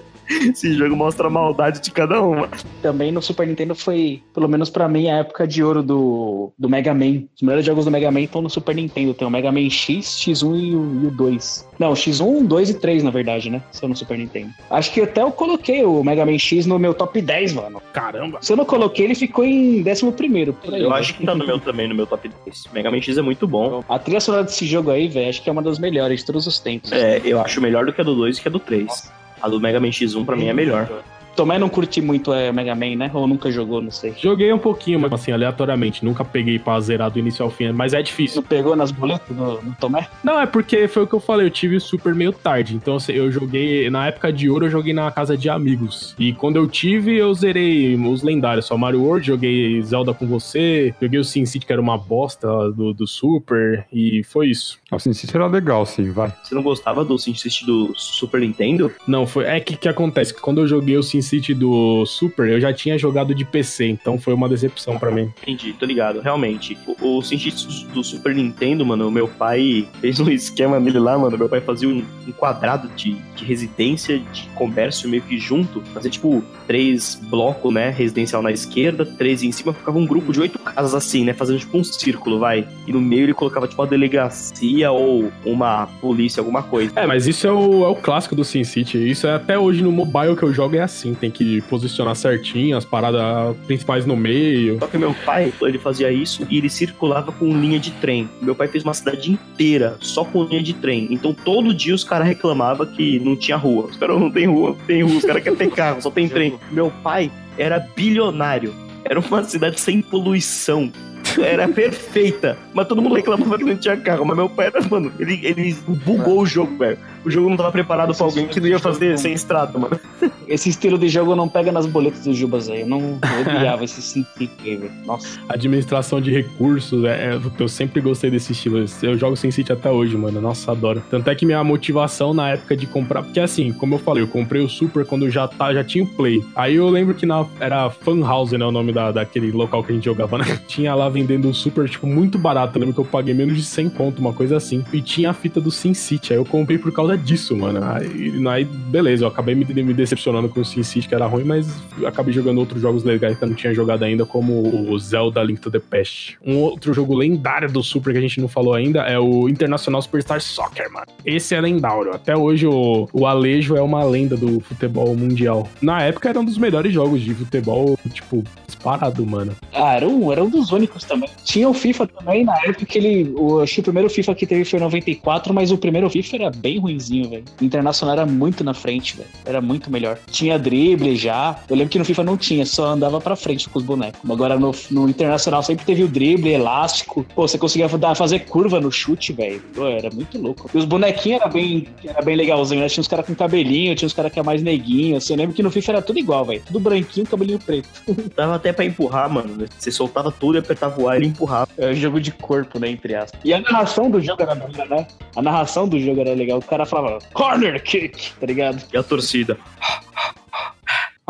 Esse jogo mostra a maldade de cada um, mano. Também no Super Nintendo foi, pelo menos pra mim, a época de ouro do, do Mega Man. Os melhores jogos do Mega Man estão no Super Nintendo. Tem o Mega Man X, X um e o, e o dois. Não, X um, dois e três, na verdade, né? São no Super Nintendo. Acho que até eu coloquei o Mega Man X no meu top dez, mano. Caramba. Se eu não coloquei, ele ficou em décimo primeiro. Por aí, Eu né? acho que tá no meu também, no meu top dez. Mega Man X é muito bom. A trilha sonora desse jogo aí, velho, acho que é uma das melhores de todos os tempos. É, eu acho melhor do que a do dois e que a do três. A do Mega Man X um pra mim é melhor. Tomé não curte muito é, Mega Man, né? Ou nunca jogou, não sei. Joguei um pouquinho, mas assim, aleatoriamente. Nunca peguei pra zerar do início ao fim, mas é difícil. Não pegou nas boletas do, do Tomé? Não, é porque foi o que eu falei, eu tive o Super meio tarde. Então assim, eu joguei, na época de ouro, eu joguei na casa de amigos. E quando eu tive, eu zerei os lendários. Só Mario World, joguei Zelda com você, joguei o SimCity, que era uma bosta do, do Super, e foi isso. O SimCity era legal, sim, vai. Você não gostava do SimCity do Super Nintendo? Não, foi. É que que acontece? Que quando eu joguei o SimCity do Super, eu já tinha jogado de P C, então foi uma decepção pra mim. Entendi, tô ligado, realmente. O, o SimCity do Super Nintendo, mano, meu pai fez um esquema nele lá, mano. Meu pai fazia um, um quadrado de, de residência, de comércio meio que junto. Fazia tipo três blocos, né? Residencial na esquerda, três em cima. Ficava um grupo de oito casas assim, né? Fazendo tipo um círculo, vai. E no meio ele colocava tipo uma delegacia ou uma polícia, alguma coisa. É, mas isso é o, é o clássico do SimCity. Isso é até hoje no mobile que eu jogo, é assim. Tem que posicionar certinho as paradas principais no meio. Só que meu pai, ele fazia isso e ele circulava com linha de trem. Meu pai fez uma cidade inteira só com linha de trem. Então todo dia os caras reclamavam que não tinha rua. Os caras não tem rua, não tem rua. Os caras querem ter carro, só tem trem. Meu pai era bilionário. Era uma cidade sem poluição. Era perfeita. Mas todo mundo reclamava que não tinha carro. Mas meu pai era, mano, ele, ele bugou o jogo, velho. O jogo não tava preparado pra alguém que não ia fazer sem estrada, mano. Esse estilo de jogo não pega nas boletas do Jubas aí. Eu não eu odiava esse SimCity aí, velho. Nossa. Administração de recursos, é, é, eu sempre gostei desse estilo. Eu jogo SimCity até hoje, mano. Nossa, adoro. Tanto é que minha motivação na época de comprar... Porque assim, como eu falei, eu comprei o Super quando já, tá, já tinha o Play. Aí eu lembro que na, era Fan House, né? O nome da, daquele local que a gente jogava, né? Tinha lá vendendo o Super, tipo, muito barato. Eu lembro que eu paguei menos de cem conto, uma coisa assim. E tinha a fita do SimCity. Aí eu comprei por causa disso, mano. Aí, aí beleza, eu acabei me, me decepcionando com o SimCity, que era ruim, mas eu acabei jogando outros jogos legais que eu não tinha jogado ainda, como o Zelda Link to the Past. Um outro jogo lendário do Super que a gente não falou ainda é o International Superstar Soccer, mano. Esse é lendário. Até hoje o, o Alejo é uma lenda do futebol mundial. Na época era um dos melhores jogos de futebol, tipo, disparado, mano. Ah, era um, era um dos únicos também. Tinha o FIFA também, na época que ele... O, acho que o primeiro FIFA que teve foi em noventa e quatro, mas o primeiro FIFA era bem ruinzinho, velho. O Internacional era muito na frente, velho. Era muito melhor. Tinha drible já. Eu lembro que no FIFA não tinha, só andava pra frente com os bonecos. Agora no, no Internacional sempre teve o drible, elástico. Pô, você conseguia dar, fazer curva no chute, velho. Era muito louco. E os bonequinhos eram bem, era bem legalzinho, né? Tinha uns caras com cabelinho, tinha uns caras que é mais neguinho. Assim, eu lembro que no FIFA era tudo igual, velho. Tudo branquinho, cabelinho preto. Dava até pra empurrar, mano. Você soltava tudo e apertava o ar e ele empurrava. É um jogo de corpo, né, entre aspas. E a narração do jogo era legal, né? A narração do jogo era legal. O cara falava, corner kick, tá ligado? E a torcida.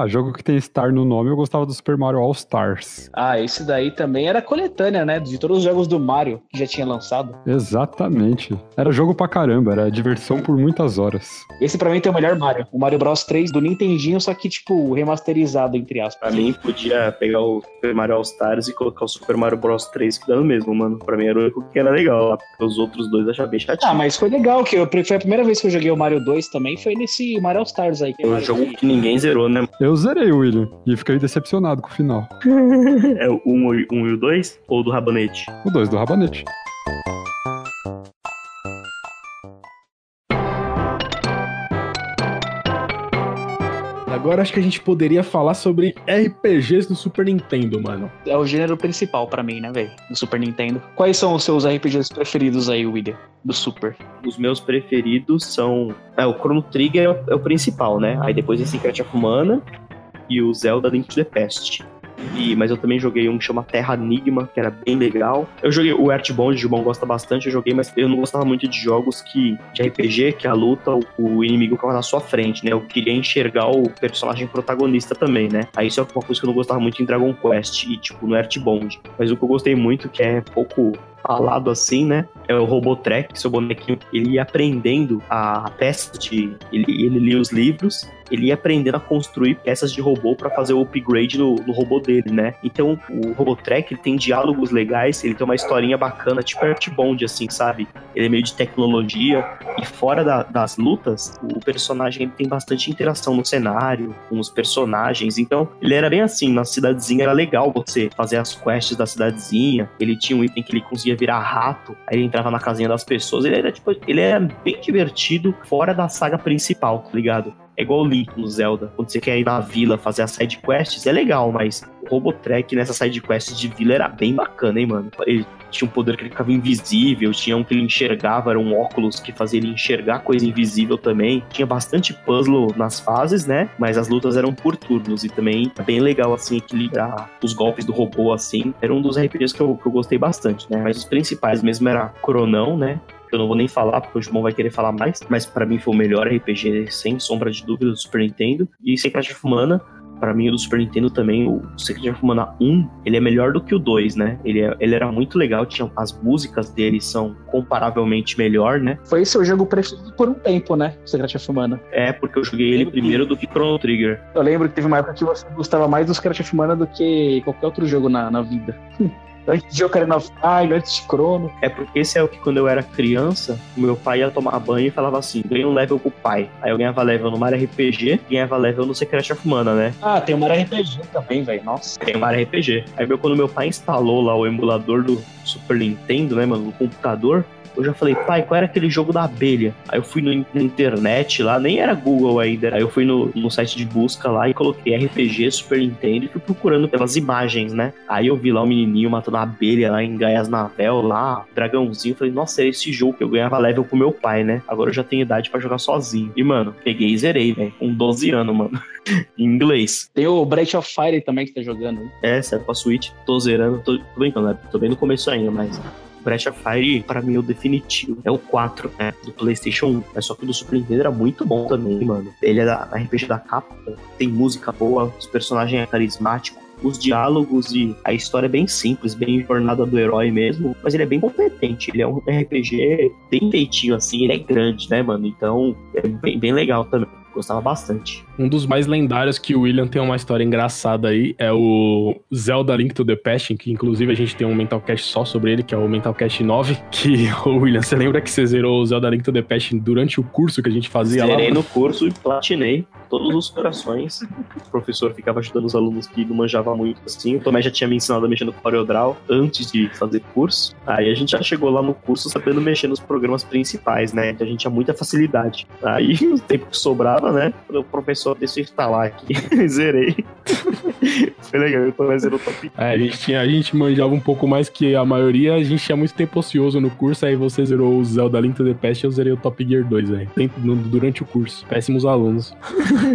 Ah, jogo que tem Star no nome, eu gostava do Super Mario All Stars. Ah, esse daí também era coletânea, né? De todos os jogos do Mario que já tinha lançado. Exatamente. Era jogo pra caramba, era diversão por muitas horas. Esse pra mim tem o melhor Mario. O Mario Bros três do Nintendinho, só que, tipo, remasterizado, entre aspas. Pra mim, podia pegar o Super Mario All Stars e colocar o Super Mario Bros três, que dá no mesmo, mano. Pra mim era o único que era legal, porque os outros dois eu achava bem chatinho. Ah, mas foi legal, que eu, foi a primeira vez que eu joguei o Mario dois também, foi nesse Mario All Stars aí. É um jogo que ninguém zerou, né? Eu zerei, William, e fiquei decepcionado com o final. É o um e o dois? Ou do Rabanete? O dois do Rabanete. Agora acho que a gente poderia falar sobre R P Gs do Super Nintendo, mano. É o gênero principal pra mim, né, velho? Do Super Nintendo. Quais são os seus R P Gs preferidos aí, William? Do Super? Os meus preferidos são... É, o Chrono Trigger é o, é o principal, né? Aí depois tem Secret of Mana e o Zelda Link to the Past. E, mas eu também joguei um que chama Terra Enigma, que era bem legal. Eu joguei o Earthbound, o Gilbão gosta bastante, eu joguei, mas eu não gostava muito de jogos que, de R P G, que a luta, o, o inimigo ficava na sua frente, né? Eu queria enxergar o personagem protagonista também, né? Aí isso é uma coisa que eu não gostava muito em Dragon Quest e, tipo, no Earthbound. Mas o que eu gostei muito, que é pouco falado assim, né? É o Robotrek, seu bonequinho, ele ia aprendendo a peça de... Ele, ele lia os livros, ele ia aprendendo a construir peças de robô pra fazer o upgrade no, no robô dele, né? Então, o Robotrek, ele tem diálogos legais, ele tem uma historinha bacana, tipo Earthbound, assim, sabe? Ele é meio de tecnologia, e fora da, das lutas, o personagem ele tem bastante interação no cenário, com os personagens, então, ele era bem assim, na cidadezinha era legal você fazer as quests da cidadezinha, ele tinha um item que ele conseguia virar rato, aí ele entrava na casinha das pessoas, ele era, tipo, ele era bem divertido fora da saga principal, tá ligado? É igual o Link no Zelda. Quando você quer ir na vila fazer as side quests, é legal, mas o Robotrek nessa side quest de vila era bem bacana, hein, mano? Ele tinha um poder que ele ficava invisível, tinha um que ele enxergava, era um óculos que fazia ele enxergar coisa invisível também. Tinha bastante puzzle nas fases, né? Mas as lutas eram por turnos e também é bem legal, assim, equilibrar os golpes do robô, assim. Era um dos R P Gs que eu, que eu gostei bastante, né? Mas os principais mesmo era Cronão, né? Eu não vou nem falar, porque o João vai querer falar mais, mas pra mim foi o melhor R P G, sem sombra de dúvida, do Super Nintendo. E Secret of Mana, pra mim, o do Super Nintendo também, o Secret of Mana um, ele é melhor do que o dois, né? Ele, é, ele era muito legal, tinha, as músicas dele são comparavelmente melhor, né? Foi seu jogo preferido por um tempo, né? Secret of Mana. É, porque eu joguei ele primeiro do que Chrono Trigger. Eu lembro que teve uma época que você gostava mais do Secret of Mana do que qualquer outro jogo na, na vida. Antes de Ocarina of Time, antes de Chrono. É porque esse é o que quando eu era criança, o meu pai ia tomar banho e falava assim, ganha um level com o pai. Aí eu ganhava level no Mario R P G, ganhava level no Secret of Mana, né? Ah, tem o Mario R P G também, velho, nossa. Tem o Mario R P G. Aí meu, quando meu pai instalou lá o emulador do Super Nintendo, né, mano, no computador, eu já falei, pai, qual era aquele jogo da abelha? Aí eu fui no, na internet lá, nem era Google ainda. Aí eu fui no, no site de busca lá e coloquei R P G Super Nintendo e fui procurando pelas imagens, né? Aí eu vi lá o menininho matando a abelha lá em Gaiasnavel, lá, dragãozinho. Falei, nossa, é esse jogo que eu ganhava level com meu pai, né? Agora eu já tenho idade pra jogar sozinho. E, mano, peguei e zerei, velho. Com doze anos, mano. Em inglês. Tem o Breath of Fire também que tá jogando. Hein? É, serve pra Switch. Tô zerando, tô, tô brincando, né? Tô bem no começo ainda, mas... Breath of Fire, pra mim, é o definitivo. É o quatro, né? Do PlayStation um. Mas só que o do Super Nintendo era muito bom também, mano. Ele é da R P G da Capcom. Tem música boa, os personagens é carismático. Os diálogos e a história é bem simples, bem jornada do herói mesmo, mas ele é bem competente, ele é um R P G bem feitinho assim, ele é grande, né, mano? Então, é bem, bem legal também. Gostava bastante. Um dos mais lendários que o William tem uma história engraçada aí é o Zelda Link to the Past, que inclusive a gente tem um Mentalcast só sobre ele, que é o Mentalcast nove, que, o William, você lembra que você zerou o Zelda Link to the Past durante o curso que a gente fazia Zerei lá? Zerei no curso e platinei todos os corações. O professor ficava ajudando os alunos que não manjavam muito assim. O Tomé já tinha me ensinado a mexer no CorelDRAW antes de fazer curso. Aí a gente já chegou lá no curso sabendo mexer nos programas principais, né? Então a gente tinha muita facilidade. Aí o tempo que sobrava, né? O professor deixa eu instalar aqui. Zerei. Foi legal, eu tô zerou top. É, a gente, tinha, a gente manjava um pouco mais que a maioria, a gente tinha muito tempo ocioso no curso, aí você zerou o Zelda Link to the Past e eu zerei o Top Gear dois, velho. Durante o curso. Péssimos alunos.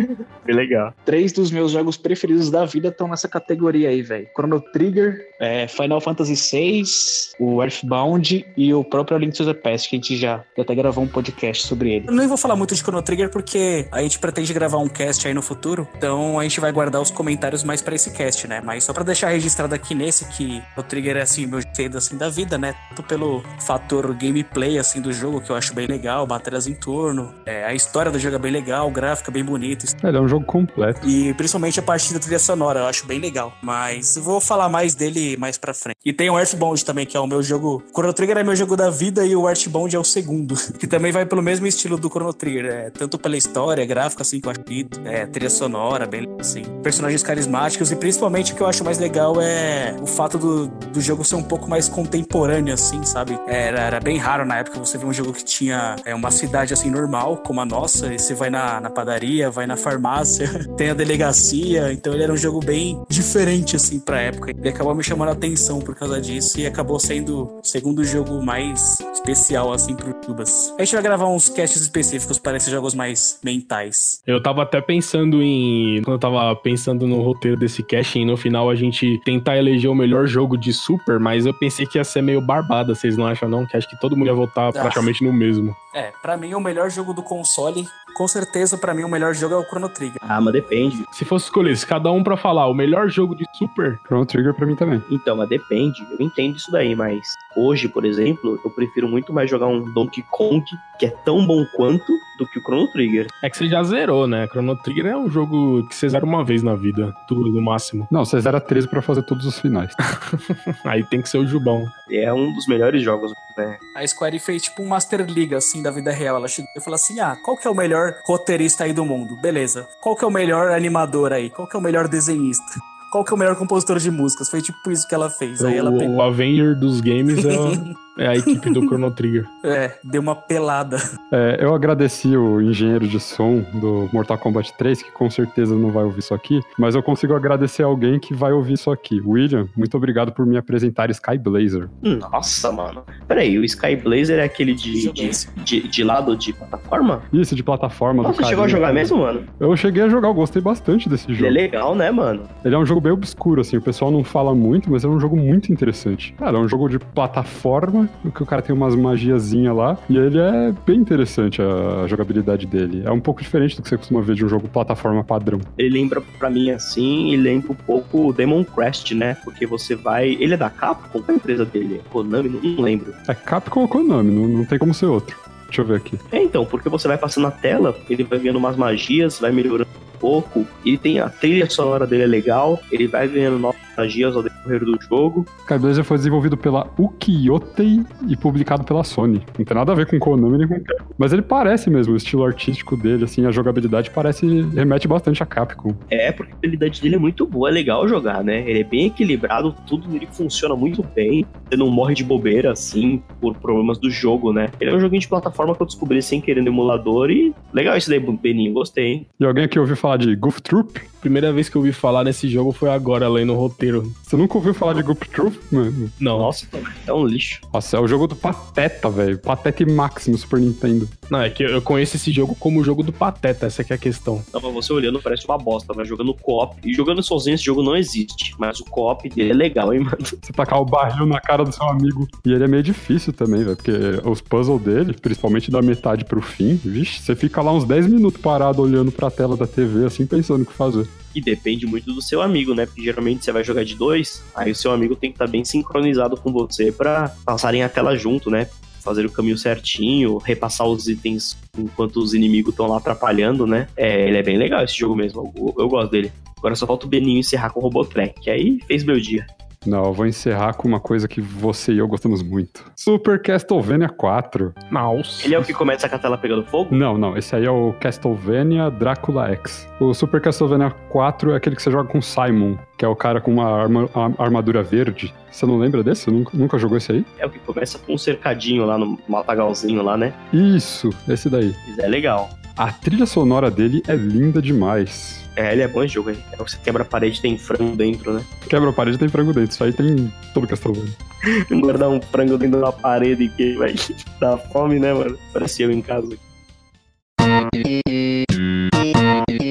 Bem legal. Três dos meus jogos preferidos da vida estão nessa categoria aí, velho. Chrono Trigger, é, Final Fantasy seis, o Earthbound e o próprio A Link to the Past, que a gente já até gravou um podcast sobre ele. Eu nem vou falar muito de Chrono Trigger porque a gente pretende gravar um cast aí no futuro, então a gente vai guardar os comentários mais pra esse cast, né? Mas só pra deixar registrado aqui nesse que o Trigger é assim, meu jeito assim da vida, né? Tanto pelo fator gameplay assim do jogo, que eu acho bem legal, batalhas em turno, é, a história do jogo é bem legal, o gráfico é bem bonito. Ele é um jogo completo. E principalmente a parte da trilha sonora, eu acho bem legal. Mas eu vou falar mais dele mais pra frente. E tem o Earthbound também, que é o meu jogo... Chrono Trigger é meu jogo da vida e o Earthbound é o segundo. Que também vai pelo mesmo estilo do Chrono Trigger. É, tanto pela história, gráfico, assim, que eu acho bonito. É, trilha sonora, bem assim. Personagens carismáticos. E principalmente o que eu acho mais legal é o fato do, do jogo ser um pouco mais contemporâneo, assim, sabe? Era, era bem raro na época você ver um jogo que tinha é, uma cidade, assim, normal, como a nossa. E você vai na, na padaria, vai na farmácia, tem a delegacia. Então ele era um jogo bem diferente, assim, pra época. Ele acabou me chamando a atenção por causa disso e acabou sendo o segundo jogo mais especial, assim, pro Tubas. A gente vai gravar uns casts específicos para esses jogos mais mentais. Eu tava até pensando em... Quando eu tava pensando no roteiro desse cast, no final a gente tentar eleger o melhor jogo de Super, mas eu pensei que ia ser meio barbada, vocês não acham não? Que acho que todo mundo ia votar ah. praticamente no mesmo. É, pra mim o melhor jogo do console, com certeza pra mim o melhor jogo é o Chrono Trigger. Ah, mas depende. Se fosse escolher, se cada um pra falar o melhor jogo de Super... Chrono Trigger pra mim também. Então, mas depende. Eu entendo isso daí, mas hoje, por exemplo, eu prefiro muito mais jogar um Donkey Kong, que é tão bom quanto, do que o Chrono Trigger. É que você já zerou, né? Chrono Trigger é um jogo que você zera uma vez na vida, tudo no máximo. Não, você zera treze pra fazer todos os finais. Aí tem que ser o Jubão. É um dos melhores jogos, né? A Square fez tipo um Master League, assim, da vida real. Ela chegou e falou assim, ah, qual que é o melhor roteirista aí do mundo? Beleza. Qual que é o melhor animador aí? Qual que é o melhor desenhista? Qual que é o melhor compositor de músicas? Foi tipo isso que ela fez. Aí o, ela pegou... o Avenger dos games é, é a equipe do Chrono Trigger. É, deu uma pelada. É, eu agradeci o engenheiro de som do Mortal Kombat três, que com certeza não vai ouvir isso aqui, mas eu consigo agradecer alguém que vai ouvir isso aqui. William, muito obrigado por me apresentar Sky Blazer. Nossa, mano. Peraí, o Sky Blazer é aquele de, de, de, de lado de plataforma? Isso, de plataforma. Nossa, do você chegou a jogar mesmo, mano? Eu cheguei a jogar, eu gostei bastante desse jogo. Ele é legal, né, mano? Ele é um jogo bem obscuro, assim, o pessoal não fala muito, mas é um jogo muito interessante. Cara, é um jogo de plataforma, que o cara tem umas magiazinhas lá, e ele é bem interessante a jogabilidade dele. É um pouco diferente do que você costuma ver de um jogo plataforma padrão. Ele lembra pra mim, assim, e lembra um pouco o Demon Crest, né? Porque você vai... Ele é da Capcom? Qual é a empresa dele? Konami? Não, não lembro. É Capcom ou Konami, não, não tem como ser outro. Deixa eu ver aqui. É, então, porque você vai passando na tela, ele vai vendo umas magias, vai melhorando um pouco, ele tem a trilha sonora dele é legal, ele vai ganhando novas magias ao decorrer do jogo. Sky Blazer foi desenvolvido pela Ukiyo-tei e publicado pela Sony. Não tem nada a ver com Konami nem com Capcom. Mas ele parece mesmo, o estilo artístico dele, assim, a jogabilidade parece, remete bastante a Capcom. É, porque a habilidade dele é muito boa, é legal jogar, né? Ele é bem equilibrado, tudo nele funciona muito bem. Você não morre de bobeira, assim, por problemas do jogo, né? Ele é um joguinho de plataforma que eu descobri sem querer no emulador e legal isso daí, Beninho, gostei, hein? E alguém aqui ouviu falar de Goof Troop? Primeira vez que eu ouvi falar nesse jogo foi agora, lendo o roteiro. Você nunca ouviu falar de Goof Troop, mano? Não. Nossa, é um lixo. Nossa, é o jogo do Pateta, velho. Pateta e Max no Super Nintendo. Não, é que eu conheço esse jogo como o jogo do Pateta, essa que é a questão. Não, mas você olhando parece uma bosta, mas jogando co-op. E jogando sozinho esse jogo não existe, mas o co-op dele é legal, hein, mano? Você tacar o barril na cara do seu amigo. E ele é meio difícil também, velho, porque os puzzles dele, principalmente da metade pro fim, vixe, você fica lá uns dez minutos parado olhando pra tela da T V, assim, pensando o que fazer. E depende muito do seu amigo, né? Porque geralmente você vai jogar de dois, aí o seu amigo tem que estar bem sincronizado com você pra passarem a tela junto, né? Fazer o caminho certinho, repassar os itens enquanto os inimigos estão lá atrapalhando, né? É, ele é bem legal esse jogo mesmo, eu, eu gosto dele. Agora só falta o Beninho encerrar com o Robotrack, que aí fez meu dia. Não, eu vou encerrar com uma coisa que você e eu gostamos muito. Super Castlevania quatro. Nossa. Ele é o que começa com a tela pegando fogo? Não, não. Esse aí é o Castlevania Drácula X. O Super Castlevania quatro é aquele que você joga com o Simon, que é o cara com uma arma, armadura verde. Você não lembra desse? Você nunca, nunca jogou esse aí? É o que começa com um cercadinho lá no matagalzinho lá, né? Isso, esse daí. Isso é legal. A trilha sonora dele é linda demais. É, ele é bom esse jogo aí. É, você quebra a parede e tem frango dentro, né? Quebra a parede e tem frango dentro. Isso aí tem todo Castlevania. Guardar um frango dentro da parede que vai dar fome, né, mano? Parecia eu em casa. Vamos...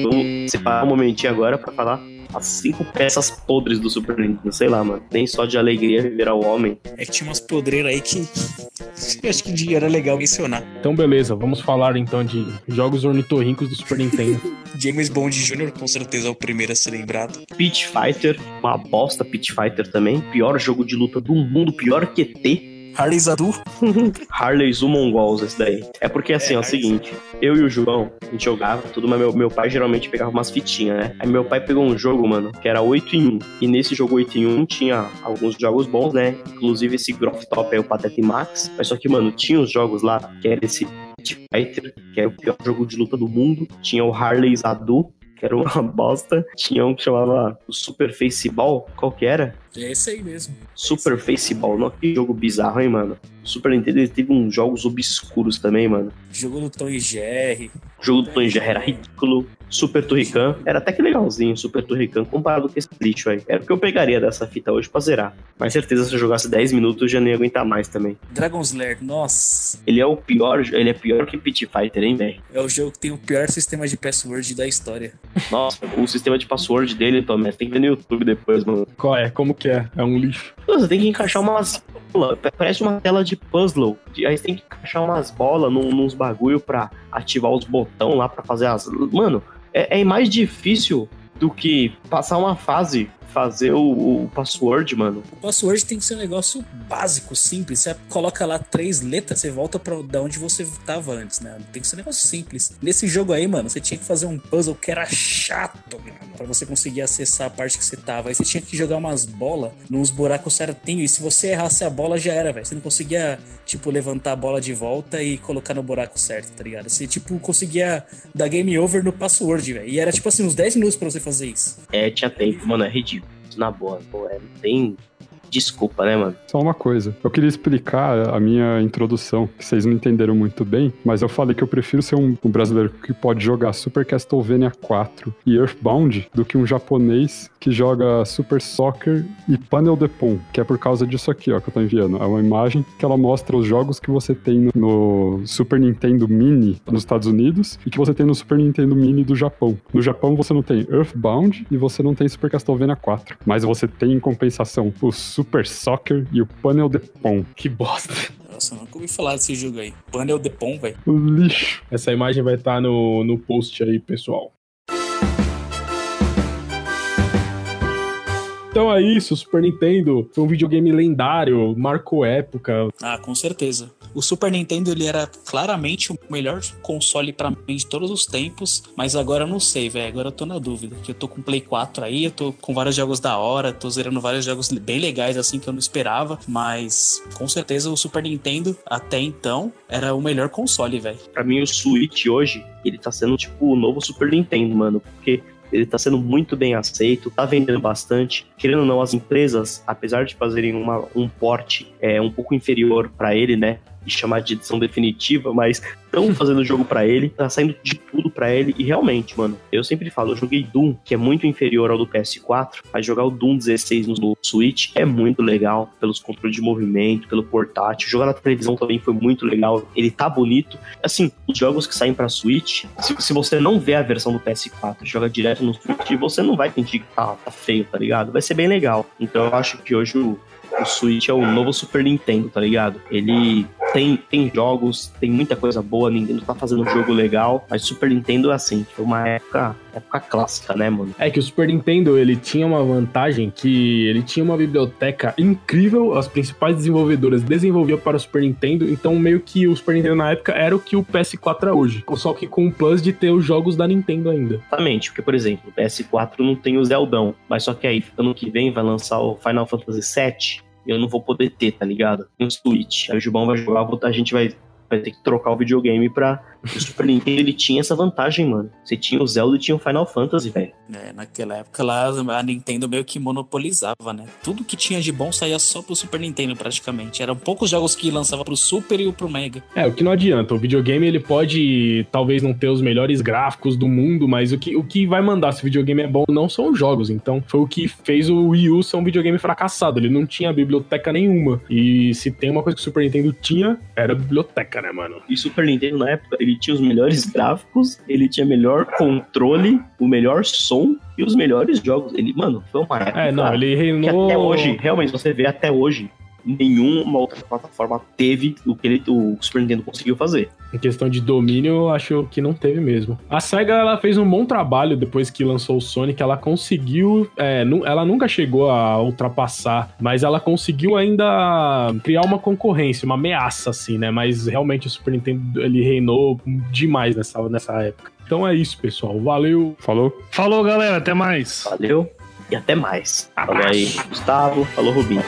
separar um momentinho agora pra falar as cinco peças podres do Super Nintendo, sei lá, mano. Nem só de alegria viver ao homem. É que tinha umas podreiras aí que acho que era legal mencionar. Então, beleza, vamos falar então de jogos ornitorrincos do Super Nintendo. James Bond Júnior com certeza é o primeiro a ser lembrado. Pit Fighter, uma bosta Pit Fighter também. Pior jogo de luta do mundo, pior que E T. Harley Zadu. Harley Zoo Mongols, esse daí. É porque assim, é, é o seguinte, eu e o João, a gente jogava tudo, mas meu, meu pai geralmente pegava umas fitinhas, né? Aí meu pai pegou um jogo, mano, que era oito em um. E nesse jogo oito em um tinha alguns jogos bons, né? Inclusive esse Groff Top aí, o Patete Max. Mas só que, mano, tinha os jogos lá, que era esse Pit Fighter, que era o pior jogo de luta do mundo. Tinha o Harley Zadu, que era uma bosta. Tinha um que chamava o Super Faceball. Qual que era? É esse aí mesmo. Super Faceball. Não, que jogo bizarro, hein, mano? O Super Nintendo ele teve uns jogos obscuros também, mano. Jogo do Tom e Jerry. O jogo do Tom e Jerry era ridículo. Super Turrican era até que legalzinho, Super Turrican, comparado com esse lixo aí. Era o que eu pegaria dessa fita hoje pra zerar. Mas certeza, se eu jogasse dez minutos, eu já nem ia aguentar mais também. Dragon's Lair, nossa. Ele é o pior, ele é pior que Pit Fighter, hein, velho? É o jogo que tem o pior sistema de password da história. Nossa, o sistema de password dele, Tomé, tem que ver no YouTube depois, mano. Qual é? Como que é? É um lixo. Você tem que encaixar umas... Parece uma tela de puzzle. Aí você tem que encaixar umas bolas num, nos bagulho pra ativar os botões lá pra fazer as... Mano, é, é mais difícil do que passar uma fase, fazer o, o password, mano. O password tem que ser um negócio básico, simples. Você coloca lá três letras, você volta pra da onde você tava antes, né? Tem que ser um negócio simples. Nesse jogo aí, mano, você tinha que fazer um puzzle que era chato, mano, pra você conseguir acessar a parte que você tava. Aí você tinha que jogar umas bolas nos buracos certinho. E se você errasse a bola, já era, velho. Você não conseguia, tipo, levantar a bola de volta e colocar no buraco certo, tá ligado? Você, tipo, conseguia dar game over no password, velho. E era, tipo assim, uns dez minutos pra você fazer isso. É, tinha tempo, mano, é ridículo. Na boa, pô, é, não tem desculpa, né, mano? Só uma coisa, eu queria explicar a minha introdução, que vocês não entenderam muito bem, mas eu falei que eu prefiro ser um, um brasileiro que pode jogar Super Castlevania quatro e Earthbound do que um japonês que joga Super Soccer e Panel de Pon, que é por causa disso aqui, ó, que eu tô enviando. É uma imagem que ela mostra os jogos que você tem no, no Super Nintendo Mini nos Estados Unidos e que você tem no Super Nintendo Mini do Japão. No Japão você não tem Earthbound e você não tem Super Castlevania quatro, mas você tem em compensação os Super Soccer e o Panel de Pon. Que bosta. Nossa, eu nunca ouvi falar desse jogo aí. Panel de Pon, velho. Lixo. Essa imagem vai estar no, no post aí, pessoal. Então é isso, o Super Nintendo foi um videogame lendário, marcou época. Ah, com certeza. O Super Nintendo, ele era claramente o melhor console pra mim de todos os tempos, mas agora eu não sei, velho, agora eu tô na dúvida, que eu tô com o Play quatro aí, eu tô com vários jogos da hora, tô zerando vários jogos bem legais, assim, que eu não esperava, mas com certeza o Super Nintendo, até então, era o melhor console, velho. Pra mim, o Switch hoje, ele tá sendo tipo o novo Super Nintendo, mano, porque... ele tá sendo muito bem aceito, tá vendendo bastante. Querendo ou não, as empresas, apesar de fazerem uma, um porte é, um pouco inferior pra ele, né? E chamar de edição definitiva, mas estão fazendo o jogo pra ele, tá saindo de tudo pra ele. E realmente, mano, eu sempre falo, eu joguei Doom, que é muito inferior ao do P S quatro, mas jogar o Doom dezesseis no Switch é muito legal, pelos controles de movimento, pelo portátil. Jogar na televisão também foi muito legal, ele tá bonito. Assim, os jogos que saem pra Switch, se, se você não vê a versão do P S quatro, joga direto no Switch, você não vai sentir que tá, tá feio, tá ligado? Vai ser bem legal. Então eu acho que hoje o O Switch é o novo Super Nintendo, tá ligado? Ele tem, tem jogos, tem muita coisa boa, a Nintendo tá fazendo um jogo legal, mas o Super Nintendo é assim, foi uma época, época clássica, né, mano? É que o Super Nintendo, ele tinha uma vantagem que ele tinha uma biblioteca incrível, as principais desenvolvedoras desenvolviam para o Super Nintendo, então meio que o Super Nintendo na época era o que o P S quatro é hoje, só que com o plus de ter os jogos da Nintendo ainda. Exatamente, porque, por exemplo, o P S quatro não tem o Zeldão, mas só que aí, ano que vem, vai lançar o Final Fantasy sete, eu não vou poder ter, tá ligado? No Switch. Aí o Gilbão vai jogar, a gente vai, vai ter que trocar o videogame pra... O Super Nintendo, ele tinha essa vantagem, mano. Você tinha o Zelda e tinha o Final Fantasy, velho. É, naquela época lá, a Nintendo meio que monopolizava, né? Tudo que tinha de bom saía só pro Super Nintendo, praticamente. Eram poucos jogos que lançava pro Super e pro Mega. É, o que não adianta. O videogame, ele pode, talvez, não ter os melhores gráficos do mundo, mas o que, o que vai mandar se o videogame é bom não são os jogos. Então, foi o que fez o Wii U ser um videogame fracassado. Ele não tinha biblioteca nenhuma. E se tem uma coisa que o Super Nintendo tinha, era biblioteca, né, mano? E o Super Nintendo, na época, ele ele tinha os melhores gráficos, ele tinha melhor controle, o melhor som e os melhores jogos. Ele, mano, foi uma época É, não, ele reinou... que até hoje, realmente, você vê até hoje, nenhuma outra plataforma teve o que ele, o Super Nintendo conseguiu fazer. Em questão de domínio, eu acho que não teve mesmo. A SEGA, ela fez um bom trabalho depois que lançou o Sonic. Ela conseguiu... É, nu- ela nunca chegou a ultrapassar, mas ela conseguiu ainda criar uma concorrência, uma ameaça, assim, né? Mas realmente o Super Nintendo, ele reinou demais nessa, nessa época. Então é isso, pessoal. Valeu! Falou? Falou, galera. Até mais. Valeu e até mais. Falou aí, Gustavo. Falou, Rubinho.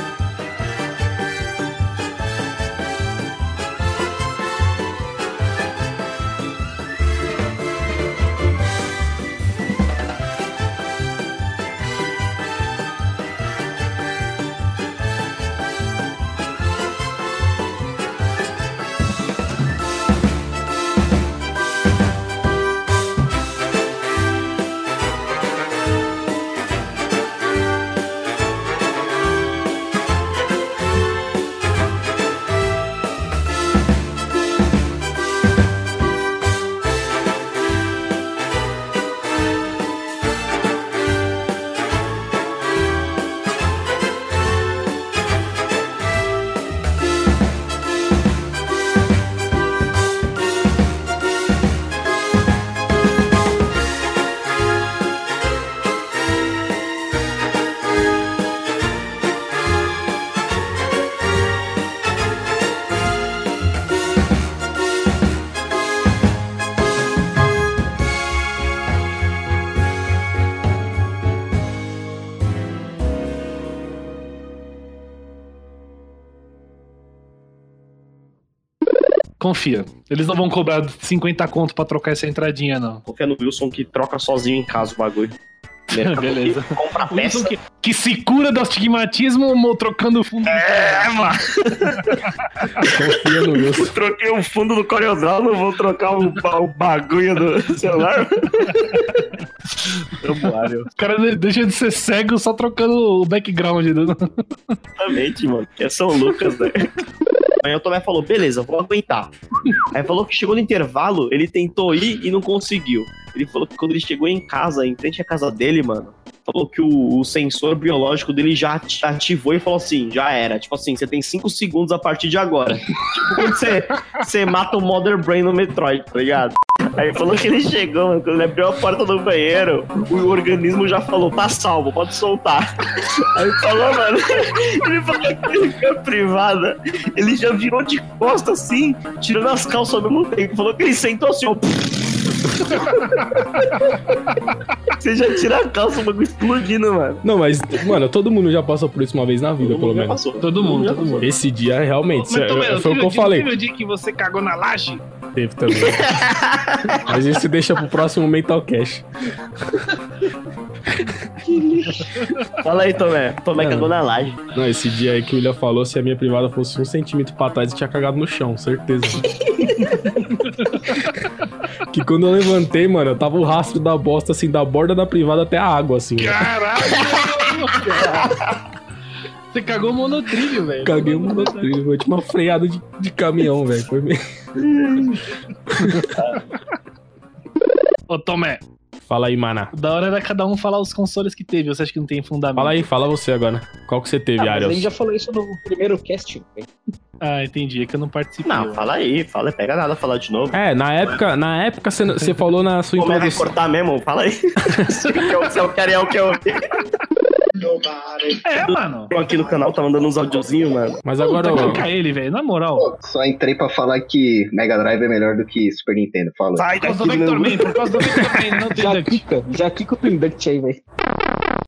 Confia. Eles não vão cobrar cinquenta conto pra trocar essa entradinha, não. Confia no Wilson que troca sozinho em casa o bagulho. Beleza. Compra a peça. Que, que se cura do astigmatismo mo- trocando o fundo. É, mano. Confia no Wilson. Troquei o fundo do CorelDRAW, não vou trocar o, o bagulho do celular. O cara deixa de ser cego só trocando o background. Do... Exatamente, mano. Que é São Lucas, né? Aí o Tomé falou, beleza, vou aguentar. Aí falou que chegou no intervalo, ele tentou ir e não conseguiu. Ele falou que quando ele chegou em casa, em frente à casa dele, mano, falou que o, o sensor biológico dele já ativou e falou assim, já era. Tipo assim, você tem cinco segundos a partir de agora. Tipo quando você, você mata o Mother Brain no Metroid, tá ligado? Aí falou que ele chegou, mano, quando ele abriu a porta do banheiro, o organismo já falou, tá salvo, pode soltar. Aí falou, mano, ele falou que ele fica privada, ele já virou de costa assim, tirando as calças ao mesmo tempo. Falou que ele sentou assim, ó. Você já tira a calça, o bagulho explodindo, mano. Não, mas, mano, todo mundo já passou por isso uma vez na vida, Todo pelo mundo já menos. passou. Todo mundo, todo mundo. Esse dia, realmente, Mas, é- Tomé, foi o que eu teve- falei. Teve o dia que você cagou na laje? Teve também. Mas isso deixa pro próximo Mental Cash. Fala aí, Tomé. Tomé Não. cagou na laje. Não, esse dia aí que o William falou, se a minha privada fosse um centímetro pra trás, eu tinha cagado no chão, certeza. Que quando eu levantei, mano, eu tava o rastro da bosta, assim, da borda da privada até a água, assim. Caralho! Você cagou monotrilho, velho. Caguei um monotrilho, foi tipo uma freada de, de caminhão, velho. Foi meio... Ô, Tomé, Fala aí, mana. da hora era cada um falar os consoles que teve. Você acha que não tem fundamento? Fala aí, fala você agora. Qual que você teve, Ah, mas a Ariel? gente já falou isso no primeiro cast. velho. Ah, entendi. É que eu não participei. Não, fala aí, fala, pega nada falar de novo. É, na época, na época você, você falou na sua Tomé vai introdução. cortar mesmo, fala aí. Se eu quero é o que eu É, mano. Tô aqui no canal, tá mandando uns audiozinhos, mano. Mas agora, Puta, ó, clica ele, velho. Na moral. Só entrei pra falar que Mega Drive é melhor do que Super Nintendo. Fala. Sai Por causa do daqui, Vector meu. Man, por causa do Vector Man, não tem Já duct. quica, já quica o Twin Duct aí, velho.